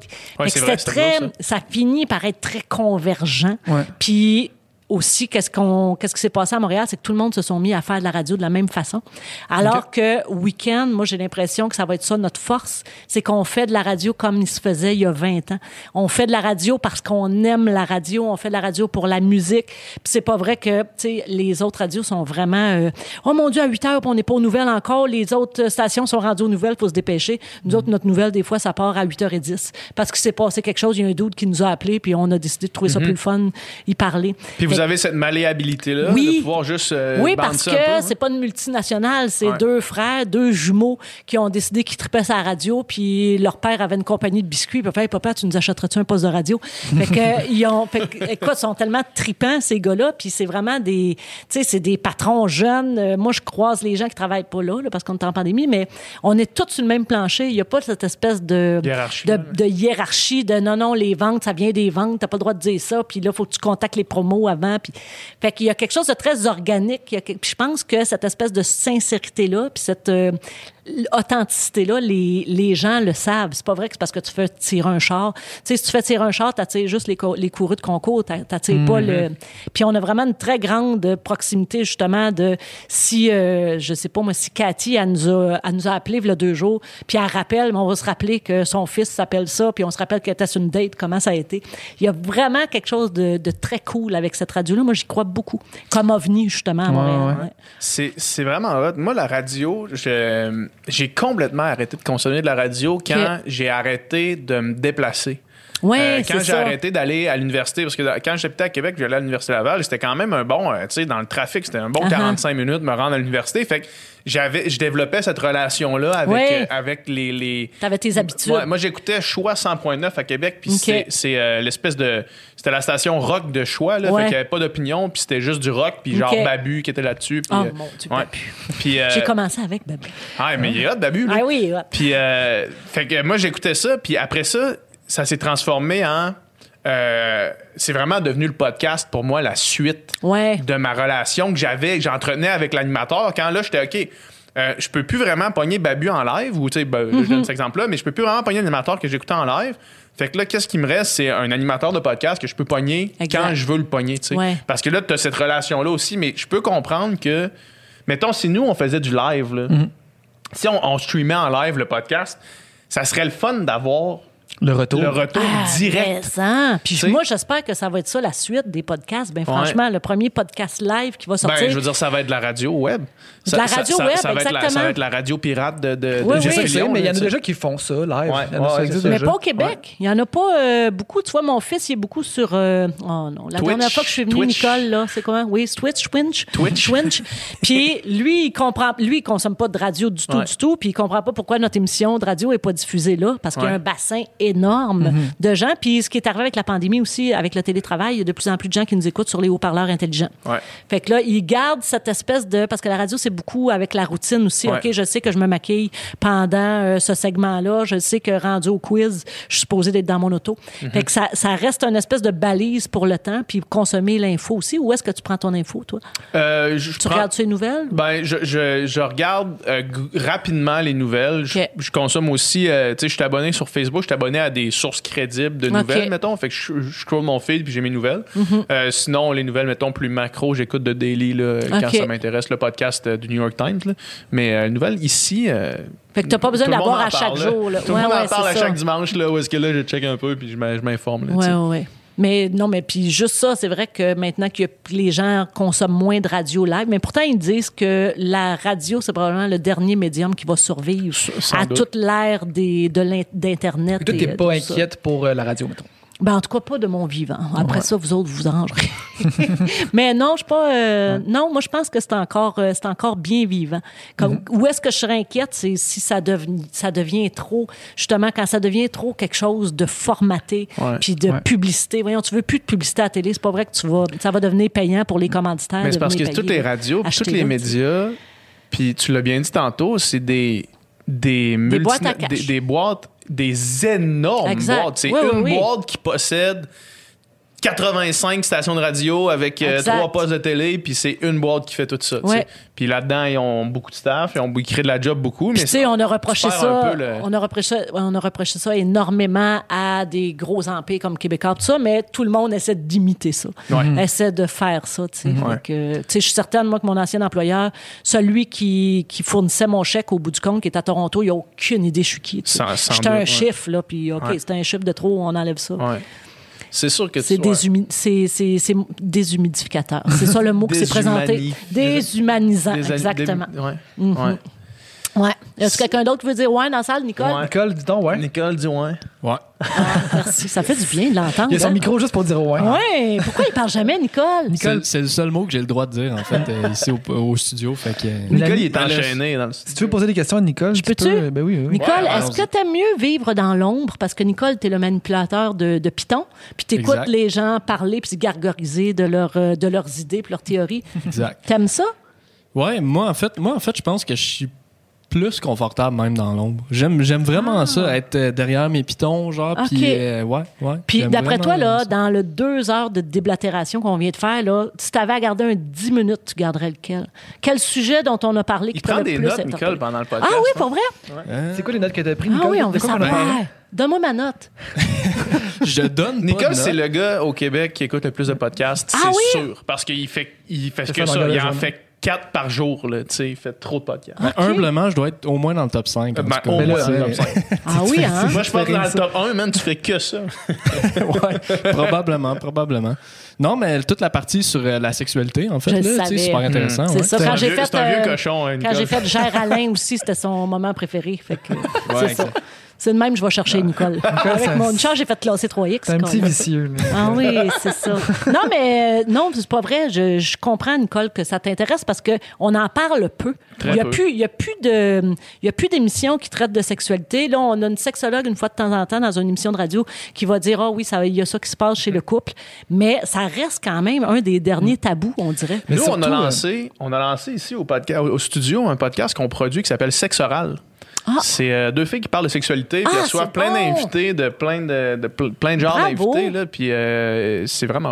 Ça finit par être très convergent. Puis aussi, qu'est-ce qui s'est passé à Montréal, c'est que tout le monde se sont mis à faire de la radio de la même façon. Alors que Week-end, moi, j'ai l'impression que ça va être ça notre force, c'est qu'on fait de la radio comme il se faisait il y a 20 ans. On fait de la radio parce qu'on aime la radio, on fait de la radio pour la musique. Puis c'est pas vrai que, tu sais, les autres radios sont vraiment oh mon Dieu, à 8 heures, puis on n'est pas aux nouvelles encore. Les autres stations sont rendues aux nouvelles, faut se dépêcher. Nous autres, notre nouvelle, des fois, ça part à 8h10 parce qu'il s'est passé quelque chose, il y a un dude qui nous a appelés, puis on a décidé de trouver ça plus le fun, y parler. Puis vous avez cette malléabilité-là de pouvoir juste parce que c'est pas une multinationale, c'est 2 frères, 2 jumeaux qui ont décidé qu'ils tripaient sa radio, puis leur père avait une compagnie de biscuits, puis hey, papa, tu nous achèterais-tu un poste de radio? Fait que écoute, ils sont tellement tripants, ces gars-là, puis c'est vraiment des, tu sais, c'est des patrons jeunes. Moi, je croise les gens qui travaillent pas là parce qu'on est en pandémie, mais on est tous sur le même plancher. Il y a pas cette espèce de hiérarchie de non, les ventes, ça vient des ventes, t'as pas le droit de dire ça, puis là, faut que tu contactes les promos avant. Puis, fait qu'il y a quelque chose de très organique. Puis je pense que cette espèce de sincérité-là, puis cette authenticité-là, les gens le savent. C'est pas vrai que c'est parce que tu fais tirer un char. Tu sais, si tu fais tirer un char, t'attires juste les courus de concours, t'attires pas le... Puis on a vraiment une très grande proximité, justement, de si, je sais pas moi, si Cathy, elle nous a appelé il y a 2 jours, puis elle rappelle, mais on va se rappeler que son fils s'appelle ça, puis on se rappelle qu'elle était sur une date, comment ça a été. Il y a vraiment quelque chose de très cool avec cette radio-là. Moi, j'y crois beaucoup. Comme OVNI, justement, à Montréal. Ouais. C'est vraiment hot. Moi, la radio, j'ai complètement arrêté de consommer de la radio quand j'ai arrêté de me déplacer. Ouais, quand j'ai arrêté d'aller à l'université, parce que quand j'habitais à Québec, j'allais à l'Université Laval, c'était quand même un bon, tu sais, dans le trafic, c'était un bon 45 minutes me rendre à l'université. Fait que je développais cette relation-là avec les... T'avais tes habitudes. Moi, j'écoutais Choix 100.9 à Québec, puis c'est l'espèce de... C'était la station rock de Choix, là, fait qu'il n'y avait pas d'opinion, puis c'était juste du rock, puis genre Babu qui était là-dessus. Puis, mon Dieu, Babu. Puis, j'ai commencé avec Babu. Ah, mais il est hot, Babu. Là. Ah oui, il est hot. Puis, fait que moi, j'écoutais ça, puis après ça, ça s'est transformé en... c'est vraiment devenu le podcast pour moi la suite de ma relation que j'entretenais avec l'animateur. Quand là, j'étais OK, je peux plus vraiment pogner Babu en live, ou tu sais, je donne cet exemple-là, mais je peux plus vraiment pogner un animateur que j'écoutais en live. Fait que là, qu'est-ce qui me reste? C'est un animateur de podcast que je peux pogner quand je veux le pogner, tu sais. Ouais. Parce que là, tu as cette relation-là aussi, mais je peux comprendre que, mettons, si nous, on faisait du live, là, si on streamait en live le podcast, ça serait le fun d'avoir Le retour. direct. Puis T'sais? moi, j'espère que ça va être ça, la suite des podcasts. Ben franchement, le premier podcast live qui va sortir. Ben, je veux dire, ça va être de la radio web. De la radio web, ça va exactement. ça va être la radio pirate de Oui, Je sais, Filion, mais il y en a tu sais. déjà qui font ça live. Ouais, Ça existe Mais déjà. pas au Québec. Il n'y en a pas beaucoup. Tu vois, mon fils, il est beaucoup sur. Oh non. La Twitch. dernière fois que je suis venue, Twitch. Nicole, là, c'est comment? Oui, c'est Twitch. Puis lui, il consomme pas de radio du tout. Puis il comprend pas pourquoi notre émission de radio est pas diffusée là. Parce qu'il y a un bassin énorme de gens. Puis ce qui est arrivé avec la pandémie aussi, avec le télétravail, il y a de plus en plus de gens qui nous écoutent sur les haut-parleurs intelligents. Ouais. Fait que là, il garde cette espèce de. Parce que la radio, c'est beaucoup avec la routine aussi. Ouais. OK, je sais que je me maquille pendant ce segment-là. Je sais que rendu au quiz, je suis supposée d'être dans mon auto. Fait que ça reste une espèce de balise pour le temps, puis consommer l'info aussi. Où est-ce que tu prends ton info, toi? Tu regardes ces nouvelles? Ben, je regarde rapidement les nouvelles. Je consomme aussi, tu sais, je suis abonné sur Facebook, je suis abonné à des sources crédibles de nouvelles, mettons. Fait que je scroll mon feed puis j'ai mes nouvelles. Sinon, les nouvelles, mettons, plus macro, j'écoute de Daily là, quand ça m'intéresse, le podcast du New York Times. Là. Mais nouvelles ici. Fait que t'as pas besoin tout le d'avoir monde à en chaque parle, jour. Là. Tout le monde en c'est parle à ça. chaque dimanche, là, où est-ce que là, je check un peu puis je m'informe. Là, tu sais. Ouais. Mais non, mais puis juste ça, c'est vrai que maintenant que les gens consomment moins de radio live, mais pourtant, ils disent que la radio, c'est probablement le dernier médium qui va survivre Sans à doute. toute l'ère d'Internet. Toi, t'es et pas tout ça. inquiète pour la radio, mettons. Ben, en tout cas, pas de mon vivant. Après ça, vous autres, vous arrangerez. Mais non, je suis pas. Non, moi, je pense que c'est encore bien vivant. Comme, où est-ce que je serais inquiète, c'est si ça devient trop. Justement, quand ça devient trop quelque chose de formaté, puis de publicité. Voyons, tu veux plus de publicité à la télé, c'est pas vrai que ça va devenir payant pour les commanditaires. Mais c'est parce que devenir toutes payé. les radios, puis tous Achetez-le, les tu médias, puis tu l'as bien dit tantôt, c'est des boîtes à cash. des boîtes, des énormes Exact. boîtes. C'est Oui. boîte qui possède 85 stations de radio avec Exact. 3 postes de télé, puis c'est une boîte qui fait tout ça. tu Ouais. sais. Puis là-dedans, ils ont beaucoup de staff, ils créent de la job beaucoup. Puis, Mais tu sais, on a reproché tu perds ça. un peu le- On a reproché ça énormément à des gros empires comme Québécois, tout ça, mais tout le monde essaie d'imiter ça. Essaie de faire ça, tu sais. Fait que, tu sais, je suis certaine, moi, que mon ancien employeur, celui qui fournissait mon chèque au bout du compte, qui est à Toronto, il n'a aucune idée je suis qui. tu sais. Sans J'étais un doute, chiffre, là, puis OK, c'est un chiffre de trop, on enlève ça. Ouais. C'est sûr que C'est c'est déshumidificateur. C'est ça le mot qui s'est présenté. Déshumanisant, exactement. Ouais. Est-ce que quelqu'un d'autre veut dire ouais dans la salle, Nicole? Ouais. Nicole, dis donc, ouais. Nicole dit ouais. Ouais. Merci. Ça fait du bien de l'entendre. Il y a son hein? micro juste pour dire ouais. Ouais. Pourquoi il parle jamais, Nicole? C'est le seul mot que j'ai le droit de dire, en fait, ici au studio. Fait que, Nicole, il est Ben, enchaîné dans le Si tu veux poser des questions à Nicole, tu peux-tu? peux. Ben oui. Nicole, Ouais, est-ce que t'aimes mieux vivre dans l'ombre? Parce que Nicole, t'es le manipulateur de Python, puis t'écoutes Exact. les gens parler puis se gargariser de leurs idées puis leurs théories. exact. T'aimes ça? Ouais, moi, en fait, je pense que je suis plus confortable même dans l'ombre. J'aime vraiment ça, être derrière mes pitons, genre, Ok. puis ouais. Puis j'aime d'après vraiment toi, là, ça. dans le 2 heures de déblatération qu'on vient de faire, là, si t'avais à garder un 10 minutes, tu garderais lequel? Quel sujet dont on a parlé qui Il t'a prend le des plus notes, interpellé? Nicole, pendant le podcast. Ah oui, pour vrai? C'est quoi les notes que t'as prises, Ah Nicole? oui, on De veut quoi a savoir. parlé? Donne-moi ma note. Je donne pas Nicole, de c'est notes. le gars au Québec qui écoute le plus de podcasts, Ah c'est oui? sûr. Parce qu'il fait C'est que ça, ça. dans la Il en journée. fait 4 par jour. Là, tu sais, il fait trop de podcasts. Ben, humblement, je dois être au moins dans le top 5. en Ben, tout cas. au Mais moins, là, dans le top 5. Ah oui, hein? Moi, je pense que dans le ça. top 1, man, tu fais que ça. ouais, probablement. Non, mais toute la partie sur la sexualité, en fait, Je là, le tu sais, savais. super intéressant. C'est ouais. ça. C'est Quand un j'ai vieux- fait, c'est un vieux cochon, hein, quand Nicole. j'ai fait Gère Alain aussi, c'était son moment préféré. Fait que, Ouais, c'est ça. C'est de même, je vais chercher Nicole. Avec ça- mon char, j'ai fait classer 3X. C'est un petit quoi. vicieux. mais- Ah oui, c'est ça. Non, mais non, c'est pas vrai. Je comprends, Nicole, que ça t'intéresse parce qu'on en parle peu. Très Il peu. y a plus d'émissions qui traitent de sexualité. Là, on a une sexologue une fois de temps en temps dans une émission de radio qui va dire il y a ça qui se passe chez le couple. Mais ça reste quand même un des derniers tabous, on dirait. Mais Nous, surtout, on a lancé ici au studio un podcast qu'on produit qui s'appelle Sexe Oral. Ah. C'est 2 filles qui parlent de sexualité, puis Ah, elles reçoivent c'est plein bon. d'invités, de plein de genres Bravo. d'invités, là, puis c'est vraiment hot.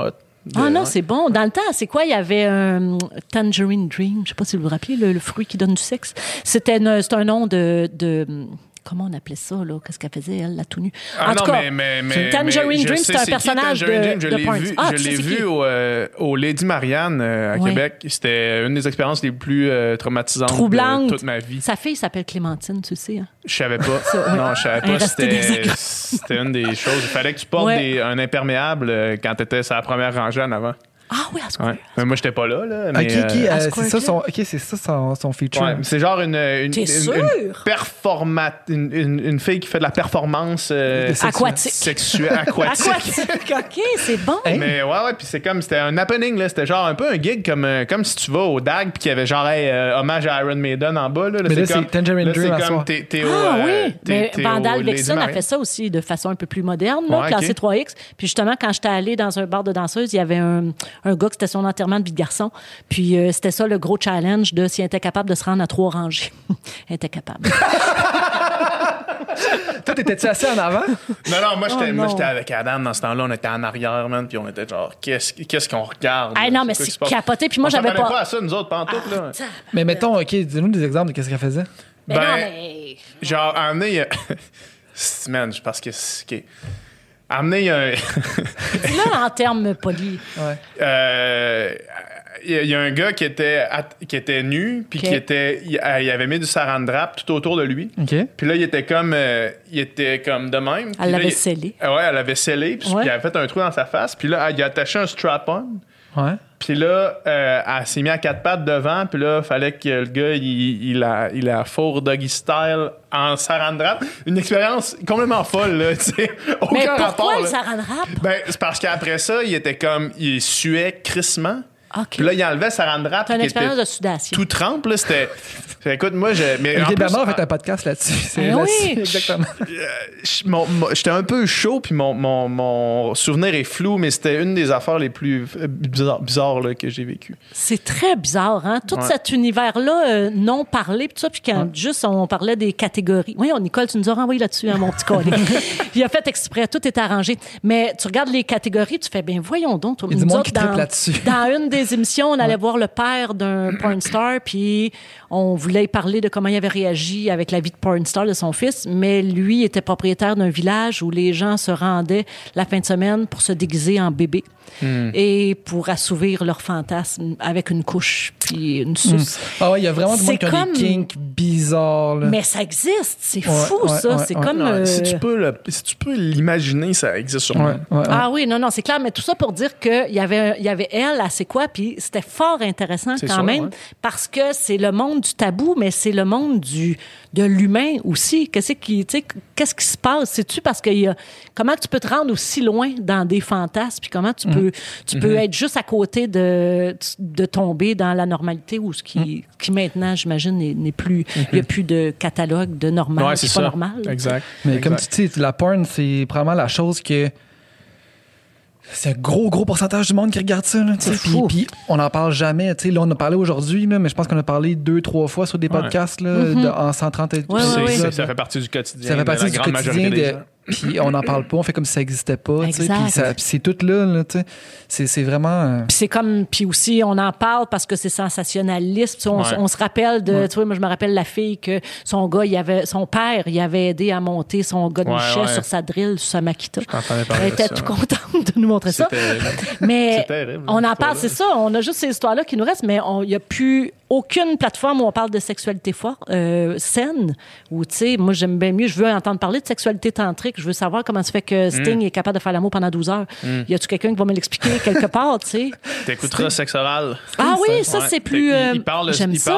Ah non, c'est bon. Dans le temps, c'est quoi? Il y avait un Tangerine Dream. Je sais pas si vous vous rappelez, le fruit qui donne du sexe. C'est un nom de comment on appelait ça, là? Qu'est-ce qu'elle faisait, elle, la tout nue? En tout cas, Tangerine Dream, c'est un personnage de porn. Je l'ai vu au Lady Marianne à Québec. C'était une des expériences les plus traumatisantes de toute ma vie. Sa fille s'appelle Clémentine, tu sais. Hein? Je savais pas. Non, je savais pas. C'était une des choses. Il fallait que tu portes un imperméable quand tu étais sur la première rangée en avant. Ah oui, à ce point. Mais moi, j'étais pas là. Mais, c'est ça son feature. Ouais, c'est genre une fille qui fait de la performance aquatique. aquatique. OK, c'est bon. Mais ouais, puis c'était un happening, là. C'était genre un peu un gig comme si tu vas au DAG puis qu'il y avait genre hommage à Iron Maiden en bas. Là, mais là, c'est Tangerine Dream à soi. Oui, mais Vandal Vixen a fait ça aussi de façon un peu plus moderne, là, classé 3X. Puis justement, quand j'étais allée dans un bar de danseuses, il y avait un gars que c'était son enterrement de vie de garçon. Puis c'était ça le gros challenge de s'il était capable de se rendre à 3 rangées. Il était capable. Toi, t'étais-tu assis en avant? Non, moi, j'étais avec Adam dans ce temps-là. On était en arrière, man, puis on était genre, qu'est-ce qu'on regarde? Non, mais c'est capoté. Puis moi, j'avais pas à ça, nous autres, pantoute, là. Mais mettons, OK, dis-nous des exemples de qu'est-ce qu'elle faisait. Non, mais... Genre, à amener... Man, parce que... Amener un... Dis-le en termes polis. Ouais. Il y a un gars qui était nu, puis il avait mis du saran wrap tout autour de lui. Okay. Puis là, il était comme de même. Elle l'avait scellé. Ouais, elle l'avait scellé, puis il avait fait un trou dans sa face. Puis là, il a attaché un strap-on. Ouais. Puis là, elle s'est mise à 4 pattes devant, puis là, il fallait que le gars, il a four doggy style en saran wrap. Une expérience complètement folle, là, tu sais. Mais pourquoi le saran wrap? Ben, c'est parce qu'après ça, il suait crissement. Okay. Puis là, il enlevait saran wrap. C'est une expérience de sudation. Tout trempe, là, c'était... Écoute, moi, mais OK, Bernard a fait un podcast là-dessus. Oui! Exactement. J'étais un peu chaud, puis mon souvenir est flou, mais c'était une des affaires les plus bizarres là, que j'ai vécues. C'est très bizarre, hein? Tout cet univers-là non parlé, puis tout ça, puis quand juste on parlait des catégories. Oui, Nicole, tu nous as renvoyé là-dessus, hein, mon petit collègue. Il a fait exprès, tout est arrangé. Mais tu regardes les catégories, tu fais, ben voyons donc. Il y a du monde qui tripe là-dessus. Dans une des émissions, on allait voir le père d'un porn star, puis on voulait parler de comment il avait réagi avec la vie de porn star de son fils, mais lui était propriétaire d'un village où les gens se rendaient la fin de semaine pour se déguiser en bébé et pour assouvir leurs fantasmes avec une couche puis une suce. Ah ouais, il y a vraiment du monde qui a des kinks bizarres. Là. Mais ça existe, c'est fou ça. C'est comme... Non, si tu peux l'imaginer, ça existe sûrement. Ah oui, non, c'est clair, mais tout ça pour dire qu'il y avait elle, elle sait quoi, puis c'était fort intéressant quand même, parce que c'est le monde du tabou, mais c'est le monde de l'humain aussi. Qu'est-ce qui se passe? Sais-tu parce que comment tu peux te rendre aussi loin dans des fantasmes, puis comment tu peux être juste à côté de tomber dans la normalité ou ce qui maintenant, j'imagine, n'est plus... Il n'y a plus de catalogue de normal, ouais, c'est pas normal. Exact. Mais comme tu dis, la porn, c'est probablement la chose que... C'est un gros pourcentage du monde qui regarde ça. Puis on n'en parle jamais. Là, on a parlé aujourd'hui, mais je pense qu'on a parlé 2-3 fois sur des podcasts en 130 épisodes. Ça fait partie du quotidien. Ça fait partie du quotidien. Puis on n'en parle pas, on fait comme si ça n'existait pas. Puis c'est tout là. C'est vraiment... Puis c'est comme... Puis aussi, on en parle parce que c'est sensationnaliste. On se rappelle de... Tu vois, moi, je me rappelle la fille que son père, il avait aidé à monter son gars de Michet sur sa drill, sur sa Makita. Elle était tout contente de nous montrer ça. Mais terrible, on en parle, c'est ça. On a juste ces histoires-là qui nous restent, mais il n'y a plus aucune plateforme où on parle de sexualité forte, saine, où, tu sais, moi, j'aime bien mieux, je veux entendre parler de sexualité tantrique, je veux savoir comment ça fait que Sting est capable de faire l'amour pendant 12 heures. Y a-tu quelqu'un qui va me l'expliquer quelque part, tu sais? T'écouteras Sexe oral. Ah oui, ça, c'est plus... Il parle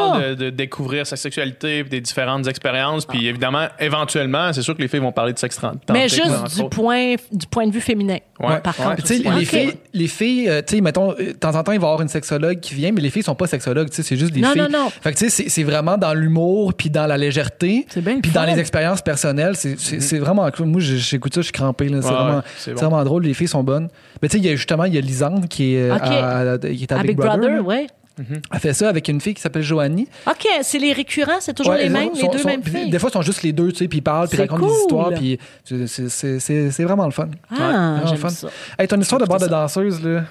de découvrir sa sexualité, des différentes expériences, puis évidemment, éventuellement, c'est sûr que les filles vont parler de sexe tantrique. Mais juste du point de vue féminin, par contre. Tu sais, les filles, tu sais, mettons, de temps en temps, il va y avoir une sexologue qui vient, mais les filles sont pas sexologues, tu sais, c'est juste des filles. Non. Fait que tu sais, c'est vraiment dans l'humour, puis dans la légèreté, puis dans les expériences personnelles. C'est vraiment cool. Moi, j'écoute ça, je suis crampé. Là. C'est vraiment drôle. Les filles sont bonnes. Mais tu sais, il y a Lisande qui est à Big Brother. Ouais. Elle fait ça avec une fille qui s'appelle Joanie. OK, c'est les récurrents, c'est toujours les mêmes, les deux mêmes filles. Des fois, ils sont juste les deux, tu sais, puis ils parlent, puis ils racontent des histoires, puis c'est vraiment le fun. Ah, j'aime ça. Hey, ton histoire de bar de danseuse, là.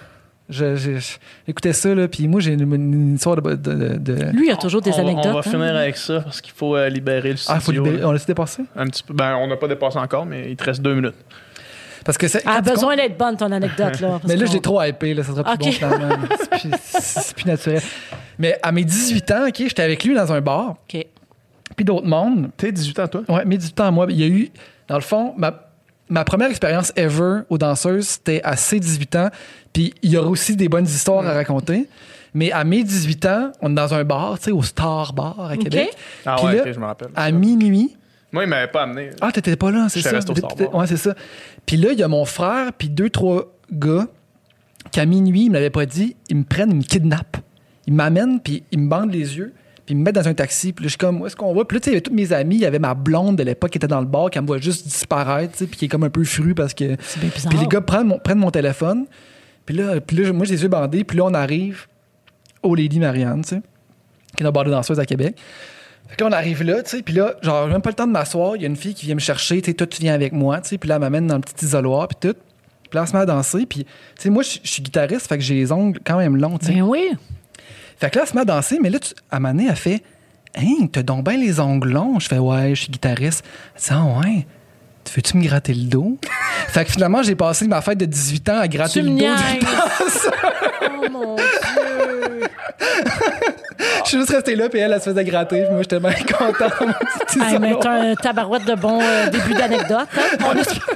J'écoutais ça, là, puis moi, j'ai une histoire de... Lui, il a toujours des anecdotes. On va hein. finir avec ça parce qu'il faut libérer le studio. Ah, il faut libérer. On l'a-tu dépassé? Un petit peu. Ben, on n'a pas dépassé encore, mais il te reste 2 minutes. Parce que c'est... Elle a besoin d'être bonne, ton anecdote, là. Mais là, je l'ai trop hypé, là, ça sera plus bon finalement. C'est plus naturel. Mais à mes 18 ans, OK, j'étais avec lui dans un bar, OK. puis d'autres mondes. T'es 18 ans, toi? Ouais, mes 18 ans à moi. Il y a eu, dans le fond, ma première expérience ever aux danseuses, c'était à ses 18 ans, puis il y aura aussi des bonnes histoires à raconter. Mais à mes 18 ans, on est dans un bar, tu sais, au Star Bar à Québec. Ah Puis ouais, là, ok, je me rappelle. à minuit... Moi, il m'avait pas amené. Ah, t'étais pas là, c'est J'étais ça? resté au Star Bar. Ouais, c'est ça. Puis là, il y a mon frère, puis 2-3 gars qu'à minuit, ils me l'avaient pas dit, ils me prennent, ils me kidnappent. Ils m'amènent, puis ils me bandent les yeux, puis ils me mettent dans un taxi. Puis là, je suis comme, où est-ce qu'on va? Puis là, tu sais, il y avait tous mes amis, il y avait ma blonde de l'époque qui était dans le bar, qui me voit juste disparaître, tu sais, puis qui est comme un peu fru parce que... C'est bien bizarre. Puis les gars prennent mon téléphone, puis là, moi, j'ai les yeux bandés, puis là, on arrive au Lady Marianne, tu sais, qui est une bar de danseuse à Québec. Fait que là, on arrive là, tu sais, puis là, genre, j'ai même pas le temps de m'asseoir. Il y a une fille qui vient me chercher, tu sais, toi, tu viens avec moi, tu sais, puis là, elle m'amène dans le petit isoloir, puis tout. Puis là, on se met à danser, puis, tu sais, moi, je suis guitariste, fait que j'ai les ongles quand même longs, tu sais. Ben oui. Fait que là, elle se met à danser, mais là, à un moment donné, elle fait Hein, t'as donc bien les ongles longs. Je fais Ouais, je suis guitariste. Elle dit Ah, ouais. Veux-tu me gratter le dos? Fait que finalement, j'ai passé ma fête de 18 ans à gratter Tu le me dos. niaises. Oh mon Dieu. Je suis juste resté là, puis elle se faisait gratter. Puis moi, j'étais bien content. dans mon petit Hey, mais salon. t'as un tabarouette de bon début d'anecdote. Hein?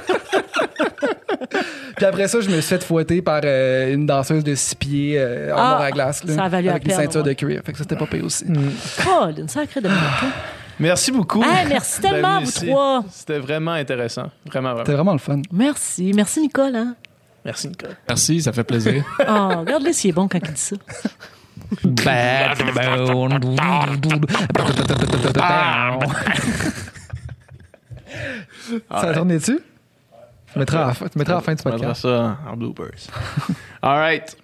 Puis après ça, je me suis fait fouetter par une danseuse de 6 pieds en Ah, mort à glace. Là, ça a valu avec la une peine, ceinture ouais. de cuir. Fait que ça, c'était pas payé aussi. Oh, une sacrée de minute. Merci beaucoup. Hey, merci tellement, d'être vous ici. trois. C'était vraiment intéressant. Vraiment, C'était vraiment. vraiment le fun. Merci. Merci, Nicole. Hein? Merci, Nicole. Merci, ça fait plaisir. Oh, regarde-le s'il est bon quand il dit ça. Ça tourne dessus? Tu mettras à la fin du On mettra podcast. ça en bloopers. All right.